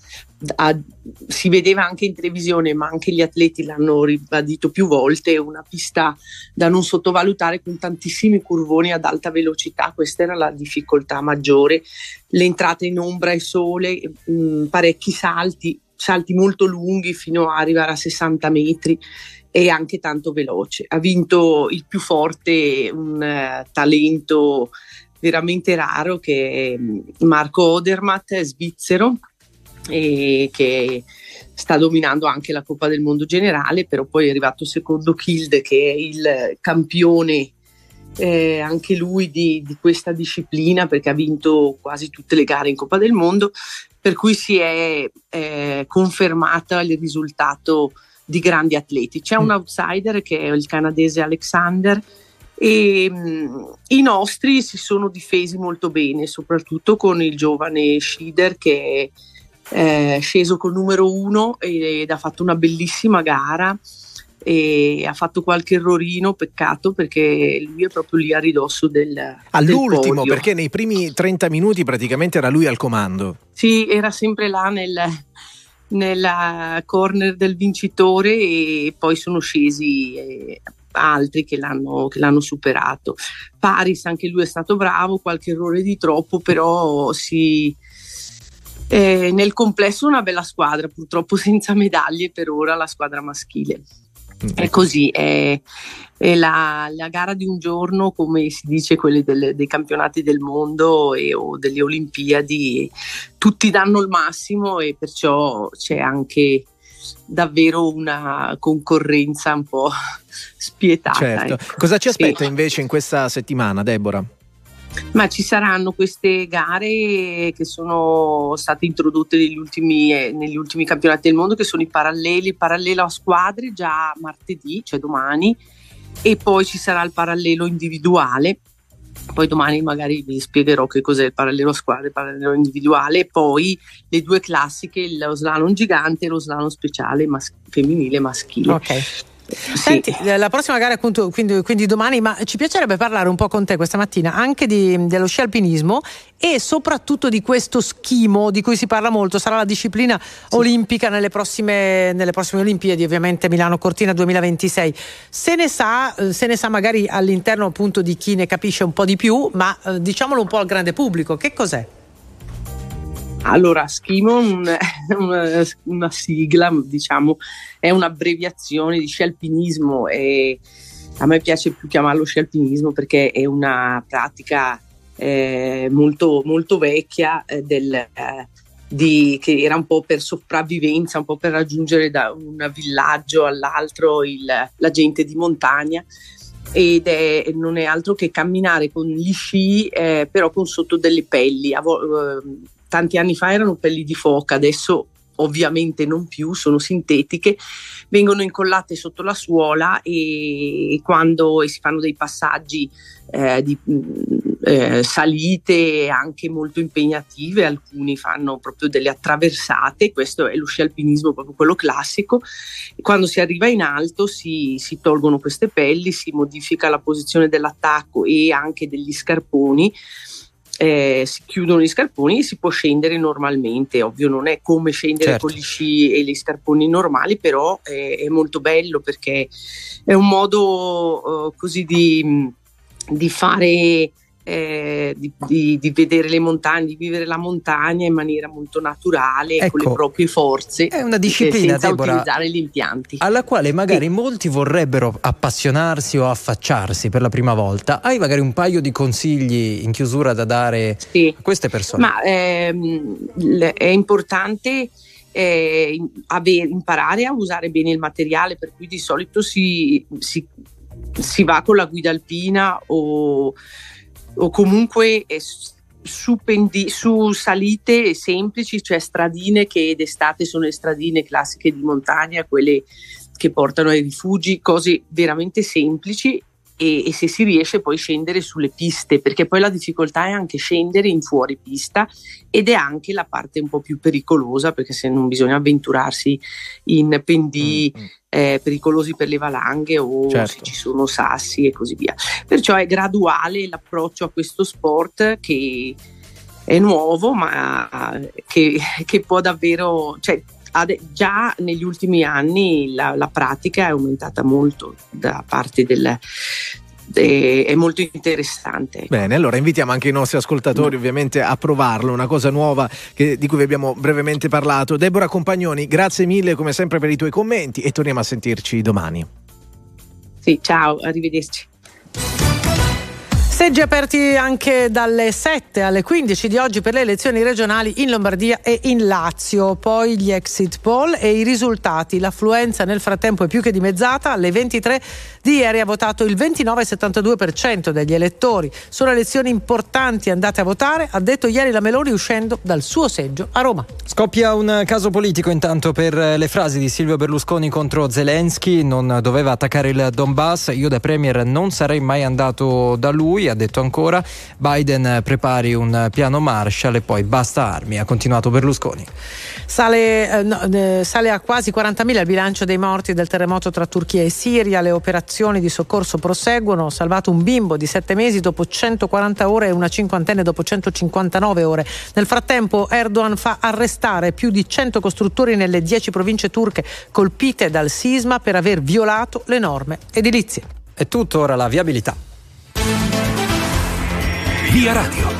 S17: si vedeva anche in televisione, ma anche gli atleti l'hanno ribadito più volte, una pista da non sottovalutare, con tantissimi curvoni ad alta velocità. Questa era la difficoltà maggiore, l'entrata in ombra e sole, parecchi salti molto lunghi fino ad arrivare a 60 metri e anche tanto veloce. Ha vinto il più forte, un talento veramente raro, che è Marco Odermatt, svizzero, e che sta dominando anche la Coppa del Mondo generale, però poi è arrivato secondo Kilde, che è il campione anche lui di questa disciplina, perché ha vinto quasi tutte le gare in Coppa del Mondo, per cui si è confermata il risultato di grandi atleti. C'è un outsider che è il canadese Alexander, e i nostri si sono difesi molto bene, soprattutto con il giovane Schieder, che è sceso col numero 1 ed ha fatto una bellissima gara, e ha fatto qualche errorino, peccato, perché lui è proprio lì a ridosso
S3: all'ultimo
S17: del podio.
S3: Perché nei primi 30 minuti praticamente era lui al comando.
S17: Sì, era sempre là nella corner del vincitore, e poi sono scesi altri che l'hanno superato. Paris, anche lui è stato bravo, qualche errore di troppo, però nel complesso una bella squadra, purtroppo senza medaglie per ora la squadra maschile. È così, è la gara di un giorno, come si dice, quelli dei campionati del mondo o delle Olimpiadi. Tutti danno il massimo e perciò c'è anche davvero una concorrenza un po' spietata.
S3: Certo.
S17: Ecco.
S3: Cosa ci aspetta invece in questa settimana, Deborah?
S17: Ma ci saranno queste gare che sono state introdotte negli ultimi campionati del mondo, che sono il parallelo a squadre già martedì, cioè domani, e poi ci sarà il parallelo individuale. Poi domani magari vi spiegherò che cos'è il parallelo a squadre, il parallelo individuale, e poi le due classiche, lo slalom gigante e lo slalom speciale femminile e maschile.
S2: Ok. Senti, la prossima gara appunto quindi domani, ma ci piacerebbe parlare un po' con te questa mattina anche dello sci alpinismo e soprattutto di questo schimo di cui si parla molto. Sarà la disciplina olimpica nelle prossime Olimpiadi, ovviamente Milano Cortina 2026. Se ne sa magari all'interno appunto di chi ne capisce un po' di più, ma diciamolo un po' al grande pubblico, che cos'è?
S17: Allora, schimo una sigla, diciamo, è un'abbreviazione di sci alpinismo, e a me piace più chiamarlo sci alpinismo perché è una pratica molto, molto vecchia che era un po' per sopravvivenza, un po' per raggiungere da un villaggio all'altro la gente di montagna, ed non è altro che camminare con gli sci, però con sotto delle pelli. Tanti anni fa erano pelli di foca, adesso ovviamente non più, sono sintetiche, vengono incollate sotto la suola e si fanno dei passaggi di salite anche molto impegnative, alcuni fanno proprio delle attraversate. Questo è lo sci alpinismo, proprio quello classico. Quando si arriva in alto si tolgono queste pelli, si modifica la posizione dell'attacco e anche degli scarponi, si chiudono gli scarponi e si può scendere normalmente. Ovvio non è come scendere con gli sci e gli scarponi normali, però è molto bello, perché è un modo così di fare, di vedere le montagne, di vivere la montagna in maniera molto naturale, con le proprie forze.
S1: È una disciplina,
S17: senza
S1: Deborah,
S17: utilizzare gli impianti,
S1: alla quale magari molti vorrebbero appassionarsi o affacciarsi per la prima volta. Hai magari un paio di consigli in chiusura da dare a queste persone?
S17: Ma è importante imparare a usare bene il materiale, per cui di solito si va con la guida alpina o comunque su salite semplici, cioè stradine che d'estate sono le stradine classiche di montagna, quelle che portano ai rifugi, cose veramente semplici, e se si riesce poi scendere sulle piste, perché poi la difficoltà è anche scendere in fuori pista, ed è anche la parte un po' più pericolosa, perché se non bisogna avventurarsi in pendii pericolosi per le valanghe o se ci sono sassi e così via. Perciò è graduale l'approccio a questo sport, che è nuovo, ma che può davvero, cioè, già negli ultimi anni la pratica è aumentata molto da parte è molto interessante.
S3: Bene, allora invitiamo anche i nostri ascoltatori ovviamente a provarlo, una cosa nuova di cui vi abbiamo brevemente parlato. Deborah Compagnoni, grazie mille come sempre per i tuoi commenti, e torniamo a sentirci domani.
S17: Sì, ciao, arrivederci.
S2: Seggi aperti anche dalle 7 alle 15 di oggi per le elezioni regionali in Lombardia e in Lazio. Poi gli exit poll e i risultati. L'affluenza nel frattempo è più che dimezzata. Alle 23 di ieri ha votato il 29,72% degli elettori. Sono elezioni importanti, andate a votare, ha detto ieri la Meloni uscendo dal suo seggio a Roma.
S1: Scoppia un caso politico intanto per le frasi di Silvio Berlusconi contro Zelensky. Non doveva attaccare il Donbass, io da premier non sarei mai andato da lui. Ha detto ancora: Biden prepari un piano Marshall e poi basta armi, ha continuato Berlusconi.
S2: Sale a quasi 40.000 il bilancio dei morti del terremoto tra Turchia e Siria. Le operazioni di soccorso proseguono. Salvato un bimbo di 7 mesi dopo 140 ore e una cinquantenne dopo 159 ore. Nel frattempo Erdogan fa arrestare più di 100 costruttori nelle 10 province turche colpite dal sisma per aver violato le norme edilizie.
S1: È tutto, ora la viabilità.
S19: Via Radio.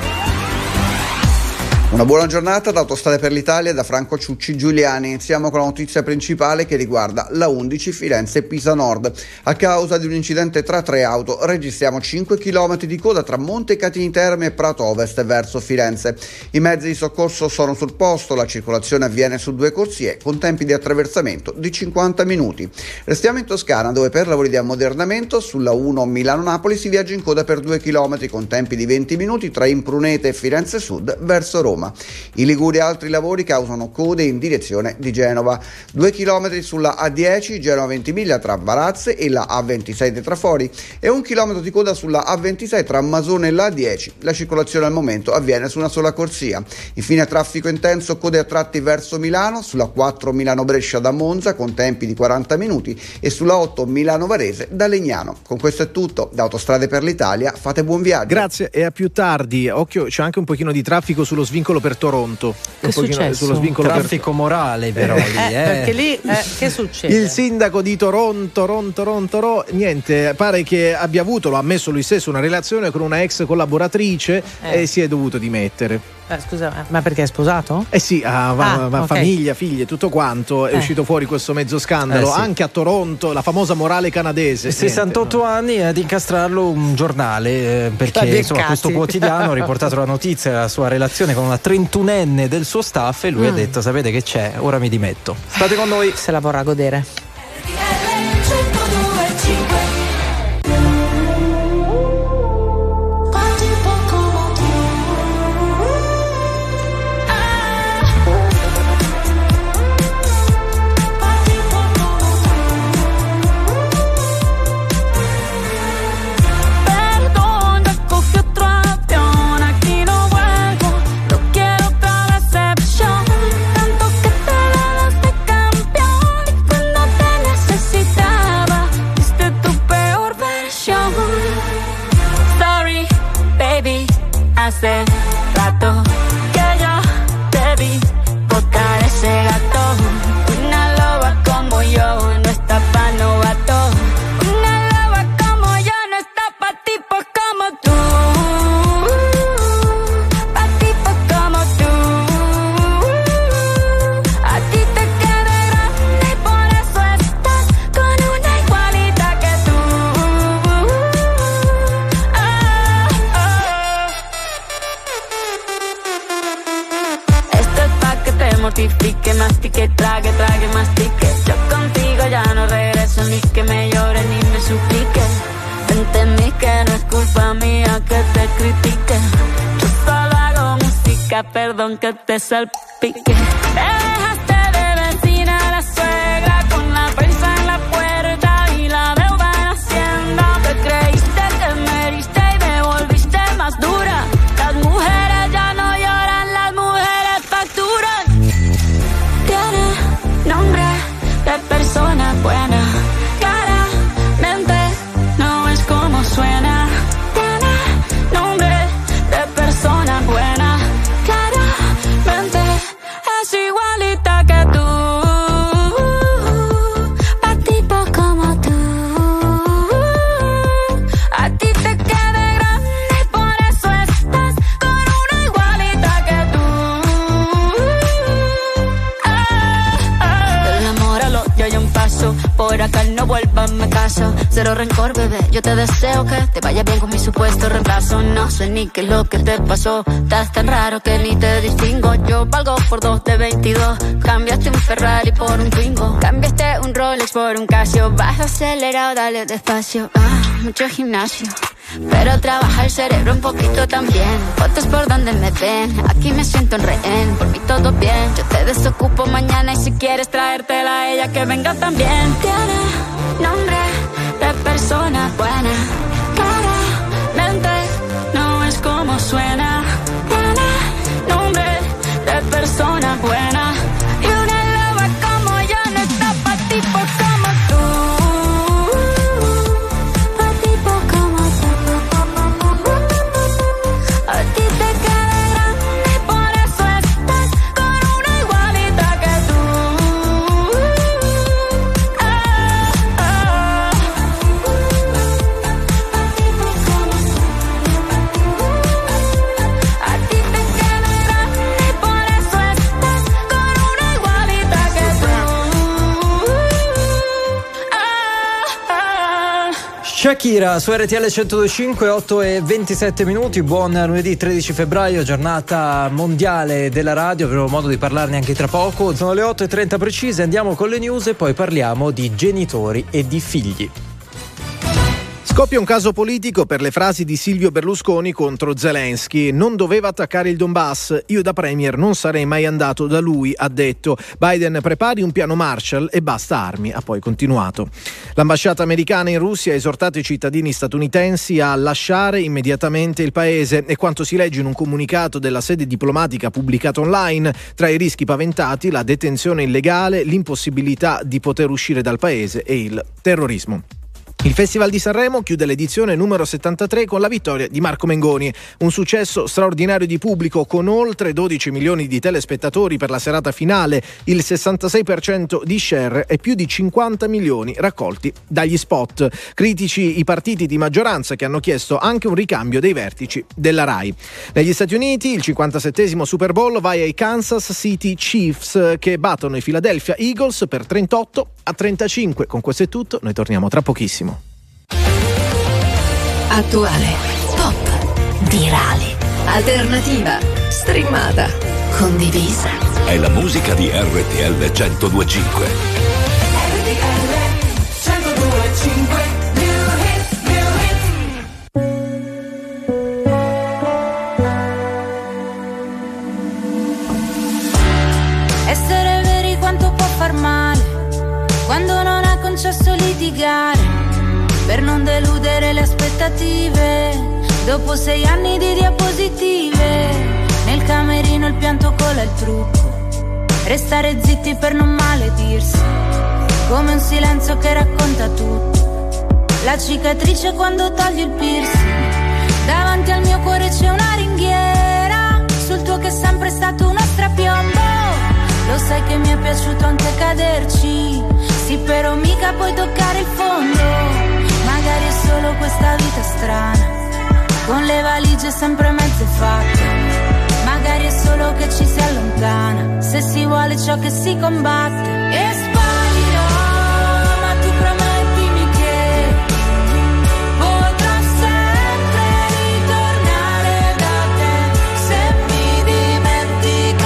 S6: Una buona giornata da Autostrade per l'Italia e da Franco Ciucci Giuliani. Iniziamo con la notizia principale che riguarda la 11 Firenze-Pisa Nord. A causa di un incidente tra 3 auto registriamo 5 km di coda tra Montecatini Terme e Prato Ovest verso Firenze. I mezzi di soccorso sono sul posto, la circolazione avviene su 2 corsie con tempi di attraversamento di 50 minuti. Restiamo in Toscana, dove per lavori di ammodernamento sulla 1 Milano-Napoli si viaggia in coda per 2 km con tempi di 20 minuti tra Imprunete e Firenze Sud verso Roma. In Liguria altri lavori causano code in direzione di Genova. 2 km sulla A10 Genova-Ventimiglia tra Varazze e la A26 dei Trafori e 1 chilometro di coda sulla A26 tra Masone e la A10. La circolazione al momento avviene su una sola corsia. Infine traffico intenso, code a tratti verso Milano sulla 4 Milano-Brescia da Monza con tempi di 40 minuti e sulla 8 Milano-Varese da Legnano. Con questo è tutto. Da Autostrade per l'Italia fate buon viaggio.
S3: Grazie e a più tardi. Occhio, c'è anche un pochino di traffico sullo svincolo per Toronto.
S2: Che è successo?
S3: Sullo svincolo
S1: traffico morale però lì,
S2: perché lì che succede?
S3: Il sindaco di Toronto, niente, pare che abbia avuto, lo ha ammesso lui stesso, una relazione con una ex collaboratrice e si è dovuto dimettere.
S2: Scusa, ma perché è sposato?
S3: Sì, ha famiglia, figlie, tutto quanto. È uscito fuori questo mezzo scandalo. Anche a Toronto, la famosa morale canadese.
S1: 68 anni ad incastrarlo un giornale perché insomma, questo quotidiano ha riportato la notizia della sua relazione con una 31enne del suo staff e lui ha detto: sapete che c'è, ora mi dimetto. State con noi.
S2: Se la vorrà godere.
S9: I said
S18: culpa mía que te critique. Yo solo hago música, perdón que te salpique. Te dejaste de vecina a la suegra con la prensa en la puerta y la deuda en Hacienda. Te creíste que me heriste y me volviste más dura. Las mujeres ya no lloran, las mujeres facturan. Tiene nombre de persona buena, claramente no es como suena. Tiene nombre de persona buena, claramente es igualita que tú, pa' tipo como tú. A ti te queda grande y por eso estás con una igualita que tú. Del amor al odio hay un paso, por acá no vuelvas, me caso. Cero rencor, bebé, yo te deseo que te vaya bien con mi supuesto reemplazo. No sé ni qué es lo que te pasó, estás tan raro que ni te distingo. Yo valgo por 2 de 22, cambiaste un Ferrari por un Twingo. Cambiaste un Rolex por un Casio, vas acelerado, dale despacio. Mucho gimnasio, pero trabaja el cerebro un poquito también. Fotos por donde me ven, aquí me siento en rehén. Por mí todo bien, yo te desocupo mañana y si quieres traértela a ella que venga también. Tiene nombre de persona buena, claramente no es como suena. Tiene nombre de persona buena y una loba como yo no está pa' tipo como tú. Pa' tipo como tú. A ti te queda grande y por eso estás con una igualita que tú. A ti te queda grande y por eso estás con una igualita que tú.
S1: Shakira su RTL 102.5, 8:27. Buon lunedì 13 febbraio, giornata mondiale della radio, avremo modo di parlarne anche tra poco. Sono le 8:30 precise, andiamo con le news e poi parliamo di genitori e di figli.
S3: Scoppia un caso politico per le frasi di Silvio Berlusconi contro Zelensky. Non doveva attaccare il Donbass. Io da premier non sarei mai andato da lui, ha detto. Biden prepari un piano Marshall e basta armi, ha poi continuato. L'ambasciata americana in Russia ha esortato i cittadini statunitensi a lasciare immediatamente il paese. E quanto si legge in un comunicato della sede diplomatica pubblicato online, tra i rischi paventati la detenzione illegale, l'impossibilità di poter uscire dal paese e il terrorismo. Il Festival di Sanremo chiude l'edizione numero 73 con la vittoria di Marco Mengoni. Un successo straordinario di pubblico con oltre 12 milioni di telespettatori per la serata finale, il 66% di share e più di 50 milioni raccolti dagli spot. Critici i partiti di maggioranza che hanno chiesto anche un ricambio dei vertici della RAI. Negli Stati Uniti il 57esimo Super Bowl va ai Kansas City Chiefs che battono i Philadelphia Eagles per 38-35. Con questo è tutto, noi torniamo tra pochissimo.
S21: Attuale, pop, virale, alternativa, streamata, condivisa.
S19: È la musica di RTL 102.5.
S21: RTL 102.5.
S22: Essere veri quanto può far male quando non ha concesso litigare per non deludere le aspettative. Dopo 6 anni di diapositive, nel camerino il pianto cola il trucco. Restare zitti per non maledirsi, come un silenzio che racconta tutto. La cicatrice quando togli il piercing. Davanti al mio cuore c'è una ringhiera, sul tuo che è sempre stato uno strapiombo. Lo sai che mi è piaciuto anche caderci, sì però mica puoi toccare il fondo. Magari è solo questa vita strana, con le valigie sempre mezze fatte. Magari è solo che ci si allontana, se si vuole ciò che si combatte. E sparirò, ma tu promettimi che potrò sempre ritornare da te, se mi dimentico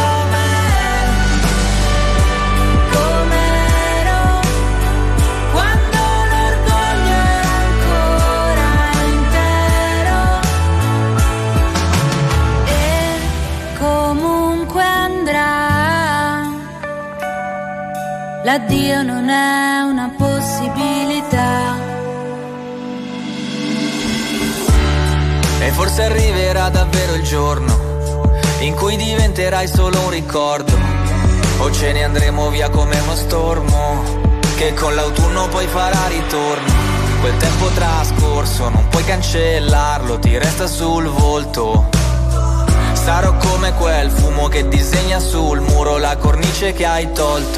S22: com'ero, quando l'orgoglio era ancora intero. l'addio non è una possibilità.
S5: E forse arriverà davvero il giorno in cui diventerai solo un ricordo, o ce ne andremo via come uno stormo che con l'autunno poi farà ritorno. Quel tempo trascorso non puoi cancellarlo, ti resta sul volto. Sarò come quel fumo che disegna sul muro la cornice che hai tolto.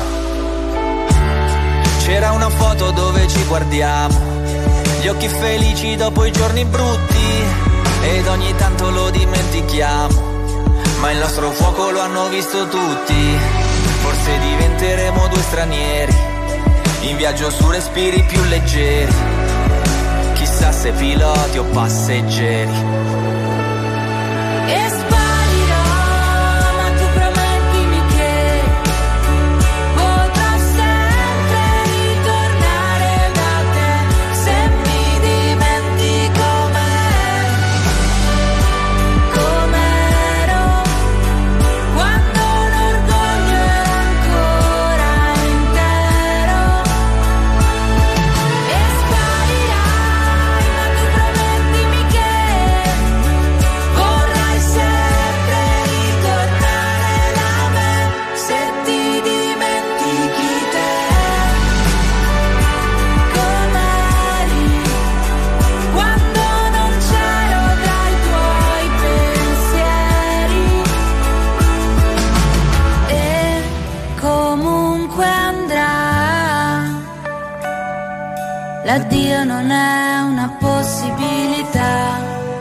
S5: C'era una foto dove ci guardiamo, gli occhi felici dopo i giorni brutti, ed ogni tanto lo dimentichiamo, ma il nostro fuoco lo hanno visto tutti. Forse diventeremo due stranieri in viaggio su respiri più leggeri, chissà se piloti o passeggeri.
S22: E sparirò, ma tu promettimi che potrò sempre ritornare da te, se mi dimentico com'ero, quando l'orgoglio era ancora intero. E sparirai, ma tu promettimi che vorrai sempre ritornare da me, se ti dimentichi te com'eri, quando non c'ero tra i tuoi pensieri. E comunque andrà, l'addio non è una possibilità,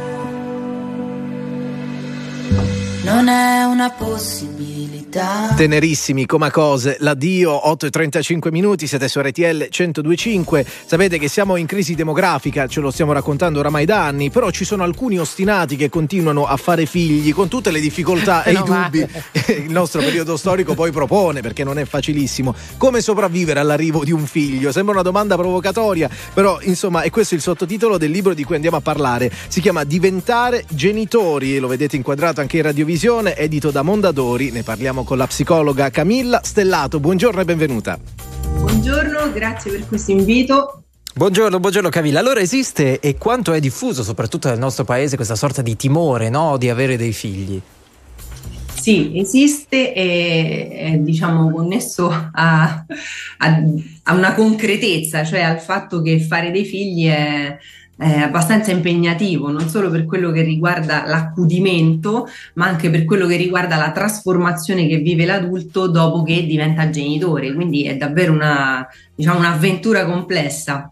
S22: non è una possibilità.
S3: Tenerissimi come cose, l'addio, 8:35 minuti, siete su RTL 102.5. Sapete che siamo in crisi demografica, ce lo stiamo raccontando oramai da anni, però ci sono alcuni ostinati che continuano a fare figli con tutte le difficoltà e i dubbi che il nostro periodo storico poi propone, perché non è facilissimo. Come sopravvivere all'arrivo di un figlio? Sembra una domanda provocatoria, però insomma è questo il sottotitolo del libro di cui andiamo a parlare. Si chiama Diventare genitori e lo vedete inquadrato anche in radiovisione, edito da Mondadori. Ne parliamo con la psicologa Camilla Stellato. Buongiorno e benvenuta.
S7: Buongiorno, grazie per questo invito.
S1: Buongiorno Camilla. Allora, esiste e quanto è diffuso soprattutto nel nostro paese questa sorta di timore, no, di avere dei figli?
S7: Sì, esiste e è diciamo connesso a una concretezza, cioè al fatto che fare dei figli è abbastanza impegnativo, non solo per quello che riguarda l'accudimento, ma anche per quello che riguarda la trasformazione che vive l'adulto dopo che diventa genitore, quindi è davvero un'avventura complessa.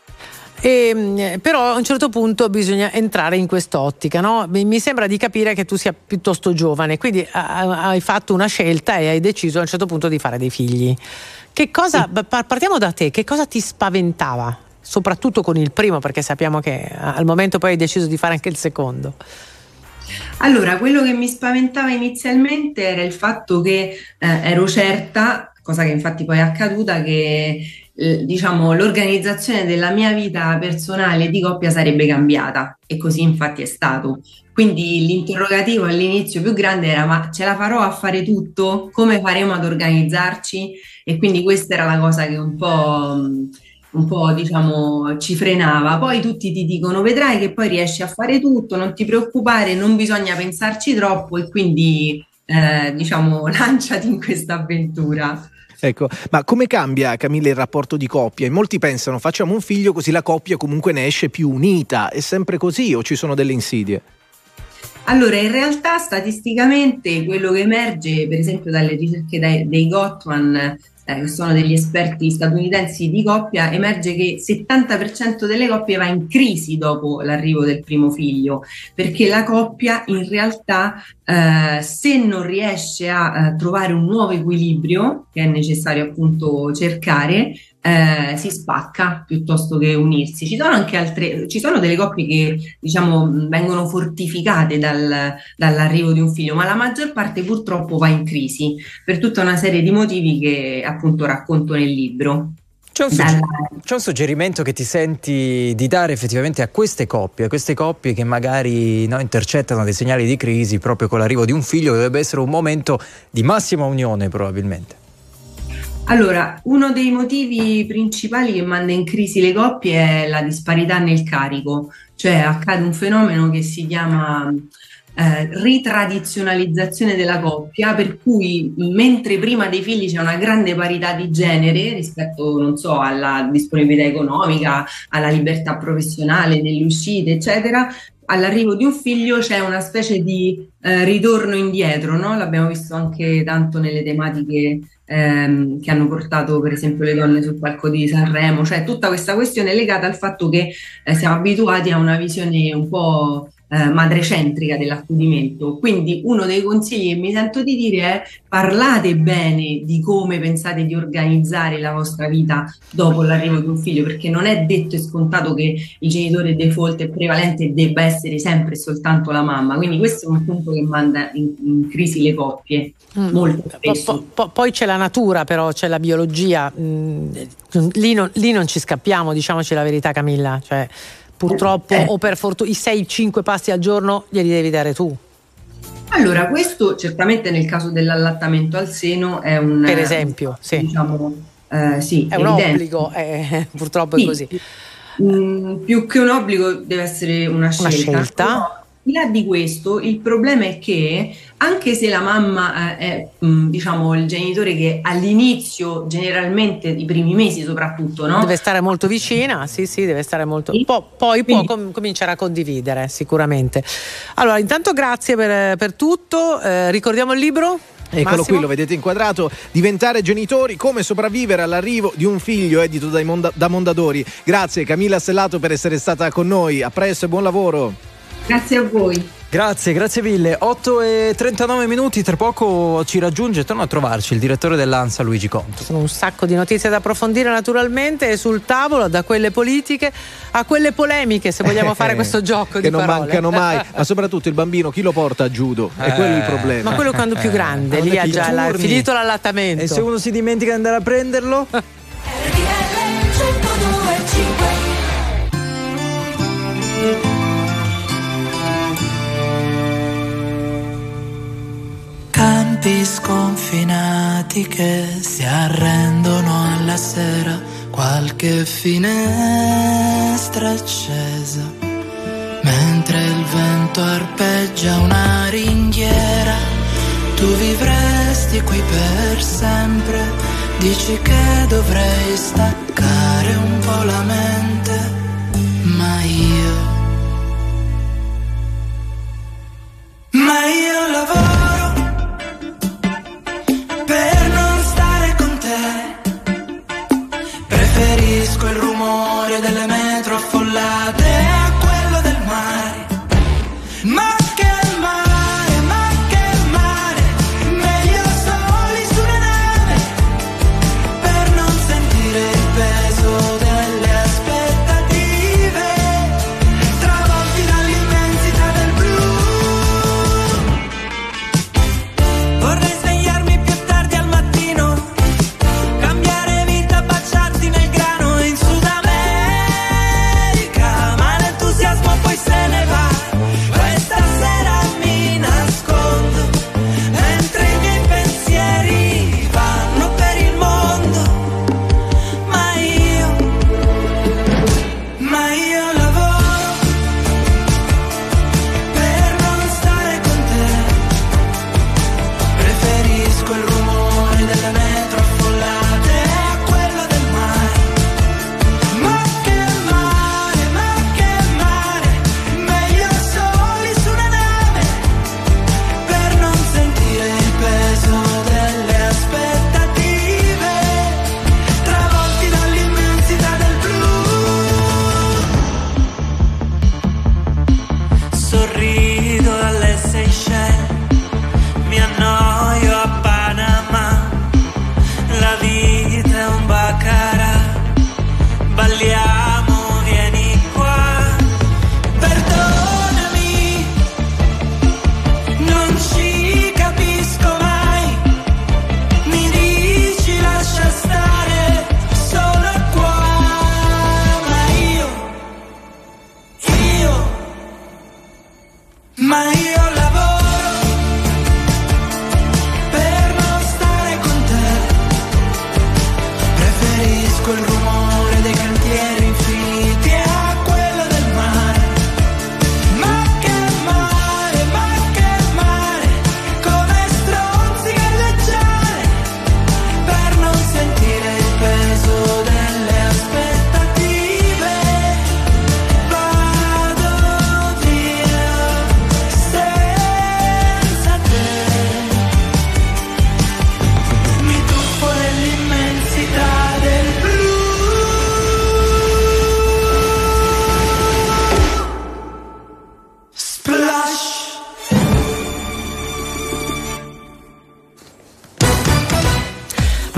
S2: Però a un certo punto bisogna entrare in quest'ottica, no? Mi sembra di capire che tu sia piuttosto giovane, quindi hai fatto una scelta e hai deciso a un certo punto di fare dei figli. Che cosa, partiamo da te, che cosa ti spaventava? Soprattutto con il primo, perché sappiamo che al momento poi hai deciso di fare anche il secondo.
S7: Allora, quello che mi spaventava inizialmente era il fatto che ero certa, cosa che infatti poi è accaduta, che l'organizzazione della mia vita personale di coppia sarebbe cambiata, e così infatti è stato. Quindi l'interrogativo all'inizio più grande era: ma ce la farò a fare tutto? Come faremo ad organizzarci? E quindi questa era la cosa che un po' ci frenava. Poi tutti ti dicono: vedrai che poi riesci a fare tutto, non ti preoccupare, non bisogna pensarci troppo, e quindi lanciati in questa avventura.
S3: Ecco, ma come cambia, Camilla, il rapporto di coppia? E molti pensano: facciamo un figlio così la coppia comunque ne esce più unita. È sempre così o ci sono delle insidie?
S7: Allora, in realtà statisticamente quello che emerge, per esempio dalle ricerche dei Gottman, che sono degli esperti statunitensi di coppia, emerge che il 70% delle coppie va in crisi dopo l'arrivo del primo figlio, perché la coppia in realtà se non riesce a trovare un nuovo equilibrio, che è necessario appunto cercare, si spacca piuttosto che unirsi. Ci sono delle coppie che vengono fortificate dall'arrivo di un figlio, ma la maggior parte purtroppo va in crisi per tutta una serie di motivi che appunto racconto nel libro.
S1: C'è un suggerimento che ti senti di dare effettivamente a queste coppie che magari intercettano dei segnali di crisi proprio con l'arrivo di un figlio, che dovrebbe essere un momento di massima unione probabilmente?
S7: Allora, uno dei motivi principali che manda in crisi le coppie è la disparità nel carico, cioè accade un fenomeno che si chiama ritradizionalizzazione della coppia, per cui mentre prima dei figli c'è una grande parità di genere rispetto, non so, alla disponibilità economica, alla libertà professionale, nelle uscite, eccetera, all'arrivo di un figlio c'è una specie di ritorno indietro, no? L'abbiamo visto anche tanto nelle tematiche che hanno portato per esempio le donne sul palco di Sanremo, cioè tutta questa questione è legata al fatto che siamo abituati a una visione un po' madrecentrica dell'accudimento. Quindi uno dei consigli che mi sento di dire è: parlate bene di come pensate di organizzare la vostra vita dopo l'arrivo di un figlio, perché non è detto e scontato che il genitore default e prevalente debba essere sempre e soltanto la mamma. Quindi questo è un punto che manda in crisi le coppie molto spesso.
S2: Poi c'è la natura, però c'è la biologia, lì non ci scappiamo, diciamoci la verità, Camilla, cioè purtroppo o per fortuna i 6-5 passi al giorno glieli devi dare tu.
S7: Allora, questo certamente nel caso dell'allattamento al seno è un,
S2: per esempio, sì,
S7: diciamo,
S2: sì, è un obbligo, purtroppo sì, è così.
S7: Più che un obbligo deve essere una scelta. No, al di là di questo, il problema è che anche se la mamma è diciamo il genitore che all'inizio, generalmente i primi mesi soprattutto, no?
S2: Deve stare molto vicina, sì, deve stare molto. Poi può cominciare a condividere sicuramente. Allora, intanto grazie per tutto. Ricordiamo il libro?
S3: Eccolo
S2: Massimo?
S3: qui, lo vedete inquadrato: Diventare genitori, come sopravvivere all'arrivo di un figlio, edito da Mondadori. Grazie Camilla Stellato per essere stata con noi, a presto e buon lavoro.
S7: Grazie a voi.
S1: Grazie mille. 8:39, tra poco ci raggiunge, torna a trovarci il direttore dell'ANSA Luigi Conto.
S2: Sono un sacco di notizie da approfondire naturalmente, sul tavolo, da quelle politiche a quelle polemiche, se vogliamo fare questo gioco di
S3: parole. Che non mancano mai, ma soprattutto il bambino chi lo porta a judo? È quello il problema.
S2: Ma quello quando più grande, lì ha già finito l'allattamento.
S1: E se uno si dimentica di andare a prenderlo?
S8: Campi sconfinati che si arrendono alla sera, qualche finestra accesa, mentre il vento arpeggia una ringhiera. Tu vivresti qui per sempre, dici che dovrei staccare un po' la mente, ma io lavoro per non stare con te. Preferisco il rumore delle metro affollate a quello del mare. Ma che mare, meglio soli su una nave, per non sentire il peso delle aspettative, travolti dall'immensità del blu. Vorrei svegliarmi più tardi al mattino, cambiare vita, baciarti nel grano in Sud America.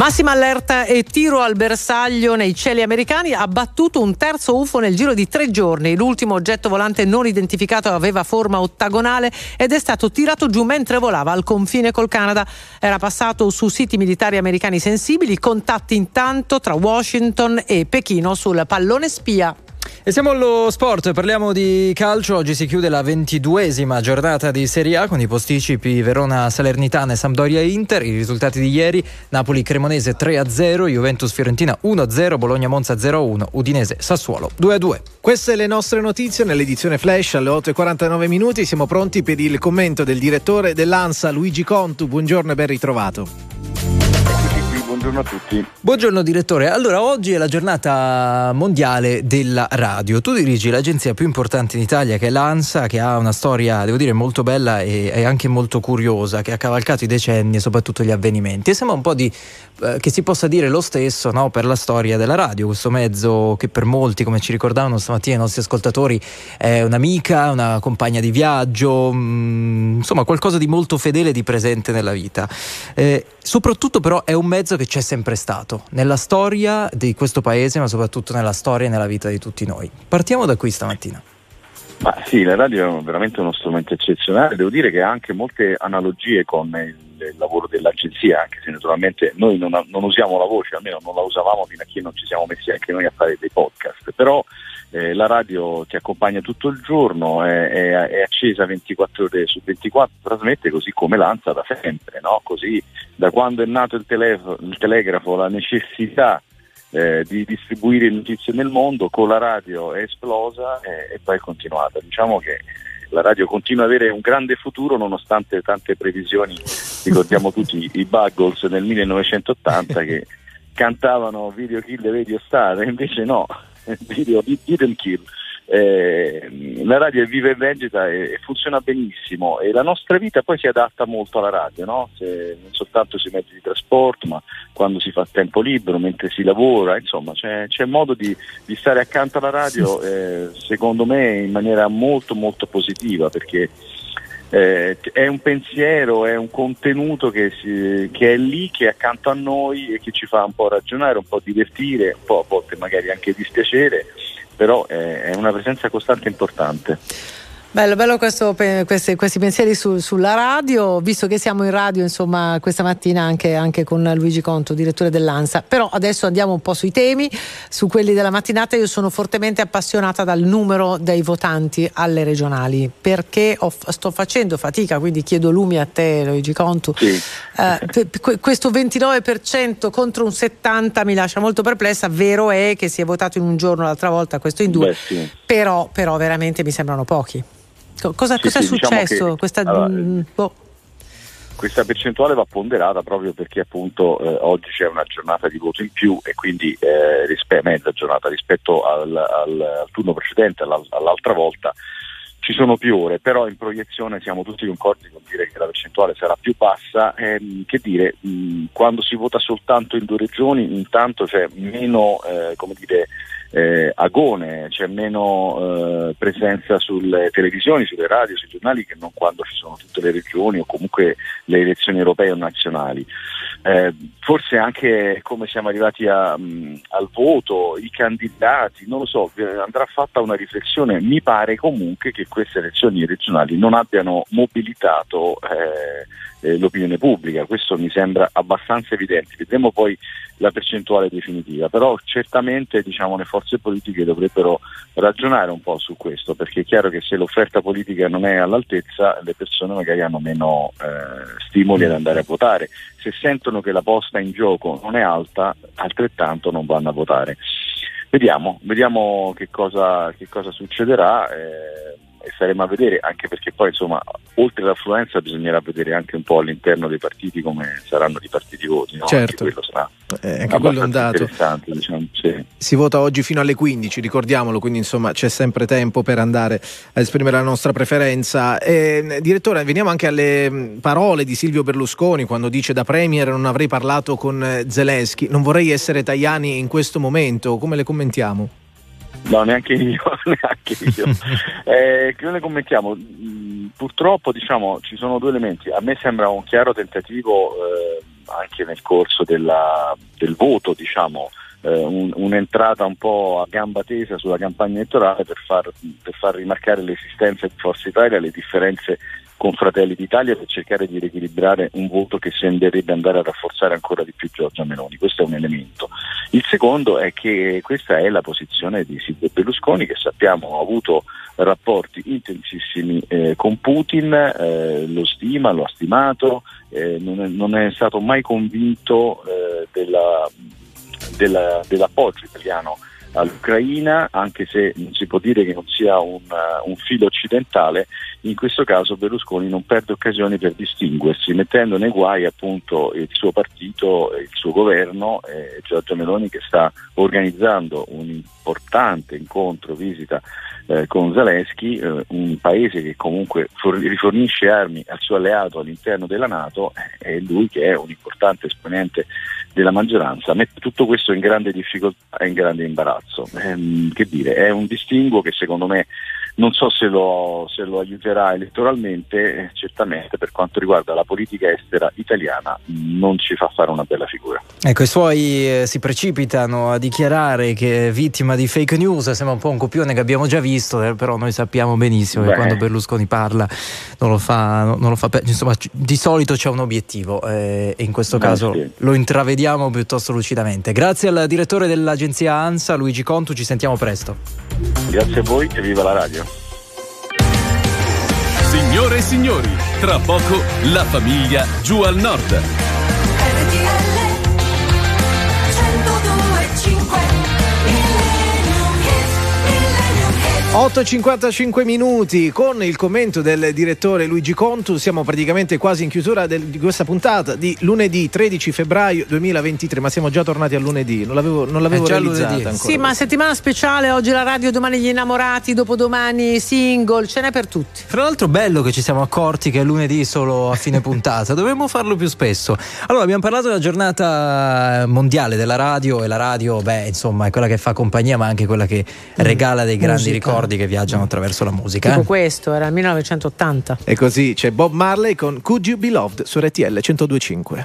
S2: Massima allerta e tiro al bersaglio nei cieli americani. Ha battuto un terzo UFO nel giro di 3 giorni. L'ultimo oggetto volante non identificato aveva forma ottagonale ed è stato tirato giù mentre volava al confine col Canada. Era passato su siti militari americani sensibili. Contatti intanto tra Washington e Pechino sul pallone spia.
S1: E siamo allo sport, parliamo di calcio. Oggi si chiude la 22esima giornata di Serie A con i posticipi Verona Salernitana e Sampdoria Inter. I risultati di ieri: Napoli Cremonese 3-0, Juventus Fiorentina 1-0, Bologna Monza 0-1, Udinese Sassuolo 2-2.
S3: Queste le nostre notizie nell'edizione Flash alle 8:49 minuti. Siamo pronti per il commento del direttore dell'ANSA Luigi Contu. Buongiorno e ben ritrovato.
S10: Buongiorno a tutti.
S1: Buongiorno direttore. Allora, oggi è la giornata mondiale della radio. Tu dirigi l'agenzia più importante in Italia, che è l'ANSA, che ha una storia, devo dire, molto bella e anche molto curiosa, che ha cavalcato i decenni e soprattutto gli avvenimenti. E sembra un po' che si possa dire lo stesso, no, per la storia della radio, questo mezzo che per molti, come ci ricordavano stamattina i nostri ascoltatori, è un'amica, una compagna di viaggio, insomma qualcosa di molto fedele e di presente nella vita. Soprattutto però è un mezzo che c'è sempre stato nella storia di questo paese, ma soprattutto nella storia e nella vita di tutti noi. Partiamo da qui stamattina.
S10: Ma sì, la radio è veramente uno strumento eccezionale. Devo dire che ha anche molte analogie con il lavoro dell'agenzia, anche se naturalmente noi non usiamo la voce, almeno non la usavamo fino a che non ci siamo messi anche noi a fare dei podcast. Però la radio ti accompagna tutto il giorno, è accesa 24 ore su 24, trasmette così come l'ANSA da sempre, no? Così da quando è nato il telegrafo, la necessità di distribuire notizie nel mondo, con la radio è esplosa e poi è continuata. Diciamo che la radio continua ad avere un grande futuro nonostante tante previsioni. Ricordiamo tutti i Buggles nel 1980 che cantavano Video Kill the Radio Star, e invece no, Video didn't kill. La radio è viva e vegeta e funziona benissimo, e la nostra vita poi si adatta molto alla radio, no? Non soltanto sui mezzi di trasporto, ma quando si fa tempo libero, mentre si lavora, insomma c'è modo di stare accanto alla radio, secondo me in maniera molto molto positiva, perché è un pensiero, è un contenuto che è lì, che è accanto a noi e che ci fa un po' ragionare, un po' divertire, un po' a volte magari anche dispiacere, però è una presenza costante importante.
S2: Bello questi pensieri sulla radio, visto che siamo in radio, insomma, questa mattina anche con Luigi Contu, direttore dell'ANSA. Però adesso andiamo un po' sui temi, su quelli della mattinata. Io sono fortemente appassionata dal numero dei votanti alle regionali, perché sto facendo fatica, quindi chiedo lumi a te, Luigi Contu. Sì. Questo 29% contro un 70% mi lascia molto perplessa. Vero è che si è votato in un giorno, l'altra volta questo in 2. Beh, sì. Però veramente mi sembrano pochi. Cosa è successo?
S10: Diciamo questa percentuale va ponderata proprio perché appunto oggi c'è una giornata di voto in più, e quindi mezza giornata rispetto al turno precedente, all'altra volta ci sono più ore, però in proiezione siamo tutti concordi con dire che la percentuale sarà più bassa. Che dire, quando si vota soltanto in 2 regioni intanto c'è meno agone, c'è meno presenza sulle televisioni, sulle radio, sui giornali, che non quando ci sono tutte le regioni o comunque le elezioni europee o nazionali. Forse anche come siamo arrivati al voto, i candidati, non lo so, andrà fatta una riflessione. Mi pare comunque che queste elezioni regionali non abbiano mobilitato l'opinione pubblica, questo mi sembra abbastanza evidente. Vedremo poi la percentuale definitiva, però certamente le forze politiche dovrebbero ragionare un po' su questo, perché è chiaro che se l'offerta politica non è all'altezza, le persone magari hanno meno stimoli ad andare a votare. Se sentono che la posta in gioco non è alta, altrettanto non vanno a votare. Vediamo che cosa succederà. E staremo a vedere, anche perché poi insomma oltre all'affluenza bisognerà vedere anche un po' all'interno dei partiti come saranno i partiti voti, no?
S3: Certo.
S10: Anche quello sarà
S3: anche quello è un dato.
S10: Interessante, sì.
S3: Si vota oggi fino alle 15, ricordiamolo, quindi insomma c'è sempre tempo per andare a esprimere la nostra preferenza. Direttore, veniamo anche alle parole di Silvio Berlusconi quando dice: da premier non avrei parlato con Zelensky, non vorrei essere Tajani in questo momento. Come le commentiamo?
S10: No, neanche io. Che ne commentiamo? Purtroppo ci sono 2 elementi. A me sembra un chiaro tentativo anche nel corso del voto, diciamo, un'entrata un po' a gamba tesa sulla campagna elettorale per far rimarcare l'esistenza di Forza Italia, le differenze con Fratelli d'Italia, per cercare di riequilibrare un voto che sembrerebbe andare a rafforzare ancora di più Giorgia Meloni. Questo è un elemento. Il secondo è che questa è la posizione di Silvio Berlusconi, che sappiamo ha avuto rapporti intensissimi con Putin, lo stima, lo ha stimato, non è stato mai convinto dell'appoggio italiano all'Ucraina, anche se non si può dire che non sia un filo occidentale. In questo caso Berlusconi non perde occasioni per distinguersi, mettendo nei guai appunto il suo partito, il suo governo, Giorgia Meloni, che sta organizzando un importante incontro, visita con Zelensky, un paese che comunque rifornisce armi al suo alleato all'interno della NATO, e lui che è un importante esponente della maggioranza mette tutto questo in grande difficoltà e in grande imbarazzo. Che dire, è un distinguo che secondo me non so se lo aiuterà elettoralmente, certamente per quanto riguarda la politica estera italiana non ci fa fare una bella figura.
S1: Ecco, i suoi si precipitano a dichiarare che è vittima di fake news, sembra un po' un copione che abbiamo già visto, però noi sappiamo benissimo che quando Berlusconi parla non lo fa insomma, di solito c'è un obiettivo, e in questo caso lo intravediamo piuttosto lucidamente. Grazie al direttore dell'agenzia ANSA Luigi Contu, ci sentiamo presto.
S10: Grazie a voi e viva la radio.
S11: Signore e signori, tra poco la famiglia giù al nord.
S3: 8:55 minuti con il commento del direttore Luigi Contu. Siamo praticamente quasi in chiusura di questa puntata di lunedì 13 febbraio 2023, ma siamo già tornati a lunedì, non l'avevo realizzata ancora.
S2: Sì, ma settimana speciale, oggi la radio, domani gli innamorati, dopodomani single, ce n'è per tutti.
S1: Fra l'altro bello che ci siamo accorti che è lunedì solo a fine puntata, dovremmo farlo più spesso. Allora, abbiamo parlato della giornata mondiale della radio, e la radio, insomma, è quella che fa compagnia, ma anche quella che regala dei grandi ricordi che viaggiano attraverso la musica.
S2: Tipo questo, era il 1980.
S3: E così c'è Bob Marley con Could You Be Loved su RTL 102.5.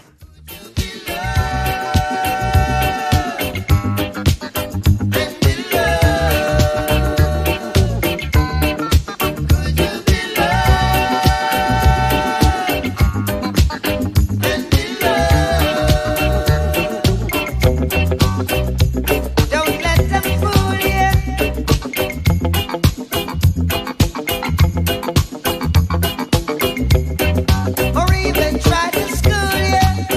S21: Or even try to school you.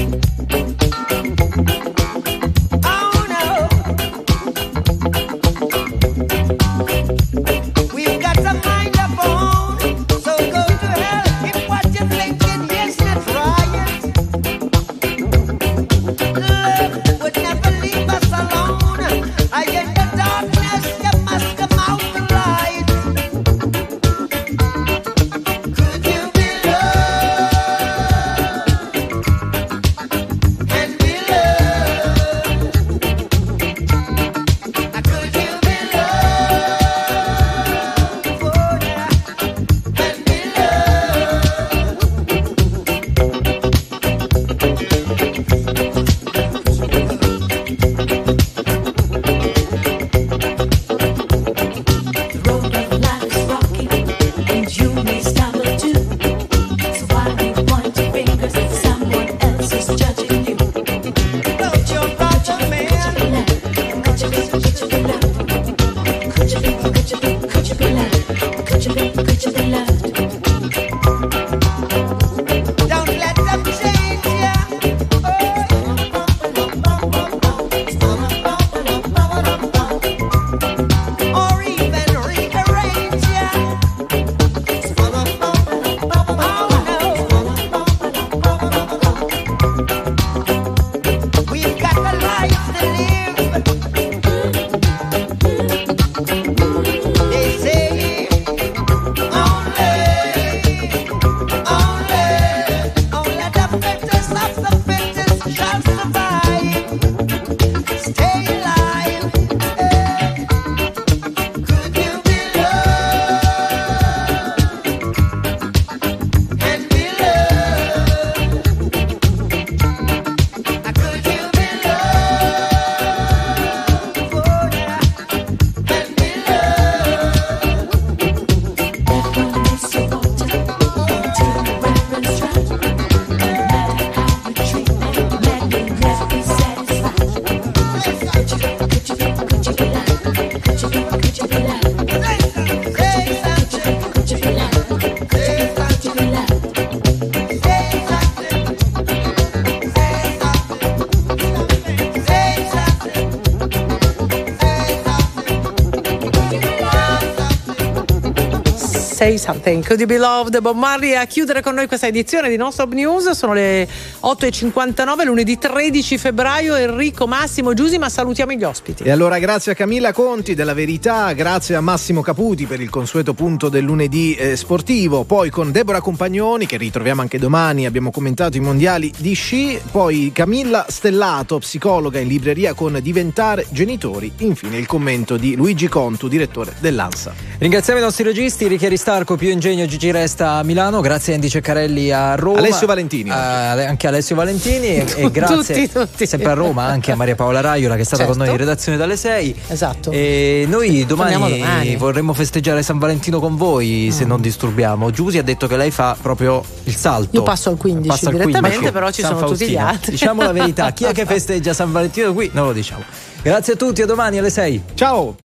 S2: Say Something. Could You Be Loved, Bob Marley, a chiudere con noi questa edizione di Non Stop News. Sono le 8:59, lunedì 13 febbraio. Enrico, Massimo, Giusy, ma salutiamo gli ospiti.
S3: E allora grazie a Camilla Conti della Verità, grazie a Massimo Caputi per il consueto punto del lunedì sportivo, poi con Deborah Compagnoni, che ritroviamo anche domani, abbiamo commentato i mondiali di sci, poi Camilla Stellato, psicologa in libreria con Diventare Genitori, infine il commento di Luigi Contu, direttore dell'ANSA.
S1: Ringraziamo i nostri registi, Ricky Aristarco, Pio Ingegno, Gigi Resta a Milano, grazie a Andy Ceccarelli a Roma,
S3: Alessio Valentini,
S1: anche Alessio Valentini e grazie
S2: tutti.
S1: sempre a Roma anche a Maria Paola Raiola, che è stata con noi in redazione dalle 6.
S2: Esatto.
S1: E noi domani vorremmo festeggiare San Valentino con voi, se non disturbiamo. Giusy ha detto che lei fa proprio il salto.
S2: Io passo al 15 direttamente, però ci
S1: San
S2: sono
S1: Faustino.
S2: tutti gli altri.
S1: Diciamo la verità, chi è che festeggia San Valentino qui? Non lo diciamo. Grazie a tutti, a domani alle 6.
S3: Ciao.